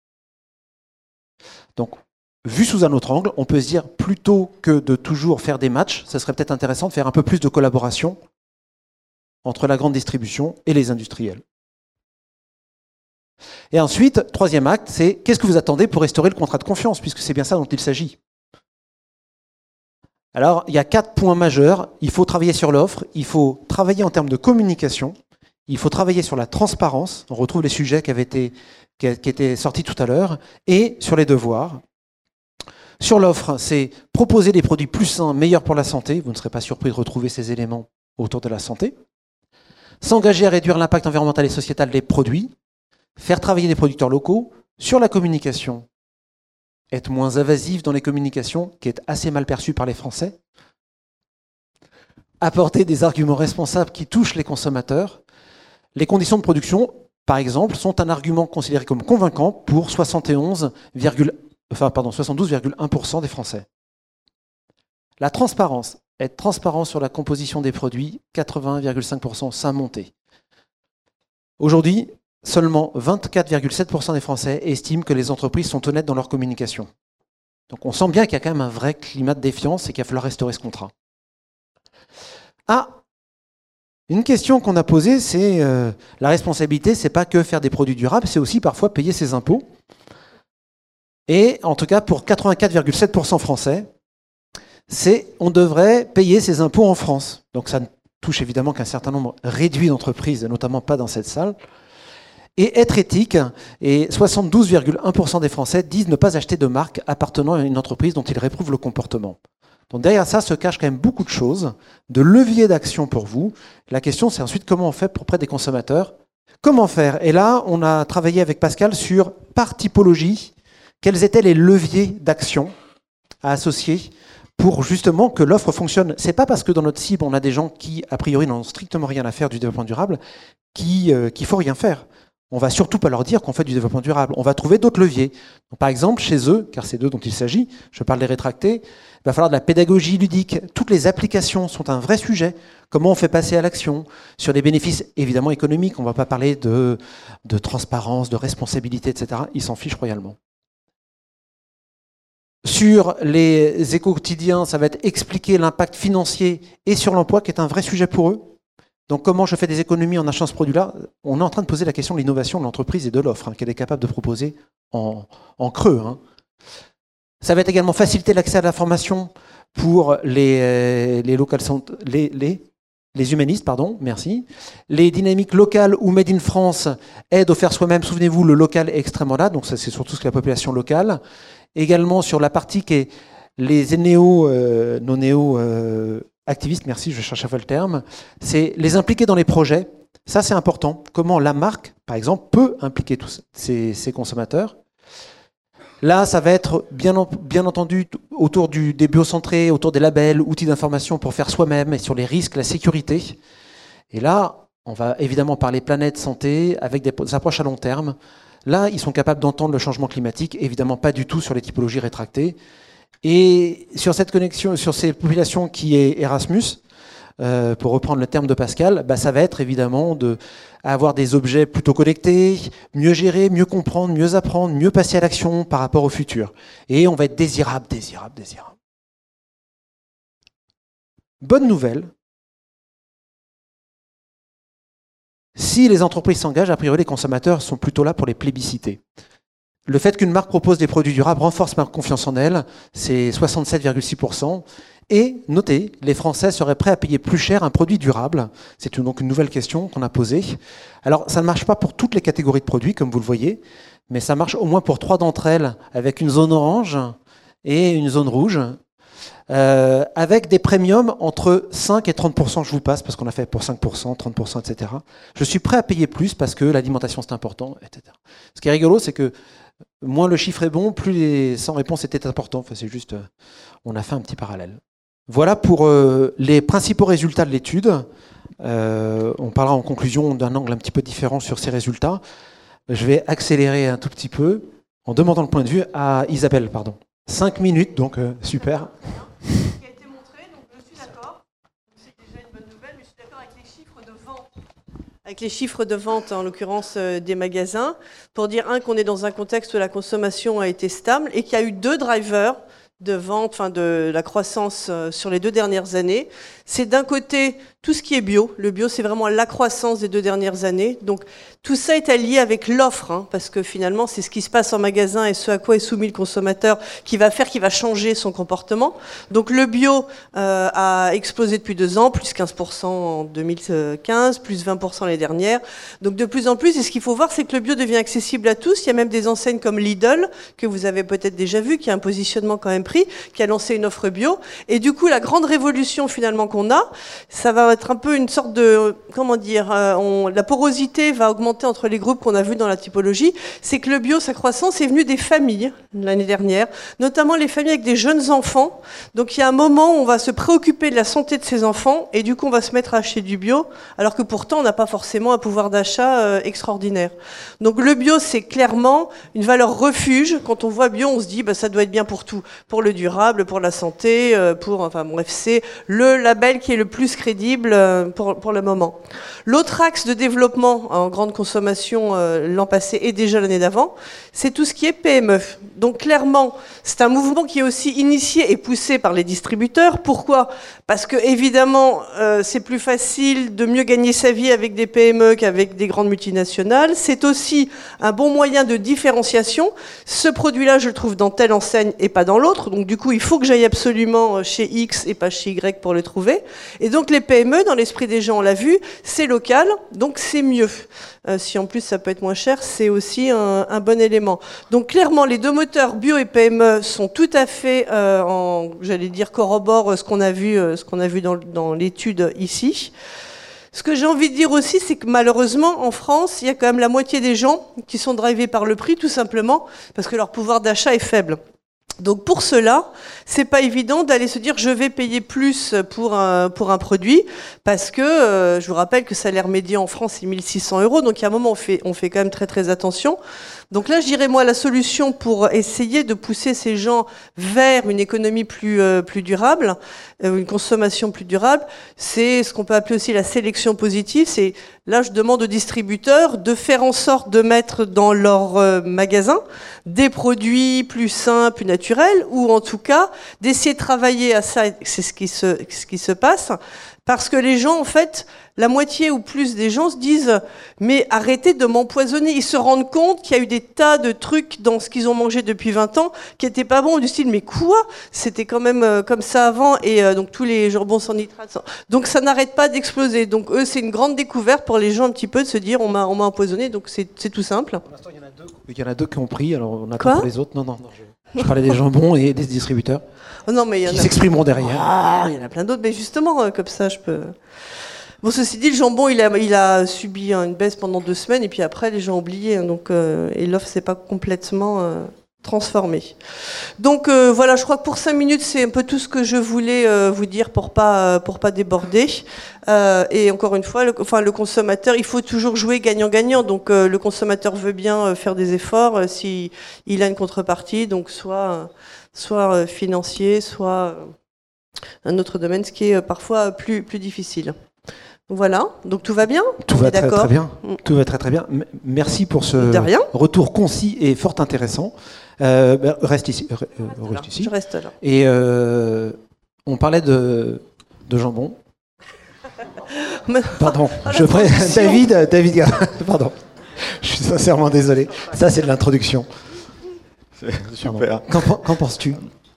Donc, vu sous un autre angle, on peut se dire plutôt que de toujours faire des matchs, ça serait peut-être intéressant de faire un peu plus de collaboration entre la grande distribution et les industriels. Et ensuite, troisième acte, c'est qu'est-ce que vous attendez pour restaurer le contrat de confiance, puisque c'est bien ça dont il s'agit. Alors, il y a quatre points majeurs. Il faut travailler sur l'offre, il faut travailler en termes de communication, il faut travailler sur la transparence, on retrouve les sujets qui avaient été, qui étaient sortis tout à l'heure, et sur les devoirs. Sur l'offre, c'est proposer des produits plus sains, meilleurs pour la santé. Vous ne serez pas surpris de retrouver ces éléments autour de la santé. S'engager à réduire l'impact environnemental et sociétal des produits. Faire travailler des producteurs locaux. Sur la communication, être moins invasif dans les communications, qui est assez mal perçu par les Français. Apporter des arguments responsables qui touchent les consommateurs. Les conditions de production, par exemple, sont un argument considéré comme convaincant pour soixante et onze, enfin, pardon, soixante-douze virgule un pour cent des Français. La transparence, être transparent sur la composition des produits, quatre-vingts virgule cinq pour cent, ça a monté. Aujourd'hui, seulement vingt-quatre virgule sept pour cent des Français estiment que les entreprises sont honnêtes dans leur communication. Donc on sent bien qu'il y a quand même un vrai climat de défiance et qu'il va falloir restaurer ce contrat. Ah, une question qu'on a posée, c'est euh, la responsabilité, c'est pas que faire des produits durables, c'est aussi parfois payer ses impôts. Et en tout cas, pour quatre-vingt-quatre virgule sept pour cent français, c'est on devrait payer ses impôts en France. Donc ça ne touche évidemment qu'un certain nombre réduit d'entreprises, notamment pas dans cette salle. Et être éthique, et soixante-douze virgule un pour cent des Français disent ne pas acheter de marque appartenant à une entreprise dont ils réprouvent le comportement. Donc derrière ça se cache quand même beaucoup de choses, de leviers d'action pour vous. La question, c'est ensuite comment on fait pour près des consommateurs. Comment faire? Et là, on a travaillé avec Pascal sur, par typologie, quels étaient les leviers d'action à associer pour justement que l'offre fonctionne. C'est pas parce que dans notre cible, on a des gens qui, a priori, n'ont strictement rien à faire du développement durable, qui, euh, qu'il faut rien faire. On va surtout pas leur dire qu'on fait du développement durable. On va trouver d'autres leviers. Donc, par exemple, chez eux, car c'est d'eux dont il s'agit, je parle des rétractés, il va falloir de la pédagogie ludique. Toutes les applications sont un vrai sujet. Comment on fait passer à l'action sur des bénéfices évidemment économiques. On ne va pas parler de, de transparence, de responsabilité, et cetera. Ils s'en fichent royalement. Sur les éco-quotidiens, ça va être expliquer l'impact financier et sur l'emploi, qui est un vrai sujet pour eux. Donc comment je fais des économies en achetant ce produit-là? On est en train de poser la question de l'innovation de l'entreprise et de l'offre, hein, qu'elle est capable de proposer en, en creux. Hein. Ça va être également faciliter l'accès à l'information pour les, les, local, les, les, les humanistes, pardon, merci. Les dynamiques locales ou Made in France aident au faire soi-même. Souvenez-vous, le local est extrêmement là, donc ça c'est surtout ce que la population locale. Également sur la partie qui est les néo, euh, nos néo euh, activistes, merci, je cherche à faire le terme, c'est les impliquer dans les projets. Ça, c'est important. Comment la marque, par exemple, peut impliquer tous ses, ses consommateurs. Là, ça va être bien, bien entendu autour du, des biocentrés, autour des labels, outils d'information pour faire soi-même et sur les risques, la sécurité. Et là, on va évidemment parler planète, santé, avec des, des approches à long terme. Là, ils sont capables d'entendre le changement climatique, évidemment pas du tout sur les typologies rétractées. Et sur cette connexion, sur ces populations qui est Erasmus, euh, pour reprendre le terme de Pascal, bah, ça va être évidemment de avoir des objets plutôt connectés, mieux gérer, mieux comprendre, mieux apprendre, mieux passer à l'action par rapport au futur. Et on va être désirable, désirable, désirable. Bonne nouvelle. Si les entreprises s'engagent, a priori les consommateurs sont plutôt là pour les plébisciter. Le fait qu'une marque propose des produits durables renforce ma confiance en elle, c'est soixante-sept virgule six pour cent. Et notez, les Français seraient prêts à payer plus cher un produit durable. C'est donc une nouvelle question qu'on a posée. Alors, ça ne marche pas pour toutes les catégories de produits, comme vous le voyez, mais ça marche au moins pour trois d'entre elles, avec une zone orange et une zone rouge, euh, avec des premiums entre cinq et trente pour cent, je vous passe, parce qu'on a fait pour cinq pour cent, trente pour cent, et cetera. Je suis prêt à payer plus parce que l'alimentation, c'est important, et cetera. Ce qui est rigolo, c'est que moins le chiffre est bon, plus les sans réponse étaient importants. Enfin, c'est juste, on a fait un petit parallèle. Voilà pour euh, les principaux résultats de l'étude. Euh, on parlera en conclusion d'un angle un petit peu différent sur ces résultats. Je vais accélérer un tout petit peu en demandant le point de vue à Isabelle. Pardon. Cinq minutes, donc euh, super. Ce qui a été montré, donc je suis d'accord. C'est déjà une bonne nouvelle, mais je suis d'accord avec les chiffres de vente. Avec les chiffres de vente, en l'occurrence euh, des magasins, pour dire, un, qu'on est dans un contexte où la consommation a été stable et qu'il y a eu deux drivers de vente, enfin de la croissance euh, sur les deux dernières années. C'est d'un côté tout ce qui est bio. Le bio, c'est vraiment la croissance des deux dernières années. Donc tout ça est allié avec l'offre, hein, parce que finalement, c'est ce qui se passe en magasin et ce à quoi est soumis le consommateur qui va faire, qui va changer son comportement. Donc le bio euh, a explosé depuis deux ans, plus quinze pour cent en deux mille quinze, plus vingt pour cent l'année dernière. Donc de plus en plus, et ce qu'il faut voir, c'est que le bio devient accessible à tous. Il y a même des enseignes comme Lidl, que vous avez peut-être déjà vu, qui a un positionnement quand même pris, qui a lancé une offre bio. Et du coup, la grande révolution finalement qu'on a, ça va être un peu une sorte de, comment dire, euh, on, la porosité va augmenter entre les groupes qu'on a vus dans la typologie. C'est que le bio, sa croissance est venue des familles l'année dernière, notamment les familles avec des jeunes enfants. Donc il y a un moment où on va se préoccuper de la santé de ces enfants et du coup on va se mettre à acheter du bio, alors que pourtant on n'a pas forcément un pouvoir d'achat euh, extraordinaire. Donc le bio, c'est clairement une valeur refuge. Quand on voit bio, on se dit bah, ça doit être bien pour tout. Pour pour le durable, pour la santé, euh, pour, enfin bref, c'est le label qui est le plus crédible euh, pour, pour le moment. L'autre axe de développement en grande consommation euh, l'an passé et déjà l'année d'avant, c'est tout ce qui est P M E. Donc clairement, c'est un mouvement qui est aussi initié et poussé par les distributeurs. Pourquoi ? Parce que évidemment, euh, c'est plus facile de mieux gagner sa vie avec des P M E qu'avec des grandes multinationales. C'est aussi un bon moyen de différenciation. Ce produit-là, je le trouve dans telle enseigne et pas dans l'autre. Donc du coup, il faut que j'aille absolument chez X et pas chez Y pour le trouver. Et donc les P M E, dans l'esprit des gens, on l'a vu, c'est local, donc c'est mieux. Euh, si en plus ça peut être moins cher, c'est aussi un, un bon élément. Donc clairement, les deux moteurs bio et P M E sont tout à fait, euh, en, j'allais dire, corroborent ce qu'on a vu, euh, ce qu'on a vu dans, dans l'étude ici. Ce que j'ai envie de dire aussi, c'est que malheureusement, en France, il y a quand même la moitié des gens qui sont drivés par le prix, tout simplement, parce que leur pouvoir d'achat est faible. Donc pour cela, c'est pas évident d'aller se dire je vais payer plus pour un, pour un produit, parce que euh, je vous rappelle que le salaire médian en France est mille six cents euros, donc il y a un moment on fait, on fait quand même très très attention. Donc là, je dirais moi la solution pour essayer de pousser ces gens vers une économie plus euh, plus durable, euh, une consommation plus durable, c'est ce qu'on peut appeler aussi la sélection positive. C'est là, je demande aux distributeurs de faire en sorte de mettre dans leur euh, magasin des produits plus sains, plus naturels, ou en tout cas d'essayer de travailler à ça. C'est ce qui se ce qui se passe. Parce que les gens, en fait, la moitié ou plus des gens se disent « mais arrêtez de m'empoisonner ». Ils se rendent compte qu'il y a eu des tas de trucs dans ce qu'ils ont mangé depuis vingt ans qui n'étaient pas bons, du style « mais quoi ? C'était quand même euh, comme ça avant » et euh, donc tous les jambons sans nitrate. Sans... Donc ça n'arrête pas d'exploser. Donc eux, c'est une grande découverte pour les gens un petit peu de se dire « on m'a on m'a empoisonné », donc c'est c'est tout simple. Pour l'instant, il y en a deux, il y en a deux qui ont pris, alors on attend Quoi pour les autres. Non, non, non. Je, je parlais des jambons et des distributeurs. Oh non, mais il y en qui a... s'exprimeront derrière. Ah, il y en a plein d'autres, mais justement, euh, comme ça, je peux... Bon, ceci dit, le jambon, il a, il a subi hein, une baisse pendant deux semaines, et puis après, les gens ont oublié, hein, donc, euh, et l'offre s'est pas complètement euh, transformée. Donc euh, voilà, je crois que pour cinq minutes, c'est un peu tout ce que je voulais euh, vous dire pour pas, pour pas déborder. Euh, et encore une fois, le, enfin, le consommateur, il faut toujours jouer gagnant-gagnant, donc euh, le consommateur veut bien euh, faire des efforts euh, si il a une contrepartie, donc soit... Euh, soit euh, financier, soit euh, un autre domaine, ce qui est euh, parfois plus, plus difficile. Voilà, donc tout va bien ? Tout va très, d'accord très bien. Tout va très très bien. M- merci pour ce De rien. retour concis et fort intéressant. Euh, bah, reste ici. Re- euh, Je reste reste là. ici. Je reste là. Et euh, on parlait de, de jambon. Mais- Pardon. Ah, la je pré- transition. David, David, Gar- pardon. Je suis sincèrement désolé. Ça, c'est de l'introduction. C'est super. Qu'en, qu'en penses-tu ?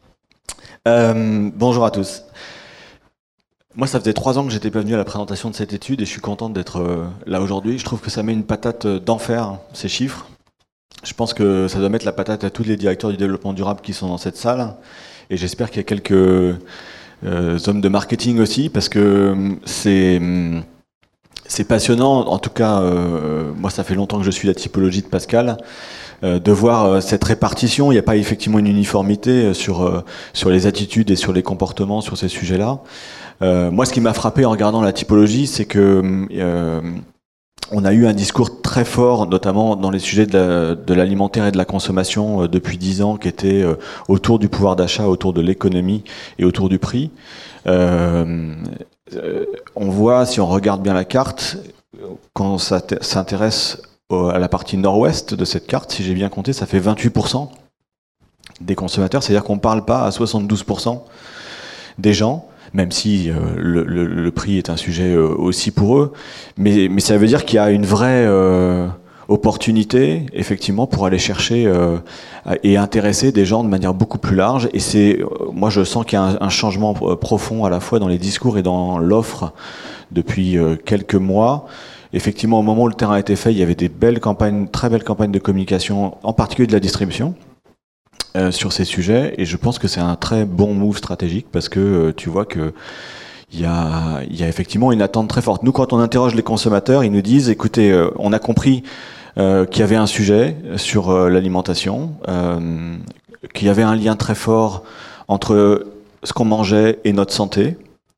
Euh, bonjour à tous. Moi, ça faisait trois ans que j'étais pas venu à la présentation de cette étude et je suis content d'être euh, là aujourd'hui. Je trouve que ça met une patate d'enfer, ces chiffres. Je pense que ça doit mettre la patate à tous les directeurs du développement durable qui sont dans cette salle. Et j'espère qu'il y a quelques euh, hommes de marketing aussi, parce que c'est... C'est passionnant, en tout cas, euh, moi ça fait longtemps que je suis la typologie de Pascal, euh, de voir euh, cette répartition. Il n'y a pas effectivement une uniformité sur, euh, sur les attitudes et sur les comportements sur ces sujets-là. Euh, moi, ce qui m'a frappé en regardant la typologie, c'est que euh, on a eu un discours très fort, notamment dans les sujets de, la, de l'alimentaire et de la consommation euh, depuis dix ans, qui était euh, autour du pouvoir d'achat, autour de l'économie et autour du prix. Euh, euh, on voit, si on regarde bien la carte, quand on s'intéresse à la partie nord-ouest de cette carte, si j'ai bien compté, ça fait vingt-huit pour cent des consommateurs, c'est-à-dire qu'on ne parle pas à soixante-douze pour cent des gens, même si euh, le, le, le prix est un sujet euh, aussi pour eux, mais, mais ça veut dire qu'il y a une vraie euh, opportunité, effectivement, pour aller chercher euh, et intéresser des gens de manière beaucoup plus large. Et c'est, euh, moi, je sens qu'il y a un, un changement profond à la fois dans les discours et dans l'offre depuis euh, quelques mois. Effectivement, au moment où le terrain a été fait, il y avait des belles campagnes, très belles campagnes de communication, en particulier de la distribution, euh, sur ces sujets. Et je pense que c'est un très bon move stratégique parce que euh, tu vois que il y a, il y a effectivement une attente très forte. Nous, quand on interroge les consommateurs, ils nous disent, écoutez, euh, on a compris euh, qu'il y avait un sujet sur euh, l'alimentation, euh, qu'il y avait un lien très fort entre ce qu'on mangeait et notre santé.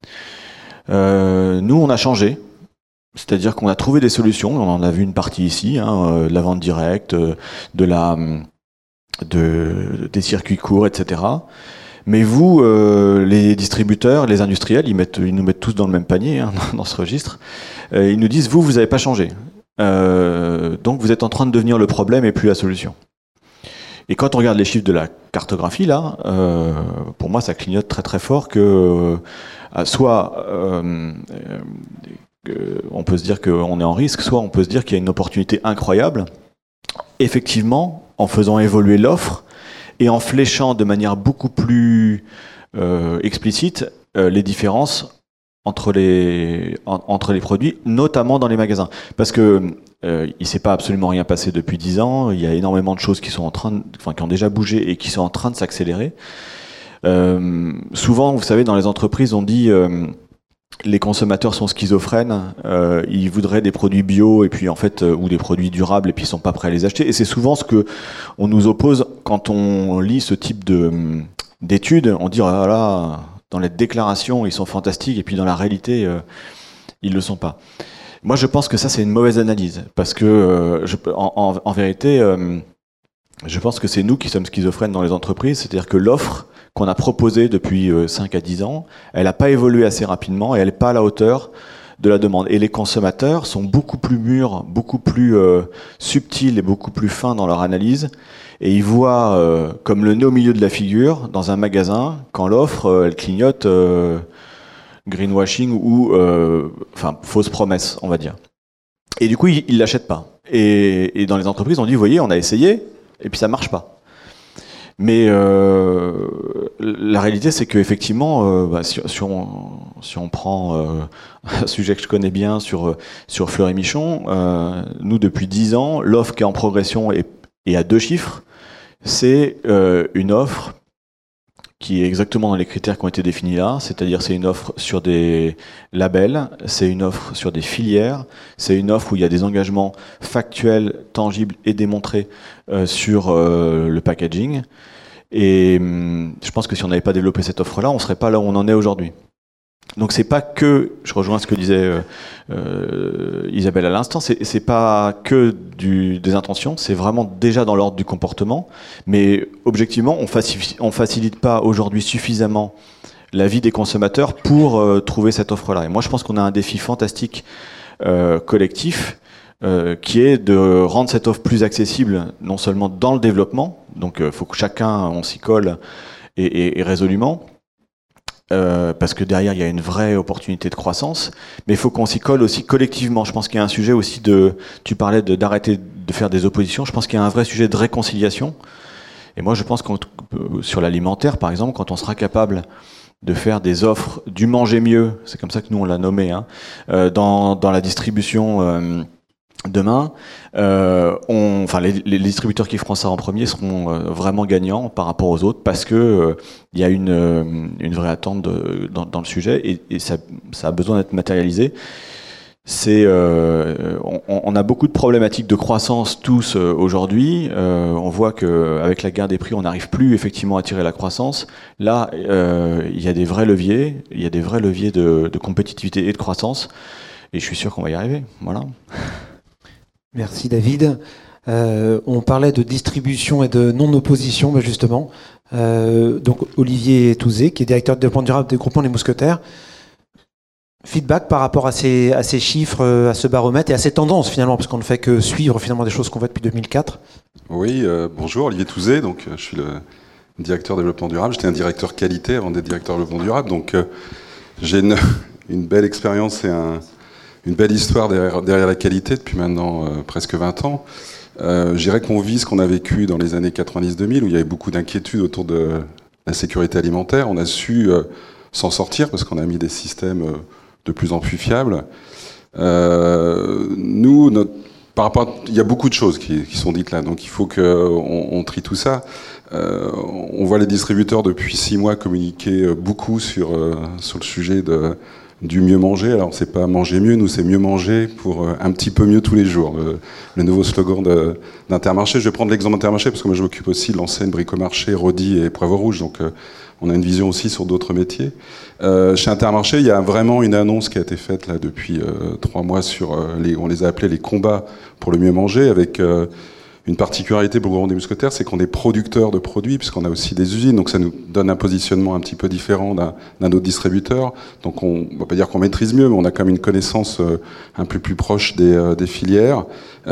Euh, nous, on a changé. C'est-à-dire qu'on a trouvé des solutions, on en a vu une partie ici, hein, euh, de la vente directe, euh, de la, de, des circuits courts, et cetera. Mais vous, euh, les distributeurs, les industriels, ils, mettent, ils nous mettent tous dans le même panier, hein, dans ce registre. Euh, ils nous disent, vous, vous n'avez pas changé. Euh, donc vous êtes en train de devenir le problème et plus la solution. Et quand on regarde les chiffres de la cartographie, là, euh, pour moi, ça clignote très très fort que euh, soit euh, euh, on peut se dire qu'on est en risque, soit on peut se dire qu'il y a une opportunité incroyable, effectivement, en faisant évoluer l'offre et en fléchant de manière beaucoup plus euh, explicite euh, les différences entre les, en, entre les produits, notamment dans les magasins. Parce que euh, il ne s'est pas absolument rien passé depuis dix ans, il y a énormément de choses qui, sont en train de, enfin, qui ont déjà bougé et qui sont en train de s'accélérer. Euh, souvent, vous savez, dans les entreprises, on dit euh, les consommateurs sont schizophrènes, euh, ils voudraient des produits bio et puis en fait euh, ou des produits durables et puis ils sont pas prêts à les acheter. Et c'est souvent ce que on nous oppose quand on lit ce type de d'études. On dit oh là là, dans les déclarations ils sont fantastiques et puis dans la réalité euh, ils le sont pas. Moi je pense que ça c'est une mauvaise analyse parce que euh, je, en, en, en vérité euh, je pense que c'est nous qui sommes schizophrènes dans les entreprises, c'est-à-dire que l'offre qu'on a proposée depuis cinq à dix ans, elle n'a pas évolué assez rapidement et elle n'est pas à la hauteur de la demande. Et les consommateurs sont beaucoup plus mûrs, beaucoup plus euh, subtils et beaucoup plus fins dans leur analyse. Et ils voient euh, comme le nez au milieu de la figure dans un magasin quand l'offre, euh, elle clignote euh, greenwashing ou euh, enfin fausse promesse, on va dire. Et du coup, ils ne l'achètent pas. Et, et dans les entreprises, on dit, vous voyez, on a essayé et puis ça marche pas. Mais euh, la réalité, c'est qu'effectivement, euh, bah, si, si, on, si on prend euh, un sujet que je connais bien sur, sur Fleury Michon, euh, nous, depuis dix ans, l'offre qui est en progression et, et à deux chiffres, c'est euh, une offre qui est exactement dans les critères qui ont été définis là, c'est-à-dire c'est une offre sur des labels, c'est une offre sur des filières, c'est une offre où il y a des engagements factuels, tangibles et démontrés euh, sur euh, le packaging. Et hum, je pense que si on n'avait pas développé cette offre-là, on ne serait pas là où on en est aujourd'hui. Donc c'est pas que, je rejoins ce que disait euh, euh, Isabelle à l'instant, c'est, c'est pas que du, des intentions, c'est vraiment déjà dans l'ordre du comportement, mais objectivement on, facilite, on facilite pas aujourd'hui suffisamment la vie des consommateurs pour euh, trouver cette offre-là. Et moi je pense qu'on a un défi fantastique euh, collectif euh, qui est de rendre cette offre plus accessible, non seulement dans le développement, donc il euh, faut que chacun on s'y colle et, et, et résolument. Euh, parce que derrière il y a une vraie opportunité de croissance, mais il faut qu'on s'y colle aussi collectivement. Je pense qu'il y a un sujet aussi de, tu parlais de, d'arrêter de faire des oppositions, je pense qu'il y a un vrai sujet de réconciliation. Et moi je pense que sur l'alimentaire par exemple, quand on sera capable de faire des offres du manger mieux, c'est comme ça que nous on l'a nommé, hein, euh, dans, dans la distribution euh, demain, euh, on, enfin les, les distributeurs qui feront ça en premier seront euh, vraiment gagnants par rapport aux autres parce que euh, il y a une, euh, une vraie attente de, dans, dans le sujet et, et ça, ça a besoin d'être matérialisé. C'est, euh, on, on a beaucoup de problématiques de croissance tous euh, aujourd'hui. Euh, on voit que avec la guerre des prix, on n'arrive plus effectivement à tirer la croissance. Là, euh, il y a des vrais leviers, il y a des vrais leviers de, de compétitivité et de croissance. Et je suis sûr qu'on va y arriver. Voilà. Merci David. Euh, on parlait de distribution et de non-opposition, mais justement. Euh, donc Olivier Touzé, qui est directeur de développement durable des groupements Les Mousquetaires. Feedback par rapport à ces, à ces chiffres, à ce baromètre et à ces tendances finalement, parce qu'on ne fait que suivre finalement des choses qu'on voit depuis deux mille quatre. Oui, euh, bonjour, Olivier Touzé, donc je suis le directeur développement durable. J'étais un directeur qualité avant d'être directeur développement durable, donc euh, j'ai une, une belle expérience et un une belle histoire derrière, derrière la qualité depuis maintenant euh, presque vingt ans. Euh, je dirais qu'on vit ce qu'on a vécu dans les années quatre-vingt-dix deux mille, où il y avait beaucoup d'inquiétudes autour de la sécurité alimentaire. On a su euh, s'en sortir parce qu'on a mis des systèmes euh, de plus en plus fiables. Euh, nous, notre, par rapport à, il y a beaucoup de choses qui, qui sont dites là, donc il faut qu'on on trie tout ça. Euh, on voit les distributeurs depuis six mois communiquer beaucoup sur, euh, sur le sujet de du mieux manger. Alors c'est pas manger mieux, nous c'est mieux manger pour un petit peu mieux tous les jours. Le, le nouveau slogan de, d'Intermarché. Je vais prendre l'exemple d'Intermarché parce que moi je m'occupe aussi de l'enseigne Bricomarché, Rodi et Poivre Rouge, donc euh, on a une vision aussi sur d'autres métiers. Euh, chez Intermarché, il y a vraiment une annonce qui a été faite là depuis euh, trois mois sur euh, les, on les a appelés les combats pour le mieux manger, avec euh, une particularité pour le Groupe des Mousquetaires, c'est qu'on est producteur de produits, puisqu'on a aussi des usines, donc ça nous donne un positionnement un petit peu différent d'un, d'un autre distributeur. Donc on ne va pas dire qu'on maîtrise mieux, mais on a quand même une connaissance euh, un peu plus proche des, euh, des filières.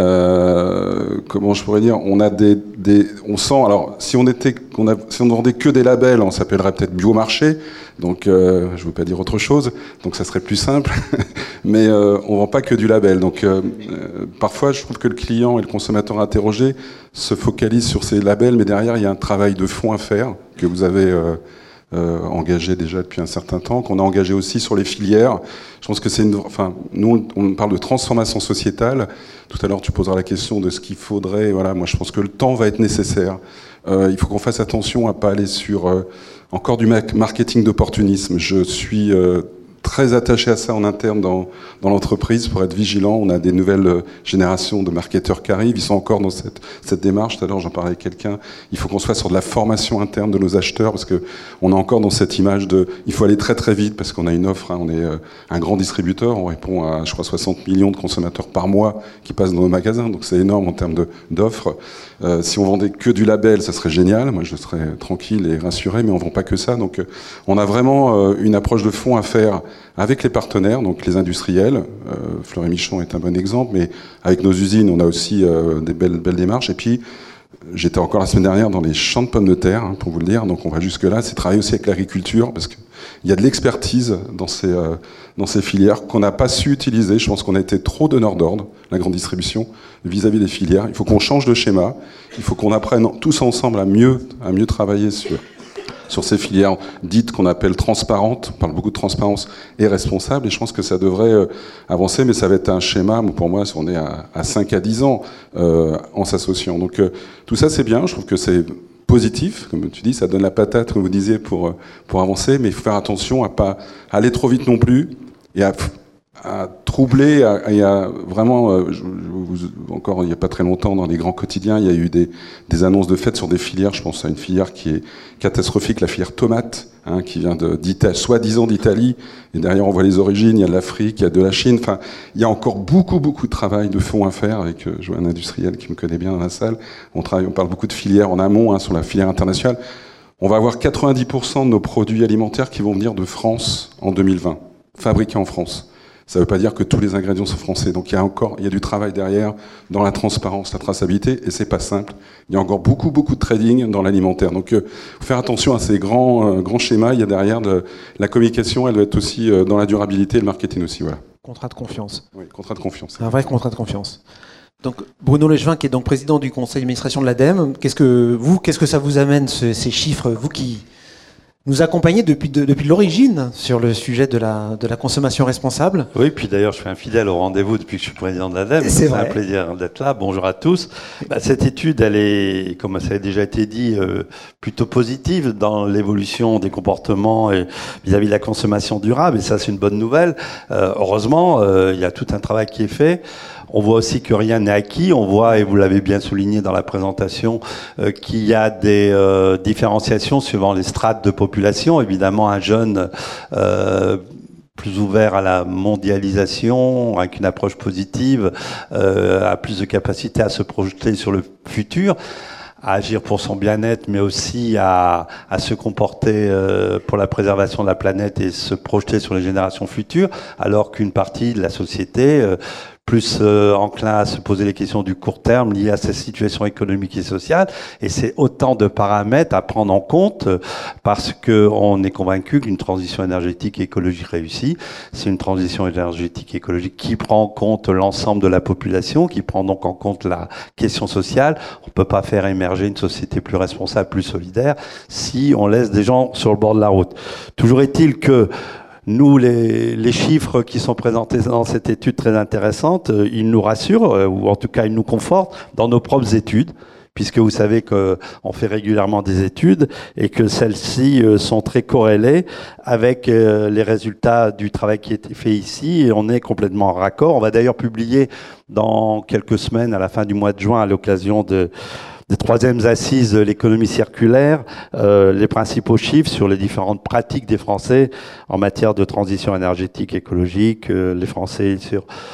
Euh, comment je pourrais dire, on a des, des, on sent, alors si on était, on a, si on ne vendait que des labels, on s'appellerait peut-être biomarché. Donc, euh, je ne veux pas dire autre chose, donc ça serait plus simple. Mais euh, on ne vend pas que du label. Donc, euh, euh, parfois, je trouve que le client et le consommateur interrogé se focalisent sur ces labels, mais derrière, il y a un travail de fond à faire que vous avez euh, euh, engagé déjà depuis un certain temps, qu'on a engagé aussi sur les filières. Je pense que c'est une, enfin, nous, on parle de transformation sociétale. Tout à l'heure, tu poseras la question de ce qu'il faudrait. Voilà, moi, je pense que le temps va être nécessaire. Euh, il faut qu'on fasse attention à pas aller sur euh, encore du marketing d'opportunisme. Je suis euh, très attaché à ça en interne dans, dans l'entreprise pour être vigilant. On a des nouvelles générations de marketeurs qui arrivent. Ils sont encore dans cette, cette démarche. Tout à l'heure, j'en parlais avec quelqu'un. Il faut qu'on soit sur de la formation interne de nos acheteurs parce que on est encore dans cette image de il faut aller très très vite parce qu'on a une offre. Hein, on est euh, un grand distributeur. On répond à, je crois, soixante millions de consommateurs par mois qui passent dans nos magasins. Donc c'est énorme en termes de, d'offres. Euh, si on vendait que du label, ça serait génial. Moi, je serais tranquille et rassuré, mais on vend pas que ça. Donc, euh, on a vraiment euh, une approche de fond à faire avec les partenaires, donc les industriels. Euh, Fleury Michon est un bon exemple, mais avec nos usines, on a aussi euh, des belles, belles démarches. Et puis, j'étais encore la semaine dernière dans les champs de pommes de terre, hein, pour vous le dire. Donc, on va jusque-là. C'est travailler aussi avec l'agriculture, parce que il y a de l'expertise dans ces, euh, dans ces filières qu'on n'a pas su utiliser. Je pense qu'on a été trop donneur d'ordre, la grande distribution, vis-à-vis des filières. Il faut qu'on change de schéma. Il faut qu'on apprenne tous ensemble à mieux, à mieux travailler sur, sur ces filières dites qu'on appelle transparentes. On parle beaucoup de transparence et responsable. Et je pense que ça devrait euh, avancer, mais ça va être un schéma. Pour moi, on est à, à cinq à dix ans euh, en s'associant. Donc euh, tout ça, c'est bien. Je trouve que c'est positif, comme tu dis, ça donne la patate, comme vous disiez, pour, pour avancer, mais il faut faire attention à pas aller trop vite non plus, et à, à troubler, à, et à vraiment, je, je, encore il n'y a pas très longtemps, dans les grands quotidiens, il y a eu des, des annonces de fête sur des filières, je pense à une filière qui est catastrophique, la filière tomate, hein, qui vient de, d'Italie, soi-disant d'Italie, et derrière on voit les origines, il y a de l'Afrique, il y a de la Chine, enfin, il y a encore beaucoup, beaucoup de travail de fond à faire, avec, euh, je vois un industriel qui me connaît bien dans la salle, on travaille, on parle beaucoup de filières en amont, hein, sur la filière internationale. On va avoir quatre-vingt-dix pour cent de nos produits alimentaires qui vont venir de France en deux mille vingt, fabriqués en France. Ça ne veut pas dire que tous les ingrédients sont français. Donc il y a encore, il y a du travail derrière dans la transparence, la traçabilité, et c'est pas simple. Il y a encore beaucoup, beaucoup de trading dans l'alimentaire. Donc euh, faut faire attention à ces grands, euh, grands schémas. Il y a derrière de, la communication, elle doit être aussi euh, dans la durabilité, le marketing aussi, voilà. Contrat de confiance. Oui, contrat de confiance. Un vrai contrat de confiance. Donc Bruno Legevin, qui est donc président du conseil d'administration de l'ADEME, qu'est-ce que vous, qu'est-ce que ça vous amène ce, ces chiffres, vous qui nous accompagnez depuis, de, depuis l'origine sur le sujet de la, de la consommation responsable? Oui, puis d'ailleurs, je suis un fidèle au rendez-vous depuis que je suis président de l'ADEME. C'est, c'est un plaisir d'être là. Bonjour à tous. Bah, cette étude, elle est, comme ça a déjà été dit, euh, plutôt positive dans l'évolution des comportements et vis-à-vis de la consommation durable. Et ça, c'est une bonne nouvelle. Euh, heureusement, euh, il y a tout un travail qui est fait. On voit aussi que rien n'est acquis. On voit, et vous l'avez bien souligné dans la présentation, euh, qu'il y a des euh, différenciations suivant les strates de population. Évidemment, un jeune euh, plus ouvert à la mondialisation, avec une approche positive, euh, a plus de capacité à se projeter sur le futur, à agir pour son bien-être, mais aussi à, à se comporter euh, pour la préservation de la planète et se projeter sur les générations futures, alors qu'une partie de la société euh, plus euh, enclin à se poser les questions du court terme liées à sa situation économique et sociale. Et c'est autant de paramètres à prendre en compte euh, parce que on est convaincu qu'une transition énergétique et écologique réussie, c'est une transition énergétique et écologique qui prend en compte l'ensemble de la population, qui prend donc en compte la question sociale. On peut pas faire émerger une société plus responsable, plus solidaire, si on laisse des gens sur le bord de la route. Toujours est-il que nous, les, les chiffres qui sont présentés dans cette étude très intéressante, euh, ils nous rassurent, euh, ou en tout cas ils nous confortent dans nos propres études, puisque vous savez qu'on fait régulièrement des études et que celles-ci euh, sont très corrélées avec euh, les résultats du travail qui a été fait ici, et on est complètement en raccord. On va d'ailleurs publier dans quelques semaines, à la fin du mois de juin, à l'occasion de des troisièmes assises de l'économie circulaire, euh, les principaux chiffres sur les différentes pratiques des Français en matière de transition énergétique, écologique, euh, les Français sur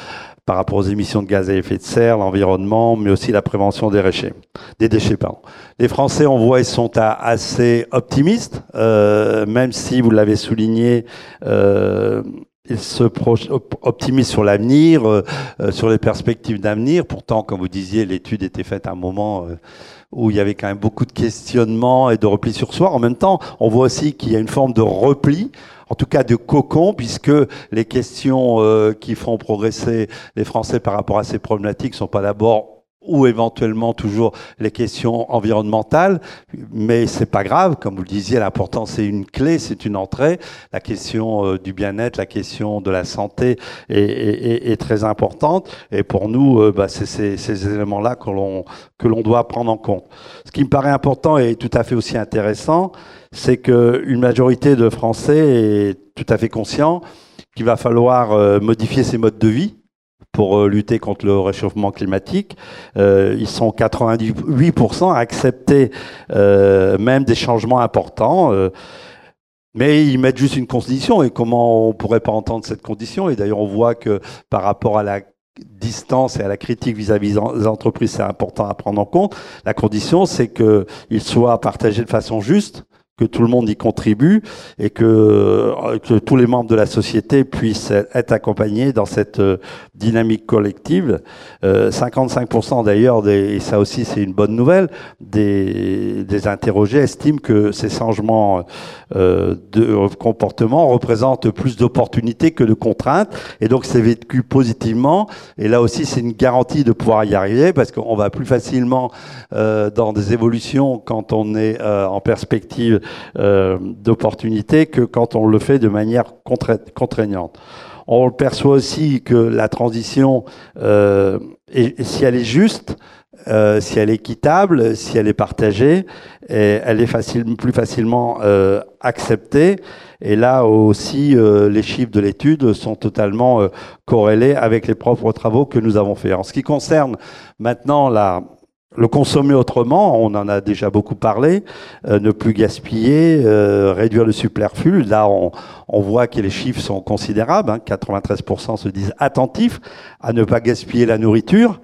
par rapport aux émissions de gaz à effet de serre, l'environnement, mais aussi la prévention des déchets. Des déchets pardon. Les Français, on voit, ils sont à, assez optimistes, euh, même si, vous l'avez souligné, euh, ils se optimisent sur l'avenir, euh, sur les perspectives d'avenir. Pourtant, comme vous disiez, l'étude était faite à un moment euh, où il y avait quand même beaucoup de questionnements et de repli sur soi. En même temps, on voit aussi qu'il y a une forme de repli, en tout cas de cocon, puisque les questions euh, qui font progresser les Français par rapport à ces problématiques sont pas d'abord ou éventuellement toujours les questions environnementales, mais c'est pas grave, comme vous le disiez, l'important c'est une clé, c'est une entrée. La question euh, du bien-être, la question de la santé est, est, est très importante, et pour nous, euh, bah, c'est ces, ces éléments-là que l'on que l'on doit prendre en compte. Ce qui me paraît important et tout à fait aussi intéressant, c'est qu'une majorité de Français est tout à fait conscient qu'il va falloir euh, modifier ses modes de vie pour lutter contre le réchauffement climatique. Euh, ils sont quatre-vingt-dix-huit pour cent à accepter euh, même des changements importants. Euh, mais ils mettent juste une condition. Et comment on pourrait pas entendre cette condition? Et d'ailleurs, on voit que par rapport à la distance et à la critique vis-à-vis des entreprises, c'est important à prendre en compte. La condition, c'est qu'ils soient partagés de façon juste, que tout le monde y contribue et que, que tous les membres de la société puissent être accompagnés dans cette dynamique collective. Euh, cinquante-cinq pour cent d'ailleurs, des, et ça aussi c'est une bonne nouvelle, des, des interrogés estiment que ces changements euh, de comportement représentent plus d'opportunités que de contraintes, et donc c'est vécu positivement. Et là aussi c'est une garantie de pouvoir y arriver, parce qu'on va plus facilement euh, dans des évolutions quand on est euh, en perspective Euh, d'opportunités que quand on le fait de manière contraignante. On le perçoit aussi que la transition, euh, et, et si elle est juste, euh, si elle est équitable, si elle est partagée, et elle est facile, plus facilement euh, acceptée. Et là aussi, euh, les chiffres de l'étude sont totalement euh, corrélés avec les propres travaux que nous avons faits. En ce qui concerne maintenant la Le consommer autrement, on en a déjà beaucoup parlé, euh, ne plus gaspiller, euh, réduire le superflu. Là, on, on voit que les chiffres sont considérables, hein, quatre-vingt-treize pour cent se disent attentifs à ne pas gaspiller la nourriture.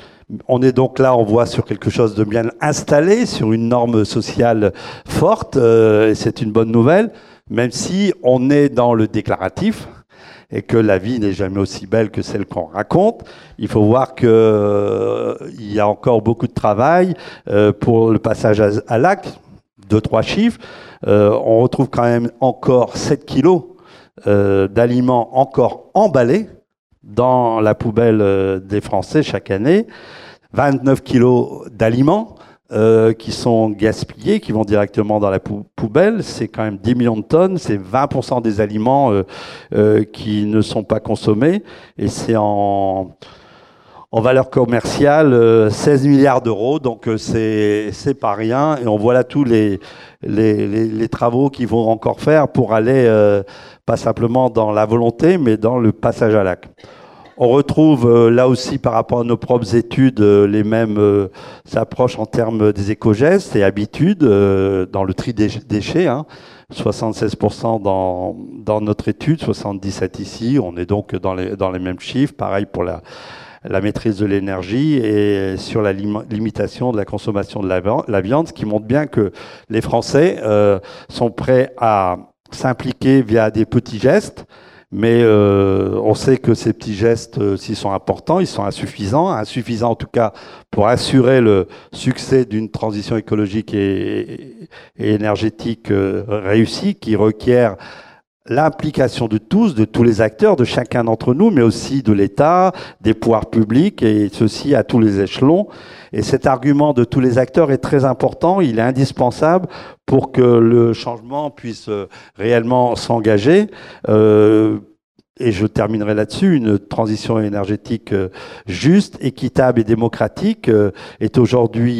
On est donc là, on voit sur quelque chose de bien installé, sur une norme sociale forte, euh, et c'est une bonne nouvelle, même si on est dans le déclaratif, et que la vie n'est jamais aussi belle que celle qu'on raconte. Il faut voir qu'il euh, y a encore beaucoup de travail euh, pour le passage à, à l'acte, deux, trois chiffres. Euh, on retrouve quand même encore sept kilos euh, d'aliments encore emballés dans la poubelle euh, des Français chaque année, vingt-neuf kilos d'aliments Euh, qui sont gaspillés, qui vont directement dans la pou poubelle. C'est quand même dix millions de tonnes, c'est vingt pour cent des aliments euh, euh, qui ne sont pas consommés, et c'est en, en valeur commerciale euh, seize milliards d'euros, donc euh, c'est c'est pas rien, et on voit là tous les, les, les, les travaux qu'ils vont encore faire pour aller euh, pas simplement dans la volonté, mais dans le passage à l'acte. On retrouve euh, là aussi par rapport à nos propres études euh, les mêmes euh, approches en termes des éco-gestes et habitudes euh, dans le tri des déchets, hein. soixante-seize pour cent dans, dans notre étude, soixante-dix-sept ici. On est donc dans les, dans les mêmes chiffres. Pareil pour la, la maîtrise de l'énergie et sur la lim limitation de la consommation de la, la viande, ce qui montre bien que les Français euh, sont prêts à s'impliquer via des petits gestes. Mais euh, on sait que ces petits gestes, euh, s'ils sont importants, ils sont insuffisants, insuffisants en tout cas pour assurer le succès d'une transition écologique et, et énergétique euh, réussie, qui requiert l'implication de tous, de tous les acteurs, de chacun d'entre nous, mais aussi de l'État, des pouvoirs publics, et ceci à tous les échelons. Et cet argument de tous les acteurs est très important, il est indispensable pour que le changement puisse réellement s'engager. Euh, et je terminerai là-dessus, une transition énergétique juste, équitable et démocratique est aujourd'hui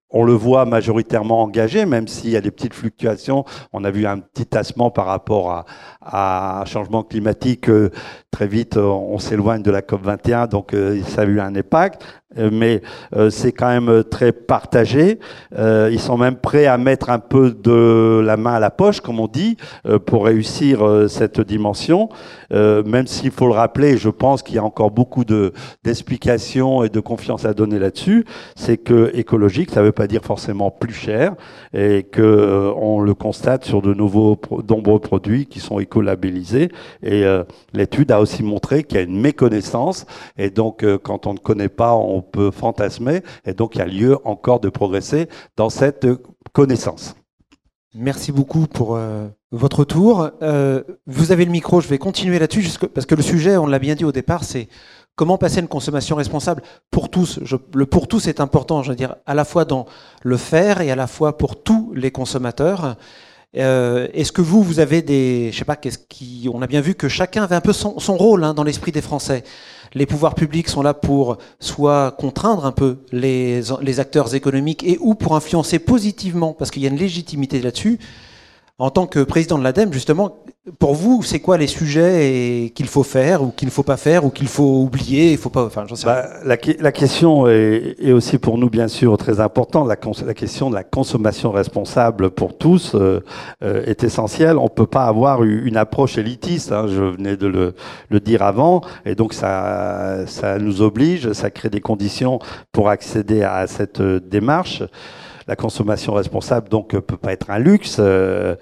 on le voit majoritairement engagé, même s'il y a des petites fluctuations. On a vu un petit tassement par rapport à, à un changement climatique. Euh, très vite, on s'éloigne de la COP vingt et un, donc euh, ça a eu un impact. Mais euh, c'est quand même très partagé. Euh, ils sont même prêts à mettre un peu de la main à la poche, comme on dit, euh, pour réussir euh, cette dimension. Euh, même s'il faut le rappeler, je pense qu'il y a encore beaucoup de, d'explications et de confiance à donner là-dessus. C'est que écologique, ça ne veut pas dire forcément plus cher, et que euh, on le constate sur de nouveaux, de nombreux produits qui sont écolabellisés. Et euh, l'étude a aussi montré qu'il y a une méconnaissance. Et donc, euh, quand on ne connaît pas, on peut fantasmer, et donc il y a lieu encore de progresser dans cette connaissance. Merci beaucoup pour euh, votre tour. Euh, vous avez le micro, je vais continuer là-dessus, jusque, parce que le sujet, on l'a bien dit au départ, c'est comment passer une consommation responsable pour tous. Je, le pour tous est important, je veux dire, à la fois dans le faire et à la fois pour tous les consommateurs. Euh, est-ce que vous, vous avez des... Je sais pas, qu'est-ce qui... On a bien vu que chacun avait un peu son, son rôle hein, dans l'esprit des Français. Les pouvoirs publics sont là pour soit contraindre un peu les, les acteurs économiques et ou pour influencer positivement, parce qu'il y a une légitimité là-dessus. En tant que président de l'ADEME, justement, pour vous, c'est quoi les sujets qu'il faut faire ou qu'il ne faut pas faire ou qu'il faut oublier, il faut pas, enfin, j'en sais bah, la, la question est, est aussi pour nous, bien sûr, très importante. La, la question de la consommation responsable pour tous euh, euh, est essentielle. On ne peut pas avoir une approche élitiste, hein, je venais de le, le dire avant, et donc ça, ça nous oblige, ça crée des conditions pour accéder à cette démarche. La consommation responsable, donc, peut pas être un luxe, euh,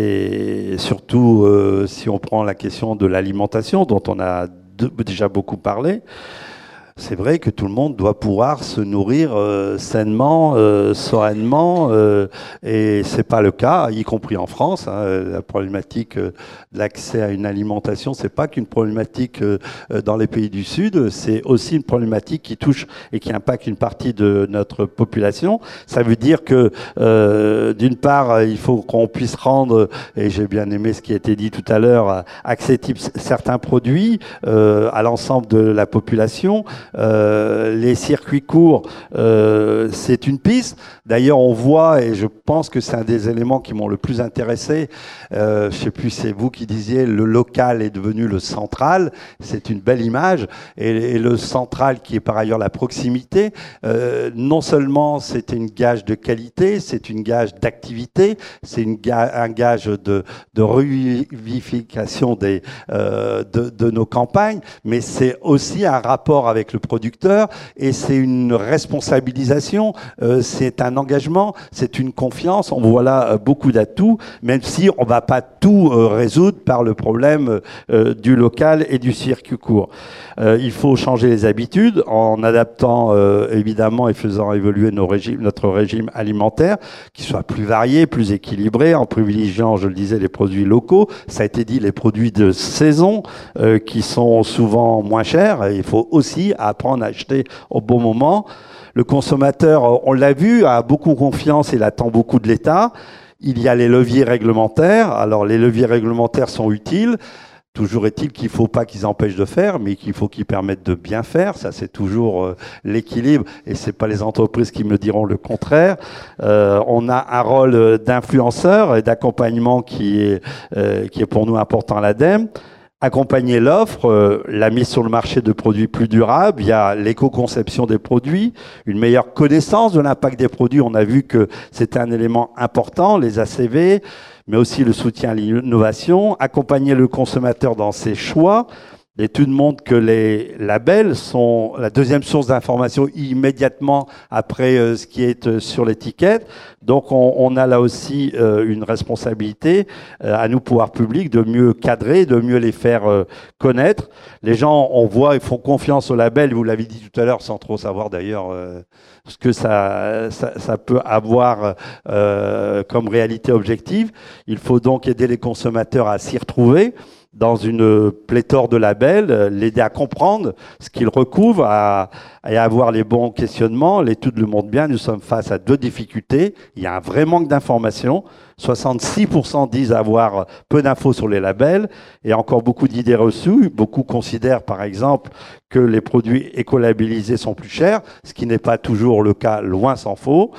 et surtout euh, si on prend la question de l'alimentation, dont on a de, déjà beaucoup parlé. C'est vrai que tout le monde doit pouvoir se nourrir euh, sainement, euh, sereinement, euh, et c'est pas le cas, y compris en France. Hein, la problématique euh, de l'accès à une alimentation, c'est pas qu'une problématique euh, dans les pays du Sud, c'est aussi une problématique qui touche et qui impacte une partie de notre population. Ça veut dire que euh, d'une part, il faut qu'on puisse rendre, et j'ai bien aimé ce qui a été dit tout à l'heure, accessibles certains produits euh, à l'ensemble de la population. Euh, les circuits courts, euh, c'est une piste. D'ailleurs, on voit, et je pense que c'est un des éléments qui m'ont le plus intéressé, euh, je ne sais plus, c'est vous qui disiez, le local est devenu le central. C'est une belle image. Et, et le central, qui est par ailleurs la proximité, euh, non seulement c'est une gage de qualité, c'est une gage d'activité, c'est une ga un gage de, de revivification des, euh, de, de nos campagnes, mais c'est aussi un rapport avec le producteur, et c'est une responsabilisation, euh, c'est un engagement, c'est une confiance. On voit là beaucoup d'atouts, même si on ne va pas tout euh, résoudre par le problème euh, du local et du circuit court. Euh, il faut changer les habitudes en adaptant euh, évidemment et faisant évoluer nos régimes, notre régime alimentaire, qui soit plus varié, plus équilibré, en privilégiant, je le disais, les produits locaux. Ça a été dit, les produits de saison euh, qui sont souvent moins chers. Il faut aussi apprendre à acheter au bon moment. Le consommateur, on l'a vu, a beaucoup confiance et il attend beaucoup de l'État. Il y a les leviers réglementaires. Alors les leviers réglementaires sont utiles. Toujours est-il qu'il ne faut pas qu'ils empêchent de faire, mais qu'il faut qu'ils permettent de bien faire. Ça, c'est toujours euh, l'équilibre, et ce n'est pas les entreprises qui me diront le contraire. Euh, on a un rôle d'influenceur et d'accompagnement qui est, euh, qui est pour nous important à l'ADEME. Accompagner l'offre, euh, la mise sur le marché de produits plus durables, il y a l'éco-conception des produits, une meilleure connaissance de l'impact des produits. On a vu que c'était un élément important, les A C V, mais aussi le soutien à l'innovation, accompagner le consommateur dans ses choix. L'étude montre que les labels sont la deuxième source d'information immédiatement après euh, ce qui est euh, sur l'étiquette. Donc on, on a là aussi euh, une responsabilité euh, à nous, pouvoirs publics, de mieux cadrer, de mieux les faire euh, connaître. Les gens, on voit, ils font confiance aux labels, vous l'avez dit tout à l'heure, sans trop savoir d'ailleurs euh, ce que ça, ça, ça peut avoir euh, comme réalité objective. Il faut donc aider les consommateurs à s'y retrouver dans une pléthore de labels, l'aider à comprendre ce qu'ils recouvrent, à, à avoir les bons questionnements. L'étude le montre bien, nous sommes face à deux difficultés. Il y a un vrai manque d'informations. soixante-six pour cent disent avoir peu d'infos sur les labels et encore beaucoup d'idées reçues. Beaucoup considèrent par exemple que les produits écolabellisés sont plus chers, ce qui n'est pas toujours le cas, loin s'en faut.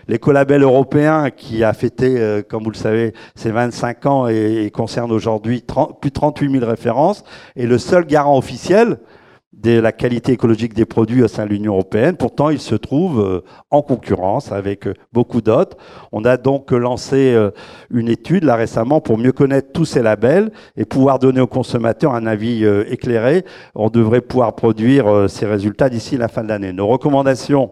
L'écolabel européen qui a fêté, euh, comme vous le savez, ses vingt-cinq ans et, et concerne aujourd'hui plus de trente-huit mille références, est le seul garant officiel de la qualité écologique des produits au sein de l'Union européenne. Pourtant, il se trouve euh, en concurrence avec euh, beaucoup d'autres. On a donc lancé euh, une étude là récemment pour mieux connaître tous ces labels et pouvoir donner aux consommateurs un avis euh, éclairé. On devrait pouvoir produire euh, ces résultats d'ici la fin de l'année. Nos recommandations,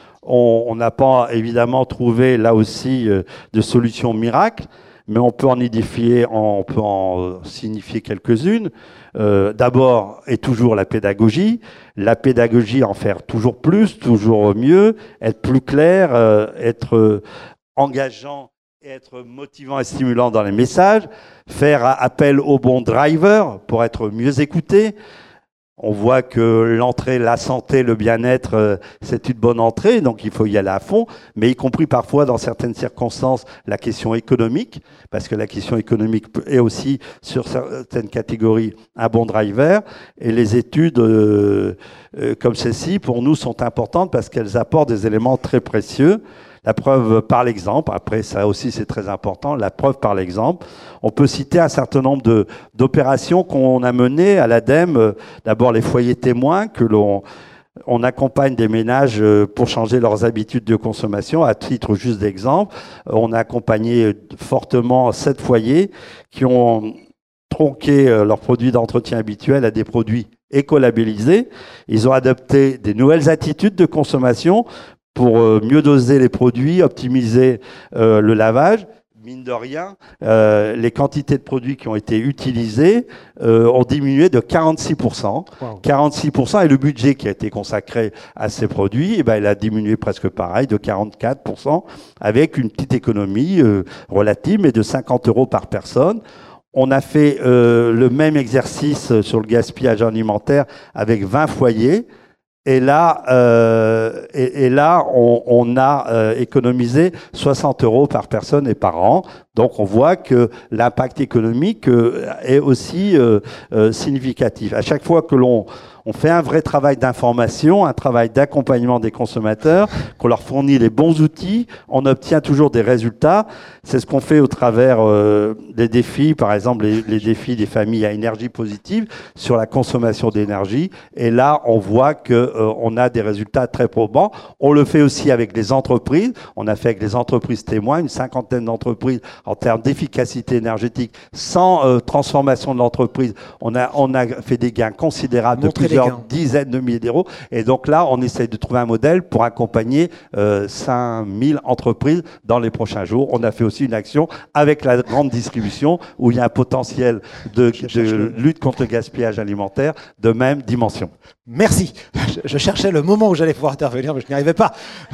on n'a pas évidemment trouvé là aussi euh, de solution miracle, mais on peut en édifier, on peut en signifier quelques-unes. Euh, D'abord et toujours la pédagogie. La pédagogie, en faire toujours plus, toujours mieux, être plus clair, euh, être euh, engageant, être motivant et stimulant dans les messages, faire appel aux bons drivers pour être mieux écouté. On voit que l'entrée, la santé, le bien-être, euh, c'est une bonne entrée, donc il faut y aller à fond, mais y compris parfois dans certaines circonstances la question économique, parce que la question économique est aussi sur certaines catégories un bon driver, et les études euh, euh, comme celle-ci, pour nous, sont importantes parce qu'elles apportent des éléments très précieux. La preuve par l'exemple, après ça aussi c'est très important, la preuve par l'exemple. On peut citer un certain nombre de, d'opérations qu'on a menées à l'ADEME. D'abord les foyers témoins, que l'on on accompagne des ménages pour changer leurs habitudes de consommation. À titre juste d'exemple, on a accompagné fortement sept foyers qui ont tronqué leurs produits d'entretien habituels à des produits écolabellisés. Ils ont adopté des nouvelles attitudes de consommation pour mieux doser les produits, optimiser euh, le lavage. Mine de rien, euh, les quantités de produits qui ont été utilisés euh, ont diminué de quarante-six pour cent. Wow. quarante-six pour cent, et le budget qui a été consacré à ces produits, eh ben, il a diminué presque pareil, de quarante-quatre pour cent, avec une petite économie euh, relative, mais de cinquante euros par personne. On a fait euh, le même exercice sur le gaspillage alimentaire avec vingt foyers. Et là, euh, et, et là, on, on a euh, économisé soixante euros par personne et par an. Donc, on voit que l'impact économique euh, est aussi euh, euh, significatif. À chaque fois que l'on on fait un vrai travail d'information, un travail d'accompagnement des consommateurs, qu'on leur fournit les bons outils, on obtient toujours des résultats. C'est ce qu'on fait au travers euh, des défis, par exemple les, les défis des familles à énergie positive sur la consommation d'énergie. Et là, on voit que euh, on a des résultats très probants. On le fait aussi avec les entreprises. On a fait avec les entreprises témoins, une cinquantaine d'entreprises en termes d'efficacité énergétique sans euh, transformation de l'entreprise. On a, on a fait des gains considérables de plusieurs dizaines de milliers d'euros. Et donc là, on essaye de trouver un modèle pour accompagner euh, cinq mille entreprises dans les prochains jours. On a fait aussi une action avec la grande distribution où il y a un potentiel de, de lutte contre le gaspillage alimentaire de même dimension. Merci. Je, je cherchais le moment où j'allais pouvoir intervenir, mais je n'y arrivais pas.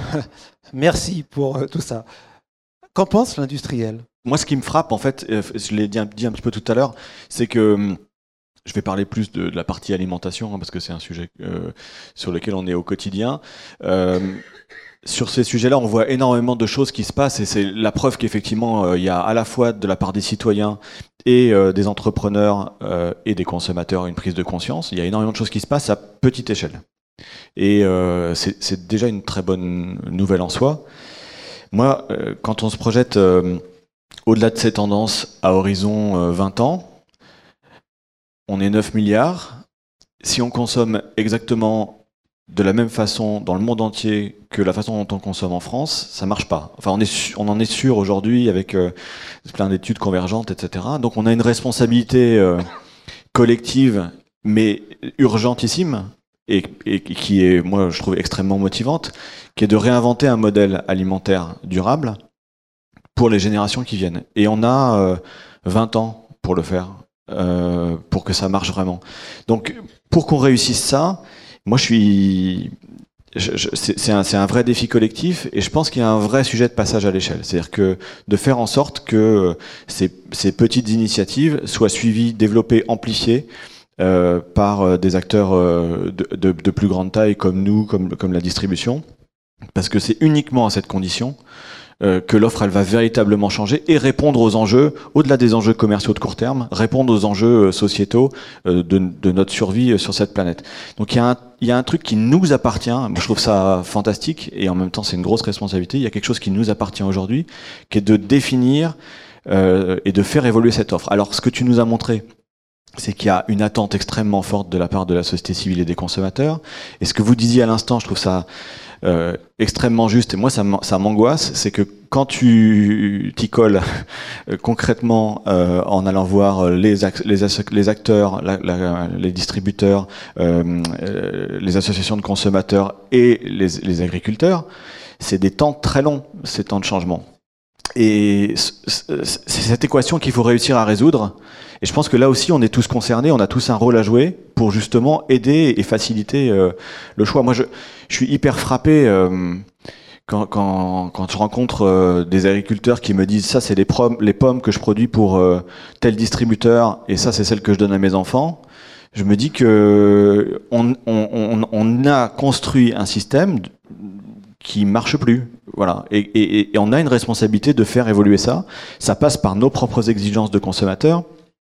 Merci pour euh, tout ça. Qu'en pense l'industriel ? Moi, ce qui me frappe, en fait, je l'ai dit un, dit un petit peu tout à l'heure, c'est que je vais parler plus de, de la partie alimentation, hein, parce que c'est un sujet euh, sur lequel on est au quotidien. Euh, sur ces sujets-là, on voit énormément de choses qui se passent, et c'est la preuve qu'effectivement, euh, il y a à la fois de la part des citoyens et euh, des entrepreneurs euh, et des consommateurs une prise de conscience. Il y a énormément de choses qui se passent à petite échelle. Et euh, c'est, c'est déjà une très bonne nouvelle en soi. Moi, euh, quand on se projette euh, au-delà de ces tendances à horizon euh, vingt ans, on est neuf milliards. Si on consomme exactement de la même façon dans le monde entier que la façon dont on consomme en France, ça marche pas. Enfin, on, est su- on en est sûr aujourd'hui avec euh, plein d'études convergentes, et cetera. Donc on a une responsabilité euh, collective, mais urgentissime, et, et qui est, moi, je trouve extrêmement motivante, qui est de réinventer un modèle alimentaire durable pour les générations qui viennent. Et on a euh, vingt ans pour le faire. Euh, pour que ça marche vraiment. Donc, pour qu'on réussisse ça, moi, je suis... Je, je, c'est, c'est, un, c'est un vrai défi collectif, et je pense qu'il y a un vrai sujet de passage à l'échelle. C'est-à-dire que de faire en sorte que ces, ces petites initiatives soient suivies, développées, amplifiées euh, par des acteurs euh, de, de, de plus grande taille comme nous, comme, comme la distribution. Parce que c'est uniquement à cette condition euh, que l'offre, elle va véritablement changer et répondre aux enjeux, au-delà des enjeux commerciaux de court terme, répondre aux enjeux euh, sociétaux euh, de, de notre survie euh, sur cette planète. Donc il y a un, il y a un truc qui nous appartient. Moi, je trouve ça fantastique et en même temps, c'est une grosse responsabilité. Il y a quelque chose qui nous appartient aujourd'hui, qui est de définir euh, et de faire évoluer cette offre. Alors, ce que tu nous as montré, c'est qu'il y a une attente extrêmement forte de la part de la société civile et des consommateurs. Et ce que vous disiez à l'instant, je trouve ça euh, extrêmement juste. Et moi, ça, ça m'angoisse. C'est que quand tu t'y colles euh, concrètement euh, en allant voir les, ac les, les acteurs, la, la, les distributeurs, euh, euh, les associations de consommateurs et les, les agriculteurs, c'est des temps très longs, ces temps de changement. Et c'est cette équation qu'il faut réussir à résoudre. Et je pense que là aussi, on est tous concernés, on a tous un rôle à jouer pour justement aider et faciliter euh, le choix. Moi, je, je suis hyper frappé euh, quand, quand, quand je rencontre euh, des agriculteurs qui me disent « ça, c'est les, les pommes que je produis pour euh, tel distributeur et ça, c'est celles que je donne à mes enfants ». Je me dis que on, on, on, on a construit un système qui marche plus, voilà. Et, et, et on a une responsabilité de faire évoluer ça. Ça passe par nos propres exigences de consommateurs.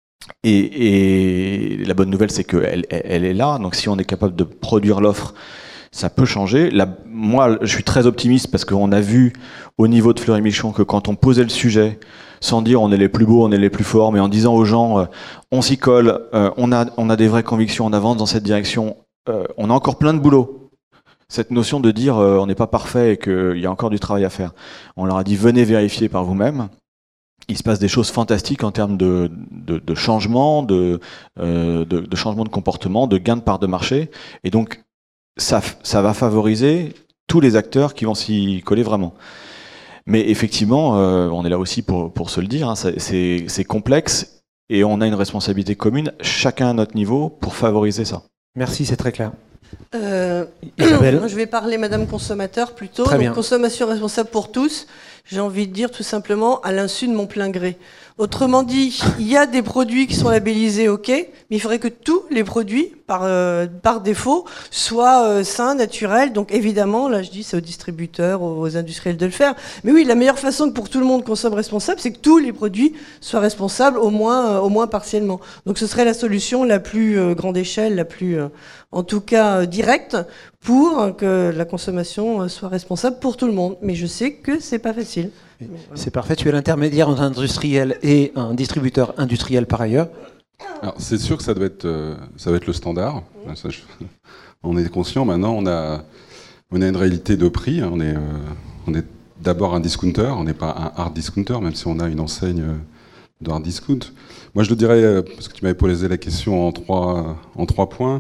Et, et la bonne nouvelle, c'est qu'elle elle est là. Donc, si on est capable de produire l'offre, ça peut changer. Là, moi, je suis très optimiste parce qu'on a vu au niveau de Fleury-Michon que quand on posait le sujet, sans dire on est les plus beaux, on est les plus forts, mais en disant aux gens, euh, on s'y colle, euh, on a, on a des vraies convictions, on avance dans cette direction, euh, on a encore plein de boulot. Cette notion de dire euh, on n'est pas parfait et qu'il y a encore du travail à faire. On leur a dit venez vérifier par vous-même. Il se passe des choses fantastiques en termes de, de, de changement, de, euh, de, de changement de comportement, de gain de part de marché. Et donc, ça, ça va favoriser tous les acteurs qui vont s'y coller vraiment. Mais effectivement, euh, on est là aussi pour, pour se le dire, hein, c'est complexe et on a une responsabilité commune, chacun à notre niveau, pour favoriser ça. Merci, c'est très clair. Euh, je vais parler Madame Consommateur plutôt. Très bien. Donc, consommation responsable pour tous. J'ai envie de dire tout simplement à l'insu de mon plein gré. Autrement dit, il y a des produits qui sont labellisés OK, mais il faudrait que tous les produits, par, euh, par défaut, soient euh, sains, naturels. Donc évidemment, là je dis c'est aux distributeurs, aux industriels de le faire. Mais oui, la meilleure façon que pour que tout le monde consomme responsable, c'est que tous les produits soient responsables, au moins, euh, au moins partiellement. Donc ce serait la solution la plus euh, grande échelle, la plus, euh, en tout cas, euh, directe, pour que la consommation euh, soit responsable pour tout le monde. Mais je sais que c'est pas facile. C'est parfait, tu es l'intermédiaire entre un industriel et un distributeur industriel par ailleurs. Alors c'est sûr que ça doit être, euh, ça doit être le standard. Mmh. Ça, je, on est conscient maintenant, on a, on a une réalité de prix. On est, euh, on est d'abord un discounter, on n'est pas un hard discounter, même si on a une enseigne de hard discount. Moi je le dirais, parce que tu m'avais posé la question en trois, en trois points.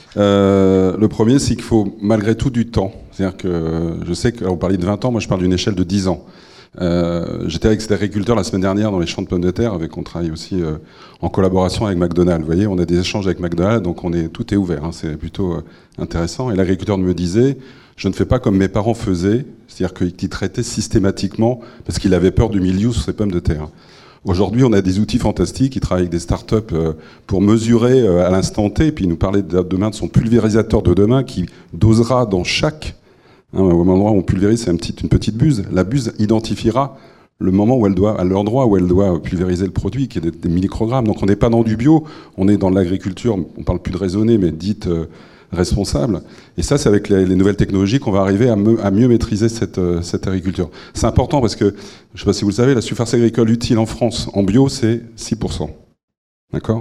Euh, le premier, c'est qu'il faut malgré tout du temps. C'est-à-dire que je sais qu'on parlait de vingt ans, moi je parle d'une échelle de dix ans. Euh, J'étais avec cet agriculteur la semaine dernière dans les champs de pommes de terre, avec on travaille aussi euh, en collaboration avec McDonald's. Vous voyez, on a des échanges avec McDonald's, donc on est tout est ouvert. Hein, c'est plutôt euh, intéressant. Et l'agriculteur me disait, je ne fais pas comme mes parents faisaient, c'est-à-dire qu'ils traitaient systématiquement parce qu'il avait peur du mildiou sur ses pommes de terre. Aujourd'hui, on a des outils fantastiques. Il travaille avec des startups euh, pour mesurer euh, à l'instant T. Et puis il nous parlait de, demain de son pulvérisateur de demain qui dosera dans chaque Hein, au moment où on pulvérise, c'est une petite, une petite buse. La buse identifiera le moment où elle doit, à l'endroit où elle doit pulvériser le produit, qui est des, des microgrammes. Donc on n'est pas dans du bio, on est dans l'agriculture, on parle plus de raisonnée, mais dite euh, responsable. Et ça, c'est avec les, les nouvelles technologies qu'on va arriver à, me, à mieux maîtriser cette, euh, cette agriculture. C'est important parce que, je ne sais pas si vous le savez, la surface agricole utile en France, en bio, c'est six pour cent. D'accord ?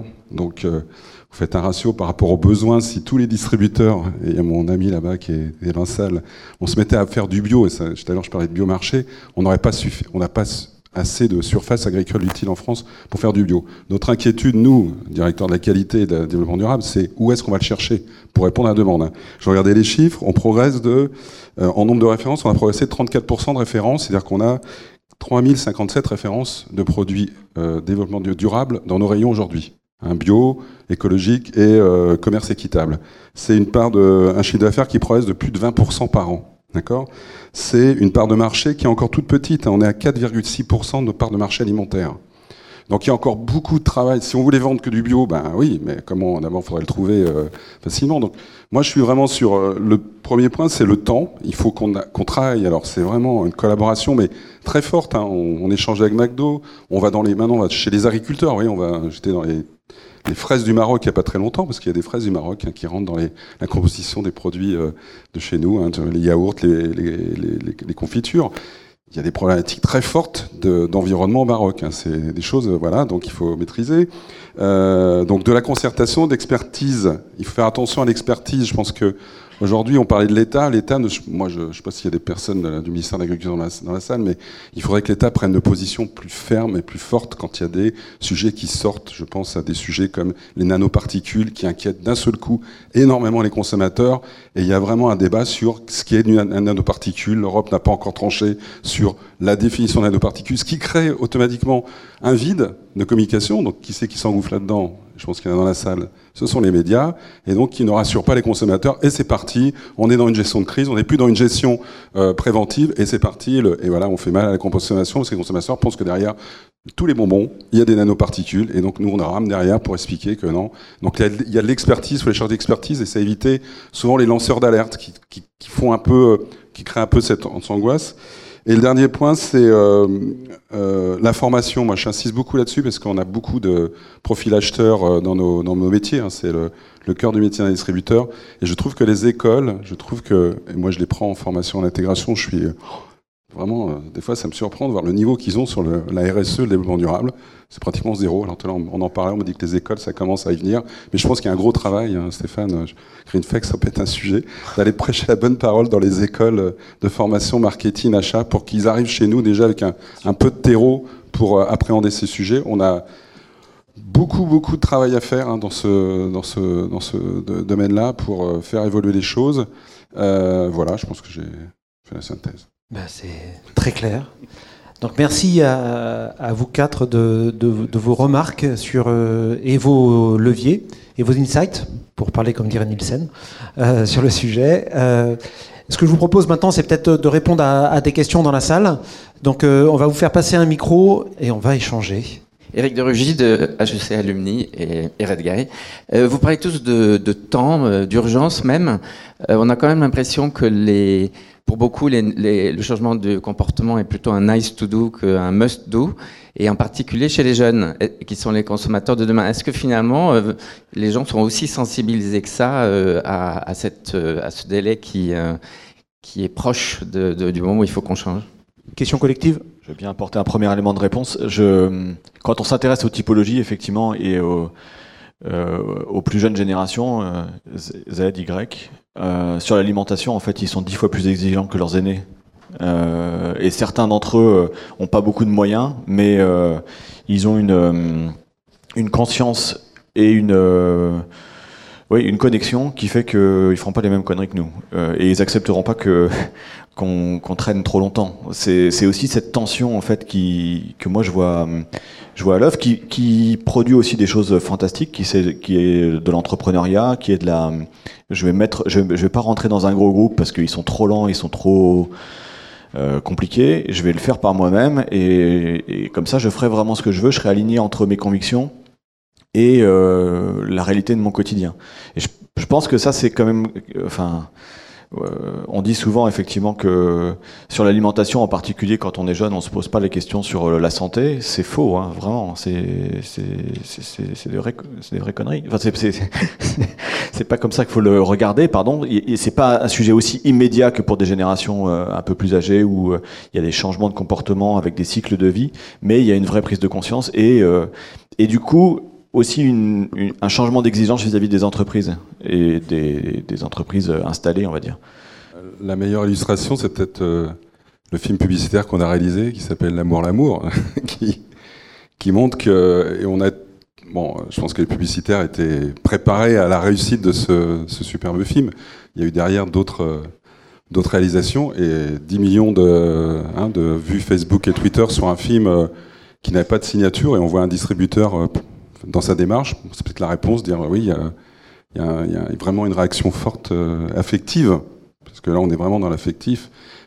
Donc, euh, vous faites un ratio par rapport aux besoins. Si tous les distributeurs, et il y a mon ami là-bas qui est, est dans la salle, on se mettait à faire du bio, et ça, tout à l'heure je parlais de biomarché, on n'aurait pas suffi, on n'a pas assez de surface agricole utile en France pour faire du bio. Notre inquiétude, nous, directeurs de la qualité et de développement durable, c'est où est-ce qu'on va le chercher pour répondre à la demande. Je regardais les chiffres, on progresse de, euh, en nombre de références, on a progressé de trente-quatre pour cent de références, c'est-à-dire qu'on a trois mille cinquante-sept références de produits euh, développement durable dans nos rayons aujourd'hui. Un bio, écologique et euh, commerce équitable. C'est une part de, un chiffre d'affaires qui progresse de plus de vingt pour cent par an. D'accord ? C'est une part de marché qui est encore toute petite. On est à quatre virgule six pour cent de part de marché alimentaire. Donc il y a encore beaucoup de travail. Si on voulait vendre que du bio, ben oui, mais comment d'abord il faudrait le trouver euh, facilement. Donc moi je suis vraiment sur euh, le premier point, c'est le temps. Il faut qu'on, a, qu'on travaille. Alors c'est vraiment une collaboration, mais très forte. Hein. On, on échange avec McDo. On va dans les maintenant, on va chez les agriculteurs. Oui, on va. J'étais dans les les fraises du Maroc il n'y a pas très longtemps, parce qu'il y a des fraises du Maroc hein, qui rentrent dans les, la composition des produits euh, de chez nous, hein, les yaourts, les, les, les, les, les confitures. Il y a des problématiques très fortes de, d'environnement au Maroc. Hein. C'est des choses, voilà, donc il faut maîtriser. Euh, donc de la concertation, d'expertise. Il faut faire attention à l'expertise. Je pense que aujourd'hui, on parlait de l'État. L'État, ne, moi, je ne sais pas s'il y a des personnes de, du ministère de l'Agriculture dans la, dans la salle, mais il faudrait que l'État prenne une position plus ferme et plus forte quand il y a des sujets qui sortent. Je pense à des sujets comme les nanoparticules qui inquiètent d'un seul coup énormément les consommateurs. Et il y a vraiment un débat sur ce qui est une nanoparticule. L'Europe n'a pas encore tranché sur la définition de nanoparticules, ce qui crée automatiquement un vide de communication. Donc, qui c'est qui s'engouffre là-dedans ? Je pense qu'il y en a dans la salle. Ce sont les médias, et donc qui ne rassurent pas les consommateurs. Et c'est parti. On est dans une gestion de crise. On n'est plus dans une gestion euh, préventive. Et c'est parti. Le, et voilà, on fait mal à la consommation parce que les consommateurs pensent que derrière tous les bonbons, il y a des nanoparticules. Et donc nous, on rame derrière pour expliquer que non. Donc il y a de l'expertise, il faut les charger d'expertise, et ça éviter souvent les lanceurs d'alerte qui, qui, qui font un peu, qui créent un peu cette angoisse. Et le dernier point, c'est euh, euh, la formation. Moi, j'insiste beaucoup là-dessus parce qu'on a beaucoup de profils acheteurs euh, dans, nos, dans nos métiers. Hein. C'est le, le cœur du métier d'un distributeur. Et je trouve que les écoles, je trouve que, et moi je les prends en formation en intégration, je suis vraiment, euh, des fois ça me surprend de voir le niveau qu'ils ont sur le, la R S E, le développement durable. C'est pratiquement zéro. Alors on en parlait, on me dit que les écoles, ça commence à y venir. Mais je pense qu'il y a un gros travail, hein, Stéphane, Greenflex, ça peut être un sujet, d'aller prêcher la bonne parole dans les écoles de formation, marketing, achat, pour qu'ils arrivent chez nous déjà avec un, un peu de terreau pour euh, appréhender ces sujets. On a beaucoup, beaucoup de travail à faire hein, dans ce, dans ce, dans ce de, domaine-là pour euh, faire évoluer les choses. Euh, voilà, je pense que j'ai fait la synthèse. Ben, c'est très clair. Donc merci à, à vous quatre de, de, de vos remarques sur, euh, et vos leviers et vos insights, pour parler comme dirait Nielsen, euh, sur le sujet. Euh, ce que je vous propose maintenant, c'est peut-être de répondre à, à des questions dans la salle. Donc euh, on va vous faire passer un micro et on va échanger. Éric de Rugy de H E C Alumni et, et Redguy. Euh, vous parlez tous de, de temps, euh, d'urgence même. Euh, on a quand même l'impression que les... Pour beaucoup, les, les, le changement de comportement est plutôt un nice to do qu'un must do, et en particulier chez les jeunes, qui sont les consommateurs de demain. Est-ce que finalement, euh, les gens sont aussi sensibilisés que ça euh, à, à, cette, euh, à ce délai qui, euh, qui est proche de, de, du moment où il faut qu'on change ? Question collective ? Je vais bien apporter un premier élément de réponse. Je, quand on s'intéresse aux typologies, effectivement, et aux, euh, aux plus jeunes générations, euh, Z, Y, Euh, sur l'alimentation, en fait, ils sont dix fois plus exigeants que leurs aînés. Euh, et certains d'entre eux euh, ont pas beaucoup de moyens, mais euh, ils ont une, euh, une conscience et une, euh, oui, une connexion qui fait qu'ils ne feront pas les mêmes conneries que nous. Euh, et ils n'accepteront pas que, qu'on, qu'on traîne trop longtemps. C'est, c'est aussi cette tension, en fait, qui, que moi je vois, je vois à l'œuvre, qui, qui produit aussi des choses fantastiques, qui, c'est, qui est de l'entrepreneuriat, qui est de la... Je vais mettre, je, je vais pas rentrer dans un gros groupe parce qu'ils sont trop lents, ils sont trop euh, compliqués. Je vais le faire par moi-même et, et comme ça, je ferai vraiment ce que je veux. Je serai aligné entre mes convictions et euh, la réalité de mon quotidien. Et je, je pense que ça, c'est quand même, enfin, euh, on dit souvent effectivement que sur l'alimentation en particulier, quand on est jeune, on se pose pas les questions sur la santé. C'est faux, hein, vraiment. C'est c'est c'est c'est, c'est des vraies c'est des vraies conneries. Enfin, c'est c'est c'est pas comme ça qu'il faut le regarder, pardon. Et, et c'est pas un sujet aussi immédiat que pour des générations euh, un peu plus âgées où euh, il y a des changements de comportement avec des cycles de vie, mais il y a une vraie prise de conscience et euh, et du coup aussi une, une, un changement d'exigence vis-à-vis des entreprises et des, des entreprises installées, on va dire. La meilleure illustration, c'est peut-être euh, le film publicitaire qu'on a réalisé, qui s'appelle L'amour, l'amour, qui, qui montre que, et on a, bon, je pense que les publicitaires étaient préparés à la réussite de ce, ce superbe film. Il y a eu derrière d'autres, euh, d'autres réalisations et dix millions de, hein, de vues Facebook et Twitter sur un film euh, qui n'avait pas de signature, et on voit un distributeur euh, dans sa démarche, c'est peut-être la réponse, dire oui, il y a, il y a, il y a vraiment une réaction forte, euh, affective, parce que là on est vraiment dans l'affectif,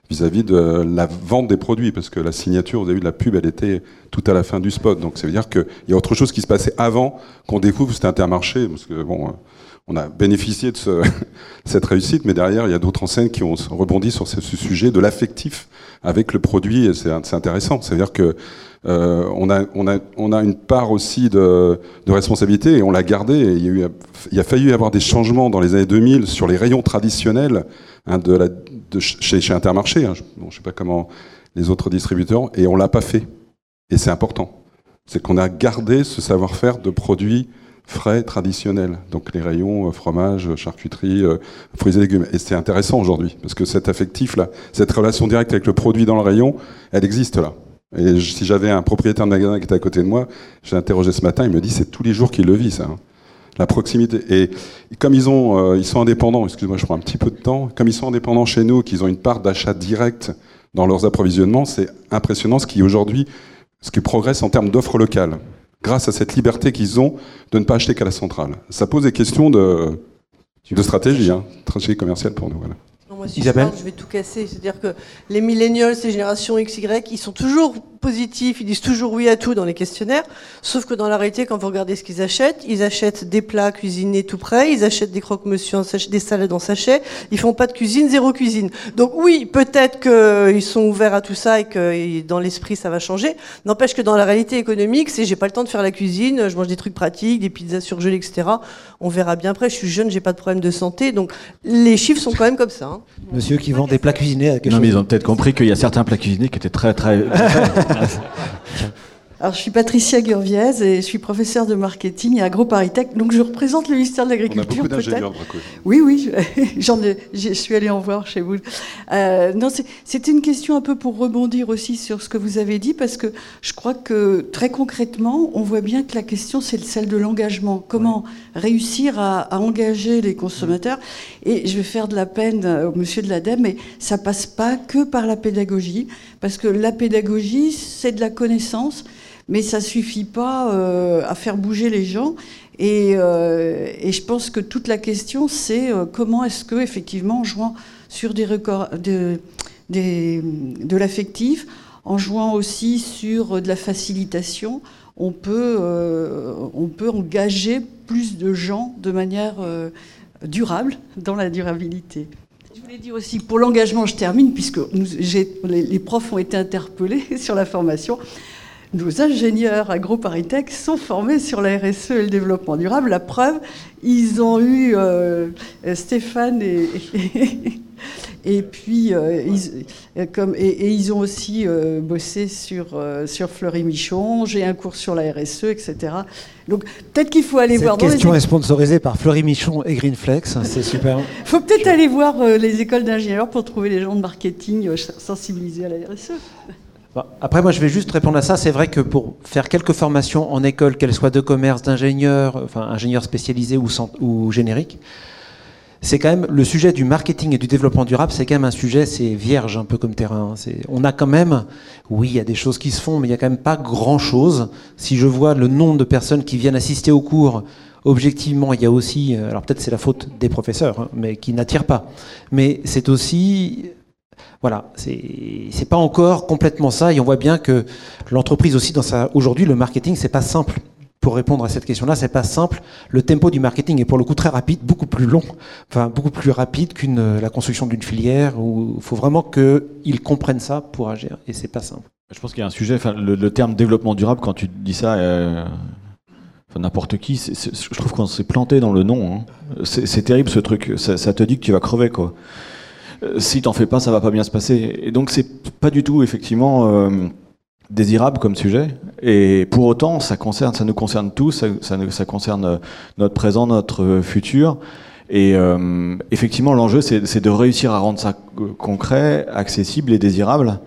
vis-à-vis de la vente des produits, parce que la signature, vous avez vu, de la pub, elle était tout à la fin du spot. Donc ça veut dire qu'il y a autre chose qui se passait avant qu'on découvre cet Intermarché, parce que bon, on a bénéficié de ce, cette réussite, mais derrière, il y a d'autres enseignes qui ont rebondi sur ce, ce sujet de l'affectif avec le produit, et c'est intéressant. C'est-à-dire que euh, on a, on a, on a une part aussi de, de responsabilité, et on l'a gardé. Et il y a eu, il a fallu y avoir des changements dans les années deux mille sur les rayons traditionnels. Hein, de la, de chez, chez Intermarché, hein, je ne sais pas comment les autres distributeurs, et on ne l'a pas fait. Et c'est important. C'est qu'on a gardé ce savoir-faire de produits frais traditionnels. Donc les rayons, euh, fromage, charcuterie, euh, fruits et légumes. Et c'est intéressant aujourd'hui, parce que cet affectif-là, cette relation directe avec le produit dans le rayon, elle existe là. Et je, si j'avais un propriétaire de magasin qui était à côté de moi, j'ai interrogé ce matin, il me dit c'est tous les jours qu'il le vit, ça. Hein. La proximité. Et comme ils, ont, euh, ils sont indépendants, excuse-moi, je prends un petit peu de temps, comme ils sont indépendants chez nous, qu'ils ont une part d'achat direct dans leurs approvisionnements, c'est impressionnant ce qui aujourd'hui, ce qui progresse en termes d'offres locales, grâce à cette liberté qu'ils ont de ne pas acheter qu'à la centrale. Ça pose des questions de, de stratégie, hein, stratégie commerciale pour nous. Voilà. Non, moi, si je parle, je vais tout casser. C'est-à-dire que les millennials, ces générations X Y, ils sont toujours positifs, ils disent toujours oui à tout dans les questionnaires, sauf que dans la réalité, quand vous regardez ce qu'ils achètent, ils achètent des plats cuisinés tout prêts, ils achètent des croque-monsieur en sachet, des salades en sachet, ils font pas de cuisine, zéro cuisine. Donc oui, peut-être qu'ils sont ouverts à tout ça et que dans l'esprit ça va changer, n'empêche que dans la réalité économique, c'est j'ai pas le temps de faire la cuisine, je mange des trucs pratiques, des pizzas surgelées, et cetera. On verra bien après, je suis jeune, j'ai pas de problème de santé, donc les chiffres sont quand même comme ça. Hein. Monsieur qui vend des plats cuisinés à quelque non, chose. mais ils ont peut-être compris qu'il y a certains plats cuisinés qui étaient très très... Alors, je suis Patricia Gurviez et je suis professeure de marketing à AgroParisTech. Donc, je représente le ministère de l'Agriculture. On a beaucoup d'ingénieurs de Braco. Oui, oui, j'en ai, je suis allée en voir chez vous. Euh, non, c'était une question un peu pour rebondir aussi sur ce que vous avez dit, parce que je crois que très concrètement, on voit bien que la question, c'est celle de l'engagement. Comment ouais. réussir à, à engager les consommateurs. Et je vais faire de la peine au monsieur de l'ADEME, mais ça passe pas que par la pédagogie, parce que la pédagogie, c'est de la connaissance. Mais ça suffit pas euh, à faire bouger les gens. Et, euh, et je pense que toute la question, c'est euh, comment est-ce que, effectivement, en jouant sur des records, de, des, de l'affectif, en jouant aussi sur de la facilitation, on peut, euh, on peut engager plus de gens de manière euh, durable dans la durabilité. Je voulais dire aussi, pour l'engagement, je termine, puisque nous, j'ai, les, les profs ont été interpellés sur la formation. Nos ingénieurs AgroParisTech sont formés sur la R S E et le développement durable. La preuve, ils ont eu euh, Stéphane et, et, et puis euh, ils, comme, et, et ils ont aussi euh, bossé sur, euh, sur Fleury-Michon. J'ai un cours sur la R S E, et cetera. Donc peut-être qu'il faut aller Cette voir. Cette question les... est sponsorisée par Fleury-Michon et Greenflex. C'est super. Il faut peut-être aller voir euh, les écoles d'ingénieurs pour trouver les gens de marketing euh, sensibilisés à la R S E. Après, moi, je vais juste répondre à ça. C'est vrai que pour faire quelques formations en école, qu'elles soient de commerce, d'ingénieurs, enfin ingénieurs spécialisés ou, ou génériques, c'est quand même le sujet du marketing et du développement durable. C'est quand même un sujet, c'est vierge un peu comme terrain. C'est, on a quand même, oui, il y a des choses qui se font, mais il y a quand même pas grand-chose. Si je vois le nombre de personnes qui viennent assister aux cours, objectivement, il y a aussi, alors peut-être c'est la faute des professeurs, hein, mais qui n'attirent pas. Mais c'est aussi Voilà, c'est c'est pas encore complètement ça, et on voit bien que l'entreprise aussi dans sa aujourd'hui le marketing c'est pas simple. Pour répondre à cette question-là, c'est pas simple. Le tempo du marketing est pour le coup très rapide, beaucoup plus long, enfin beaucoup plus rapide qu'une la construction d'une filière. Où il faut vraiment qu'ils comprennent ça pour agir, et c'est pas simple. Je pense qu'il y a un sujet. Enfin, le, le terme développement durable, quand tu dis ça. Euh... Enfin, n'importe qui, c'est, c'est, je trouve qu'on s'est planté dans le nom. Hein. C'est, c'est terrible ce truc. Ça, ça te dit que tu vas crever, quoi. Si t'en fais pas, ça va pas bien se passer. Et donc c'est pas du tout effectivement euh, désirable comme sujet. Et pour autant, ça concerne, ça nous concerne tous. Ça, ça, ça concerne notre présent, notre futur. Et euh, effectivement, l'enjeu, c'est, c'est de réussir à rendre ça concret, accessible et désirable.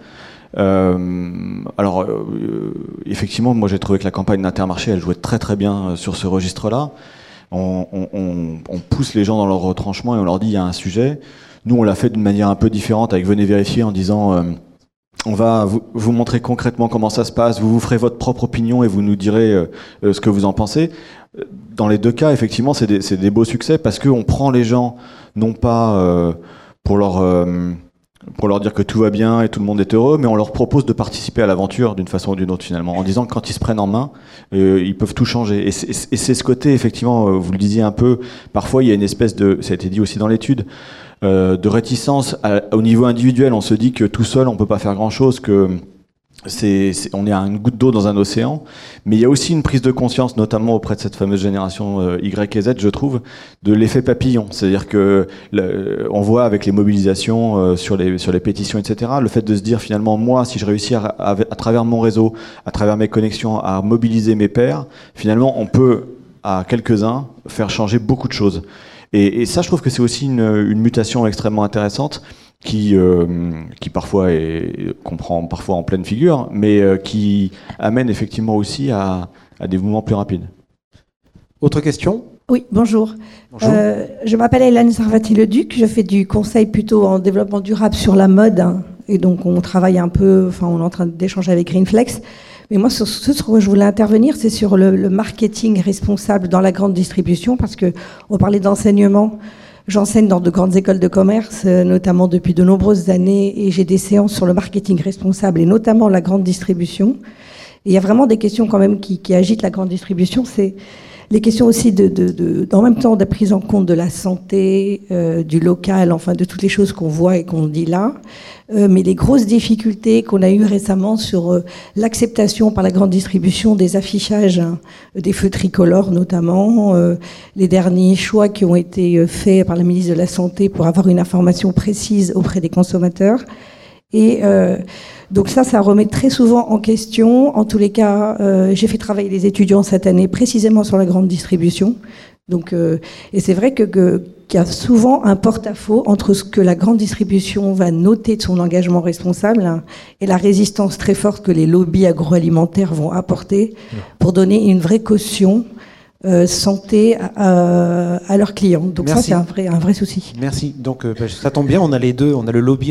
Euh, alors, euh, effectivement, moi j'ai trouvé que la campagne d'Intermarché, elle jouait très très bien sur ce registre-là. On, on, on pousse les gens dans leur retranchement et on leur dit il y a un sujet. Nous, on l'a fait d'une manière un peu différente avec Venez vérifier en disant euh, on va vous, vous montrer concrètement comment ça se passe, vous vous ferez votre propre opinion et vous nous direz euh, euh, ce que vous en pensez. Dans les deux cas, effectivement, c'est des, c'est des beaux succès parce qu'on prend les gens non pas euh, pour leur... Euh, pour leur dire que tout va bien et tout le monde est heureux, mais on leur propose de participer à l'aventure d'une façon ou d'une autre finalement, en disant que quand ils se prennent en main, euh, ils peuvent tout changer. Et c'est, et c'est ce côté, effectivement, vous le disiez un peu, parfois il y a une espèce de, ça a été dit aussi dans l'étude, euh, de réticence à, au niveau individuel. On se dit que tout seul on peut pas faire grand-chose, que C'est, c'est, on est à une goutte d'eau dans un océan, mais il y a aussi une prise de conscience, notamment auprès de cette fameuse génération euh, Y et Z, je trouve, de l'effet papillon. C'est-à-dire que le, on voit avec les mobilisations euh, sur les sur les pétitions, et cetera, le fait de se dire finalement, moi, si je réussis à, à, à travers mon réseau, à travers mes connexions, à mobiliser mes pairs, finalement, on peut, à quelques-uns, faire changer beaucoup de choses. Et, et ça, je trouve que c'est aussi une, une mutation extrêmement intéressante. Qui, euh, qui parfois est, qu'on prend parfois en pleine figure, mais euh, qui amène effectivement aussi à, à des mouvements plus rapides. Autre question ? Oui, bonjour. Bonjour. Euh, je m'appelle Hélène Sarvati-Leduc, je fais du conseil plutôt en développement durable sur la mode, hein, et donc on travaille un peu, enfin on est en train d'échanger avec Greenflex. Mais moi, sur ce sur quoi je voulais intervenir, c'est sur le, le marketing responsable dans la grande distribution, parce que on parlait d'enseignement. J'enseigne dans de grandes écoles de commerce, notamment depuis de nombreuses années, et j'ai des séances sur le marketing responsable, et notamment la grande distribution. Et il y a vraiment des questions quand même qui, qui agitent la grande distribution, c'est les questions aussi de, de, de, en même temps de la prise en compte de la santé, euh, du local, enfin de toutes les choses qu'on voit et qu'on dit là, euh, mais les grosses difficultés qu'on a eues récemment sur euh, l'acceptation par la grande distribution des affichages, hein, des feux tricolores notamment, euh, les derniers choix qui ont été faits par la ministre de la Santé pour avoir une information précise auprès des consommateurs. Et euh, donc ça, ça remet très souvent en question. En tous les cas, euh, j'ai fait travailler les étudiants cette année précisément sur la grande distribution. Donc, euh, et c'est vrai que, que, qu'il y a souvent un porte-à-faux entre ce que la grande distribution va noter de son engagement responsable, hein, et la résistance très forte que les lobbies agroalimentaires vont apporter pour donner une vraie caution Euh, santé à, à leurs clients. Donc Merci. Ça, c'est un vrai, un vrai souci. Merci. Donc euh, bah, ça tombe bien, on a les deux. On a le lobby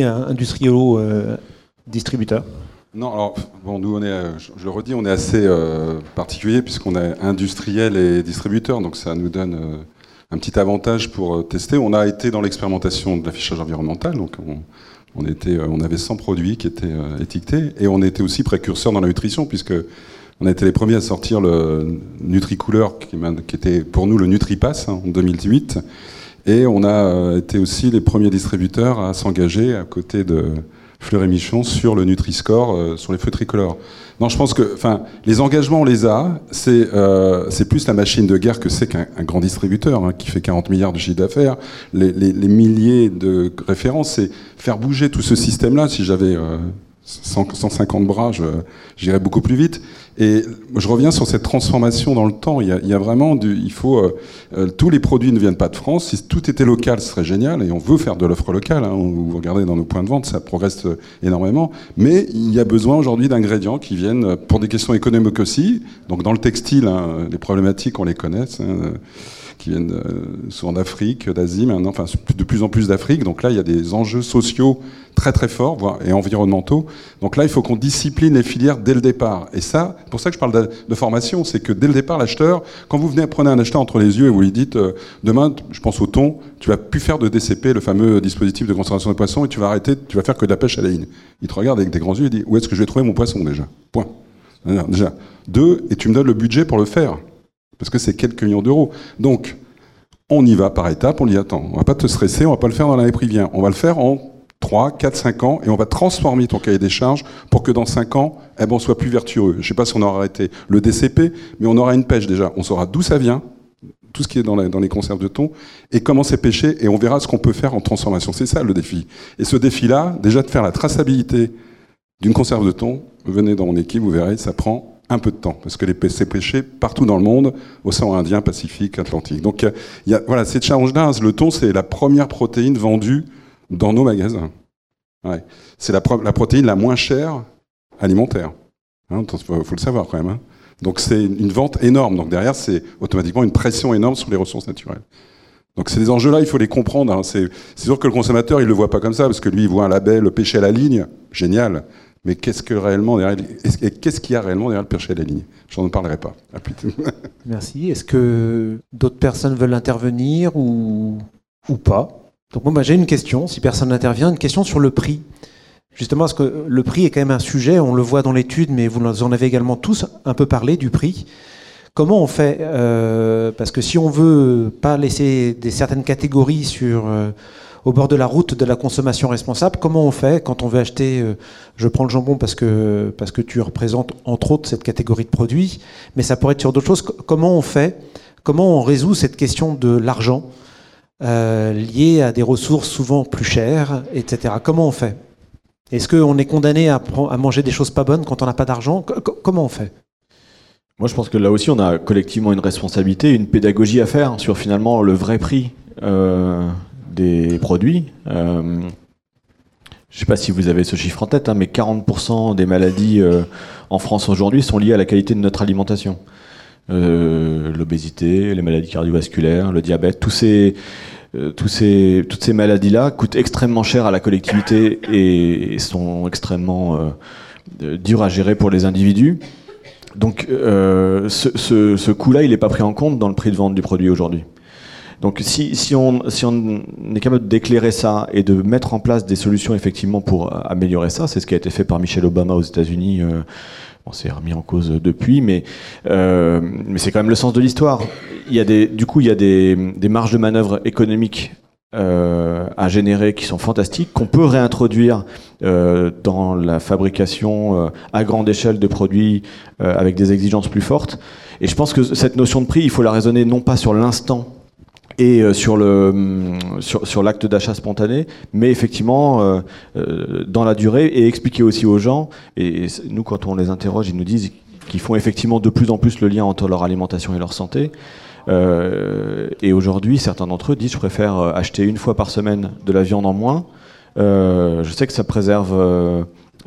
industriel-distributeur. Euh, non, alors, bon, nous, on est, je, je le redis, on est assez euh, particulier puisqu'on est industriel et distributeur. Donc ça nous donne euh, un petit avantage pour euh, tester. On a été dans l'expérimentation de l'affichage environnemental. Donc on, on, était, on avait cent produits qui étaient euh, étiquetés. Et on était aussi précurseurs dans la nutrition puisque on a été les premiers à sortir le NutriCooler, qui, qui était pour nous le NutriPass, hein, en deux mille huit. Et on a été aussi les premiers distributeurs à s'engager à côté de Fleury Michon sur le Nutri-Score, euh, sur les feux tricolores. Non, je pense que, enfin, les engagements, on les a. C'est, euh, c'est plus la machine de guerre que c'est qu'un un grand distributeur, hein, qui fait quarante milliards de chiffre d'affaires. Les, les, les milliers de références, c'est faire bouger tout ce système-là. Si j'avais euh, cent, cent cinquante bras, je, j'irais beaucoup plus vite. Et je reviens sur cette transformation dans le temps. Il y a, il y a vraiment du, il faut, euh, euh, tous les produits ne viennent pas de France. Si tout était local, ce serait génial. Et on veut faire de l'offre locale, hein. Vous regardez dans nos points de vente, ça progresse énormément. Mais il y a besoin aujourd'hui d'ingrédients qui viennent pour des questions économiques aussi. Donc dans le textile, hein, les problématiques, on les connaît, hein, qui viennent euh, souvent d'Afrique, d'Asie, maintenant, enfin de plus en plus d'Afrique. Donc là, il y a des enjeux sociaux très très forts, voire et environnementaux. Donc là, il faut qu'on discipline les filières dès le départ. Et ça, pour ça que je parle de, de formation, c'est que dès le départ, l'acheteur, quand vous venez prenez un acheteur entre les yeux et vous lui dites, euh, demain, je pense au thon, tu vas plus faire de D C P, le fameux dispositif de conservation des poissons, et tu vas arrêter, tu vas faire que de la pêche à la ligne. Il te regarde avec des grands yeux et dit, où est-ce que je vais trouver mon poisson déjà ? Point. Déjà. Deux, et tu me donnes le budget pour le faire. Parce que c'est quelques millions d'euros. Donc, on y va par étapes, on dit attends, on va pas te stresser, on va pas le faire dans l'année qui vient, on va le faire en trois, quatre, cinq ans, et on va transformer ton cahier des charges pour que dans cinq ans, eh ben, on soit plus vertueux. Je sais pas si on aura arrêté le D C P, mais on aura une pêche déjà, on saura d'où ça vient, tout ce qui est dans, la, dans les conserves de thon, et comment c'est pêché, et on verra ce qu'on peut faire en transformation. C'est ça le défi. Et ce défi-là, déjà de faire la traçabilité d'une conserve de thon, venez dans mon équipe, vous verrez, ça prend un peu de temps, parce que les c'est pêché partout dans le monde, océan Indien, Pacifique, Atlantique. Donc, il y a, voilà, cette challenge-là, le thon, c'est la première protéine vendue dans nos magasins. Ouais. C'est la, la protéine la moins chère alimentaire. Il hein, faut, faut le savoir quand même. Hein. Donc, c'est une vente énorme. Donc, derrière, c'est automatiquement une pression énorme sur les ressources naturelles. Donc, ces enjeux-là, il faut les comprendre. Hein. C'est, c'est sûr que le consommateur, il ne le voit pas comme ça, parce que lui, il voit un label pêché à la ligne, génial. Mais qu'est-ce que réellement derrière, et qu'est-ce qu'il y a réellement derrière le pêché à la ligne ? J'en ne parlerai pas. À plus tôt. Merci. Est-ce que d'autres personnes veulent intervenir ou, ou pas ? Donc bon, bah, j'ai une question, si personne n'intervient, une question sur le prix. Justement, parce que le prix est quand même un sujet, on le voit dans l'étude, mais vous en avez également tous un peu parlé du prix. Comment on fait euh, Parce que si on veut pas laisser des certaines catégories sur, euh, au bord de la route de la consommation responsable, comment on fait quand on veut acheter, euh, je prends le jambon parce que, parce que tu représentes entre autres cette catégorie de produits, mais ça pourrait être sur d'autres choses. Comment on fait Comment on résout cette question de l'argent euh, liée à des ressources souvent plus chères, et cetera. Comment on fait? Est-ce qu'on est condamné à, à manger des choses pas bonnes quand on n'a pas d'argent? Comment on fait? Moi, je pense que là aussi, on a collectivement une responsabilité, une pédagogie à faire sur finalement le vrai prix euh, des produits. Euh, je ne sais pas si vous avez ce chiffre en tête, hein, mais quarante pour cent des maladies euh, en France aujourd'hui sont liées à la qualité de notre alimentation. Euh, l'obésité, les maladies cardiovasculaires, le diabète, tous ces, euh, tous ces, toutes ces maladies-là coûtent extrêmement cher à la collectivité et, et sont extrêmement euh, dures à gérer pour les individus. Donc euh, ce, ce, ce coût-là, il n'est pas pris en compte dans le prix de vente du produit aujourd'hui. Donc si, si, on, si on est capable d'éclairer ça et de mettre en place des solutions effectivement pour améliorer ça, c'est ce qui a été fait par Michelle Obama aux États-Unis. Euh, on s'est remis en cause depuis, mais, euh, mais c'est quand même le sens de l'histoire. Il y a des, du coup, il y a des, des marges de manœuvre économiques euh, à générer qui sont fantastiques, qu'on peut réintroduire euh, dans la fabrication euh, à grande échelle de produits euh, avec des exigences plus fortes. Et je pense que cette notion de prix, il faut la raisonner non pas sur l'instant et euh, sur le sur, sur l'acte d'achat spontané, mais effectivement euh, euh, dans la durée, et expliquer aussi aux gens, et, et nous quand on les interroge, ils nous disent qu'ils font effectivement de plus en plus le lien entre leur alimentation et leur santé. Euh, et aujourd'hui, certains d'entre eux disent je préfère acheter une fois par semaine de la viande en moins. Euh, je sais que ça préserve euh,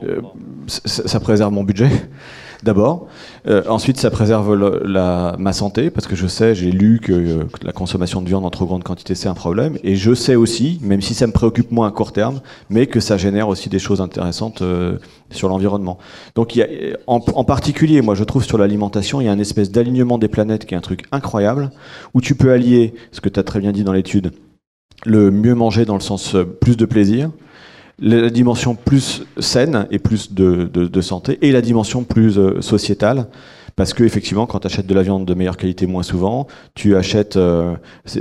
ça, ça préserve mon budget. D'abord. Euh, ensuite, ça préserve le, la, ma santé, parce que je sais, j'ai lu que, euh, que la consommation de viande en trop grande quantité, c'est un problème. Et je sais aussi, même si ça me préoccupe moins à court terme, mais que ça génère aussi des choses intéressantes euh, sur l'environnement. Donc, il y a, en, en particulier, moi, je trouve sur l'alimentation, il y a une espèce d'alignement des planètes qui est un truc incroyable, où tu peux allier, ce que tu as très bien dit dans l'étude, le mieux manger dans le sens euh, plus de plaisir, la dimension plus saine et plus de, de, de santé, et la dimension plus euh, sociétale, parce que effectivement, quand tu achètes de la viande de meilleure qualité moins souvent, tu achètes, euh,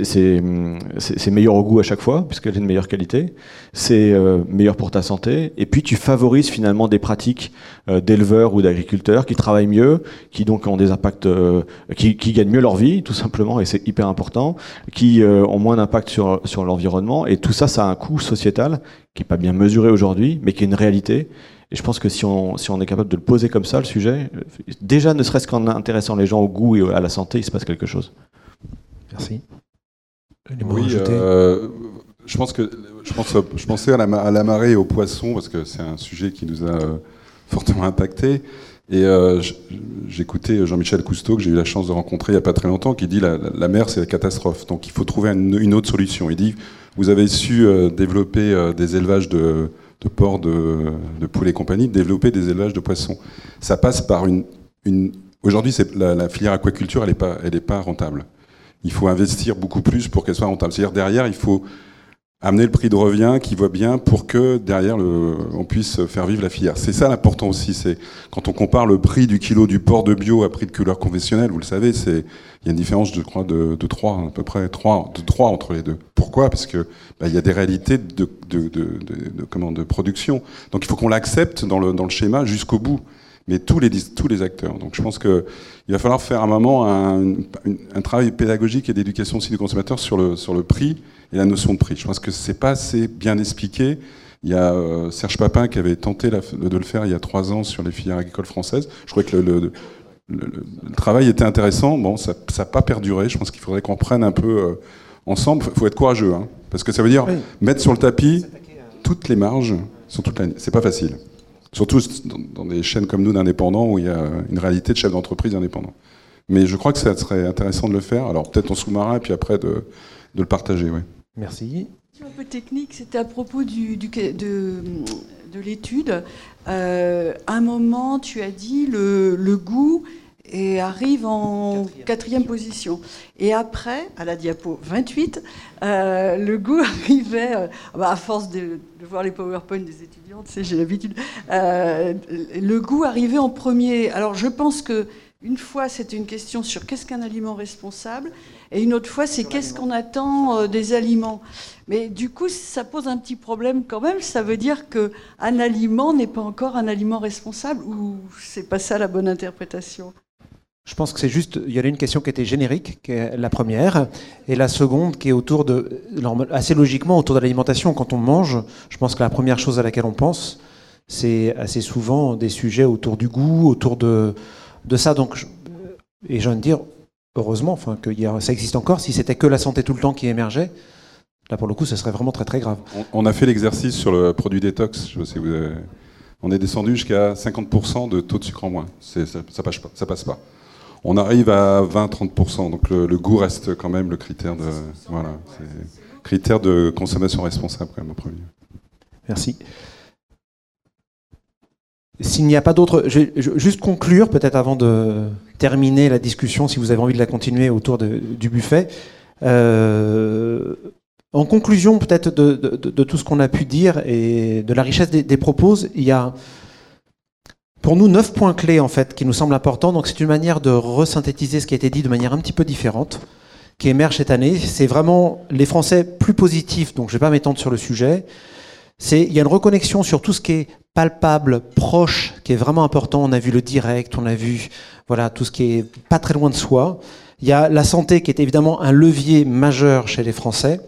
c'est meilleur au goût à chaque fois, puisqu'elle est de meilleure qualité, c'est euh, meilleur pour ta santé, et puis tu favorises finalement des pratiques euh, d'éleveurs ou d'agriculteurs qui travaillent mieux, qui donc ont des impacts, euh, qui, qui gagnent mieux leur vie, tout simplement, et c'est hyper important, qui euh, ont moins d'impact sur, sur l'environnement, et tout ça, ça a un coût sociétal qui n'est pas bien mesuré aujourd'hui, mais qui est une réalité. Et je pense que si on, si on est capable de le poser comme ça, le sujet, déjà ne serait-ce qu'en intéressant les gens au goût et à la santé, il se passe quelque chose. Merci. Oui, euh, je pense que je, pense, je pensais à la, à la marée et aux poissons, parce que c'est un sujet qui nous a euh, fortement impacté. Et euh, j'écoutais Jean-Michel Cousteau, que j'ai eu la chance de rencontrer il n'y a pas très longtemps, qui dit la, la mer, c'est la catastrophe. Donc il faut trouver une, une autre solution. Il dit, vous avez su euh, développer euh, des élevages de... de porcs, de, de poules et compagnie, de développer des élevages de poissons. Ça passe par une... une aujourd'hui, la, la filière aquaculture, elle n'est pas, elle est pas rentable. Il faut investir beaucoup plus pour qu'elle soit rentable. C'est-à-dire, derrière, il faut amener le prix de revient qui va bien pour que, derrière, le, on puisse faire vivre la filière. C'est ça l'important aussi. C'est quand on compare le prix du kilo du porc de bio à prix de couleur conventionnel, vous le savez, c'est il y a une différence, je crois, de, de trois, à peu près trois, de trois entre les deux. Pourquoi? Parce que bah, il y a des réalités de, de, de, de, de, comment, de production. Donc il faut qu'on l'accepte dans le, dans le schéma jusqu'au bout. Mais tous les, tous les acteurs. Donc je pense qu'il va falloir faire à un moment un, un, un travail pédagogique et d'éducation aussi des consommateurs sur le, sur le prix et la notion de prix. Je pense que c'est pas assez bien expliqué. Il y a euh, Serge Papin qui avait tenté la, de le faire il y a trois ans sur les filières agricoles françaises. Je crois que le, le, le, le, le travail était intéressant. Bon, ça n'a pas perduré. Je pense qu'il faudrait qu'on prenne un peu euh, ensemble. Il faut être courageux, hein, parce que ça veut dire oui. mettre sur le tapis toutes les marges sur toute l'année. C'est pas facile. Surtout dans des chaînes comme nous d'indépendants où il y a une réalité de chef d'entreprise indépendant. Mais je crois que ça serait intéressant de le faire. Alors peut-être en sous-marin et puis après de, de le partager. Oui. Merci. Un peu technique, c'était à propos du, du, de, de l'étude. Euh, à un moment, tu as dit le, le goût et arrive en quatrième, quatrième position. Et après, à la diapo vingt-huit, euh, le goût arrivait, euh, bah à force de, de voir les PowerPoint des étudiantes, tu sais, j'ai l'habitude, euh, le goût arrivait en premier. Alors je pense que une fois, c'était une question sur qu'est-ce qu'un aliment responsable, et une autre fois, c'est qu'est-ce qu'on attend euh, des aliments. Mais du coup, ça pose un petit problème quand même. Ça veut dire qu'un aliment n'est pas encore un aliment responsable, ou c'est pas ça la bonne interprétation? Je pense que c'est juste, il y en a une question qui était générique, qui est la première, et la seconde qui est autour de, assez logiquement, autour de l'alimentation. Quand on mange, je pense que la première chose à laquelle on pense, c'est assez souvent des sujets autour du goût, autour de... de ça, donc, je, et j'ai envie de dire, heureusement, enfin, que y a, ça existe encore. Si c'était que la santé tout le temps qui émergeait, là, pour le coup, ce serait vraiment très, très grave. On, on a fait l'exercice sur le produit détox. Je sais, vous avez, on est descendu jusqu'à cinquante pour cent de taux de sucre en moins. C'est, ça, ça, passe pas, ça passe pas. On arrive à vingt à trente pour cent, donc le, le goût reste quand même le critère de, voilà, c'est critère de consommation responsable, quand même, au premier. Merci. S'il n'y a pas d'autres... Je vais juste conclure, peut-être avant de terminer la discussion, si vous avez envie de la continuer autour de, du buffet. Euh, en conclusion, peut-être, de, de, de tout ce qu'on a pu dire et de la richesse des, des propos, il y a, pour nous, neuf points clés, en fait, qui nous semblent importants. Donc, c'est une manière de resynthétiser ce qui a été dit de manière un petit peu différente, qui émerge cette année. C'est vraiment les Français plus positifs, donc je ne vais pas m'étendre sur le sujet. C'est, il y a une reconnexion sur tout ce qui est palpable, proche, qui est vraiment important. On a vu le direct, on a vu voilà, tout ce qui est pas très loin de soi. Il y a la santé qui est évidemment un levier majeur chez les Français.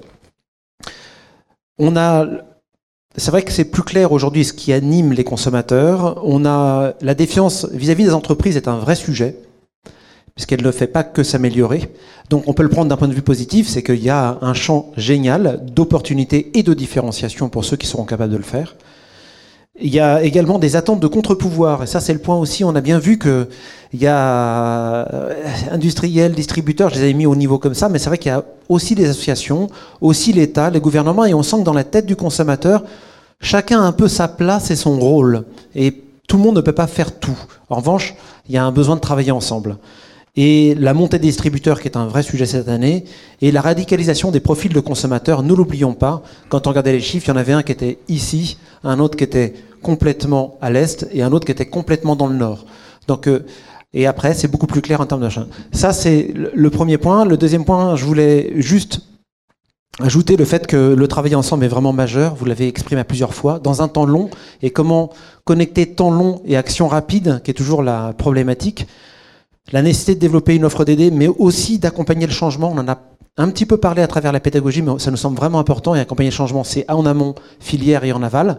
On a, c'est vrai que c'est plus clair aujourd'hui ce qui anime les consommateurs. On a la défiance vis-à-vis des entreprises est un vrai sujet, puisqu'elle ne fait pas que s'améliorer. Donc on peut le prendre d'un point de vue positif, c'est qu'il y a un champ génial d'opportunités et de différenciation pour ceux qui seront capables de le faire. Il y a également des attentes de contre-pouvoir, et ça c'est le point aussi, on a bien vu qu'il y a industriels, distributeurs, je les avais mis au niveau comme ça, mais c'est vrai qu'il y a aussi des associations, aussi l'État, les gouvernements, et on sent que dans la tête du consommateur, chacun a un peu sa place et son rôle, et tout le monde ne peut pas faire tout. En revanche, il y a un besoin de travailler ensemble. Et la montée des distributeurs, qui est un vrai sujet cette année, et la radicalisation des profils de consommateurs, ne l'oublions pas. Quand on regardait les chiffres, il y en avait un qui était ici, un autre qui était complètement à l'est, et un autre qui était complètement dans le nord. Donc, euh, et après, c'est beaucoup plus clair en termes d'achat. Ça, c'est le premier point. Le deuxième point, je voulais juste ajouter le fait que le travail ensemble est vraiment majeur, vous l'avez exprimé à plusieurs fois, dans un temps long, et comment connecter temps long et action rapide, qui est toujours la problématique. La nécessité de développer une offre d'aide, mais aussi d'accompagner le changement. On en a un petit peu parlé à travers la pédagogie, mais ça nous semble vraiment important. Et accompagner le changement, c'est en amont, filière et en aval.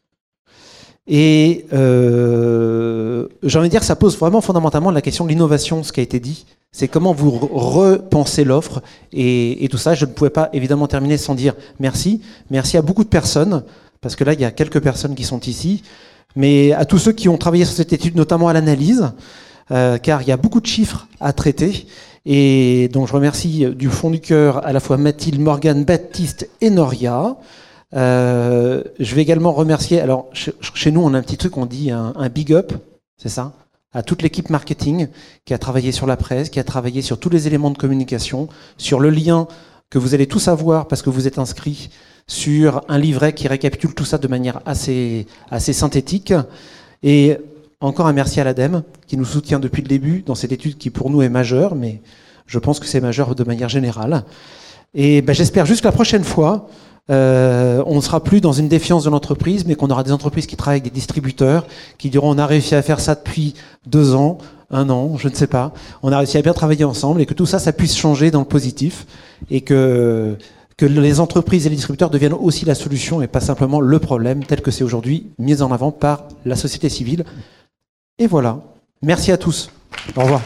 Et euh, j'ai envie de dire que ça pose vraiment fondamentalement la question de l'innovation, ce qui a été dit. C'est comment vous repensez l'offre et, et tout ça. Je ne pouvais pas évidemment terminer sans dire merci. Merci à beaucoup de personnes, parce que là, il y a quelques personnes qui sont ici, mais à tous ceux qui ont travaillé sur cette étude, notamment à l'analyse. Euh, car il y a beaucoup de chiffres à traiter, et donc je remercie du fond du cœur à la fois Mathilde, Morgane, Baptiste et Noria. Euh, je vais également remercier, alors chez, chez nous on a un petit truc, on dit un, un big up, c'est ça, à toute l'équipe marketing qui a travaillé sur la presse, qui a travaillé sur tous les éléments de communication, sur le lien que vous allez tous avoir parce que vous êtes inscrits sur un livret qui récapitule tout ça de manière assez, assez synthétique. Et encore un merci à l'ADEME qui nous soutient depuis le début dans cette étude qui pour nous est majeure, mais je pense que c'est majeur de manière générale. Et ben, j'espère juste que la prochaine fois, euh, on ne sera plus dans une défiance de l'entreprise, mais qu'on aura des entreprises qui travaillent avec des distributeurs, qui diront on a réussi à faire ça depuis deux ans, un an, je ne sais pas. On a réussi à bien travailler ensemble et que tout ça, ça puisse changer dans le positif et que, que les entreprises et les distributeurs deviennent aussi la solution et pas simplement le problème tel que c'est aujourd'hui mis en avant par la société civile. Et voilà. Merci à tous. Au revoir.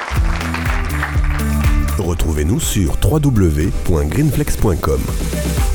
Retrouvez-nous sur w w w point greenflex point com.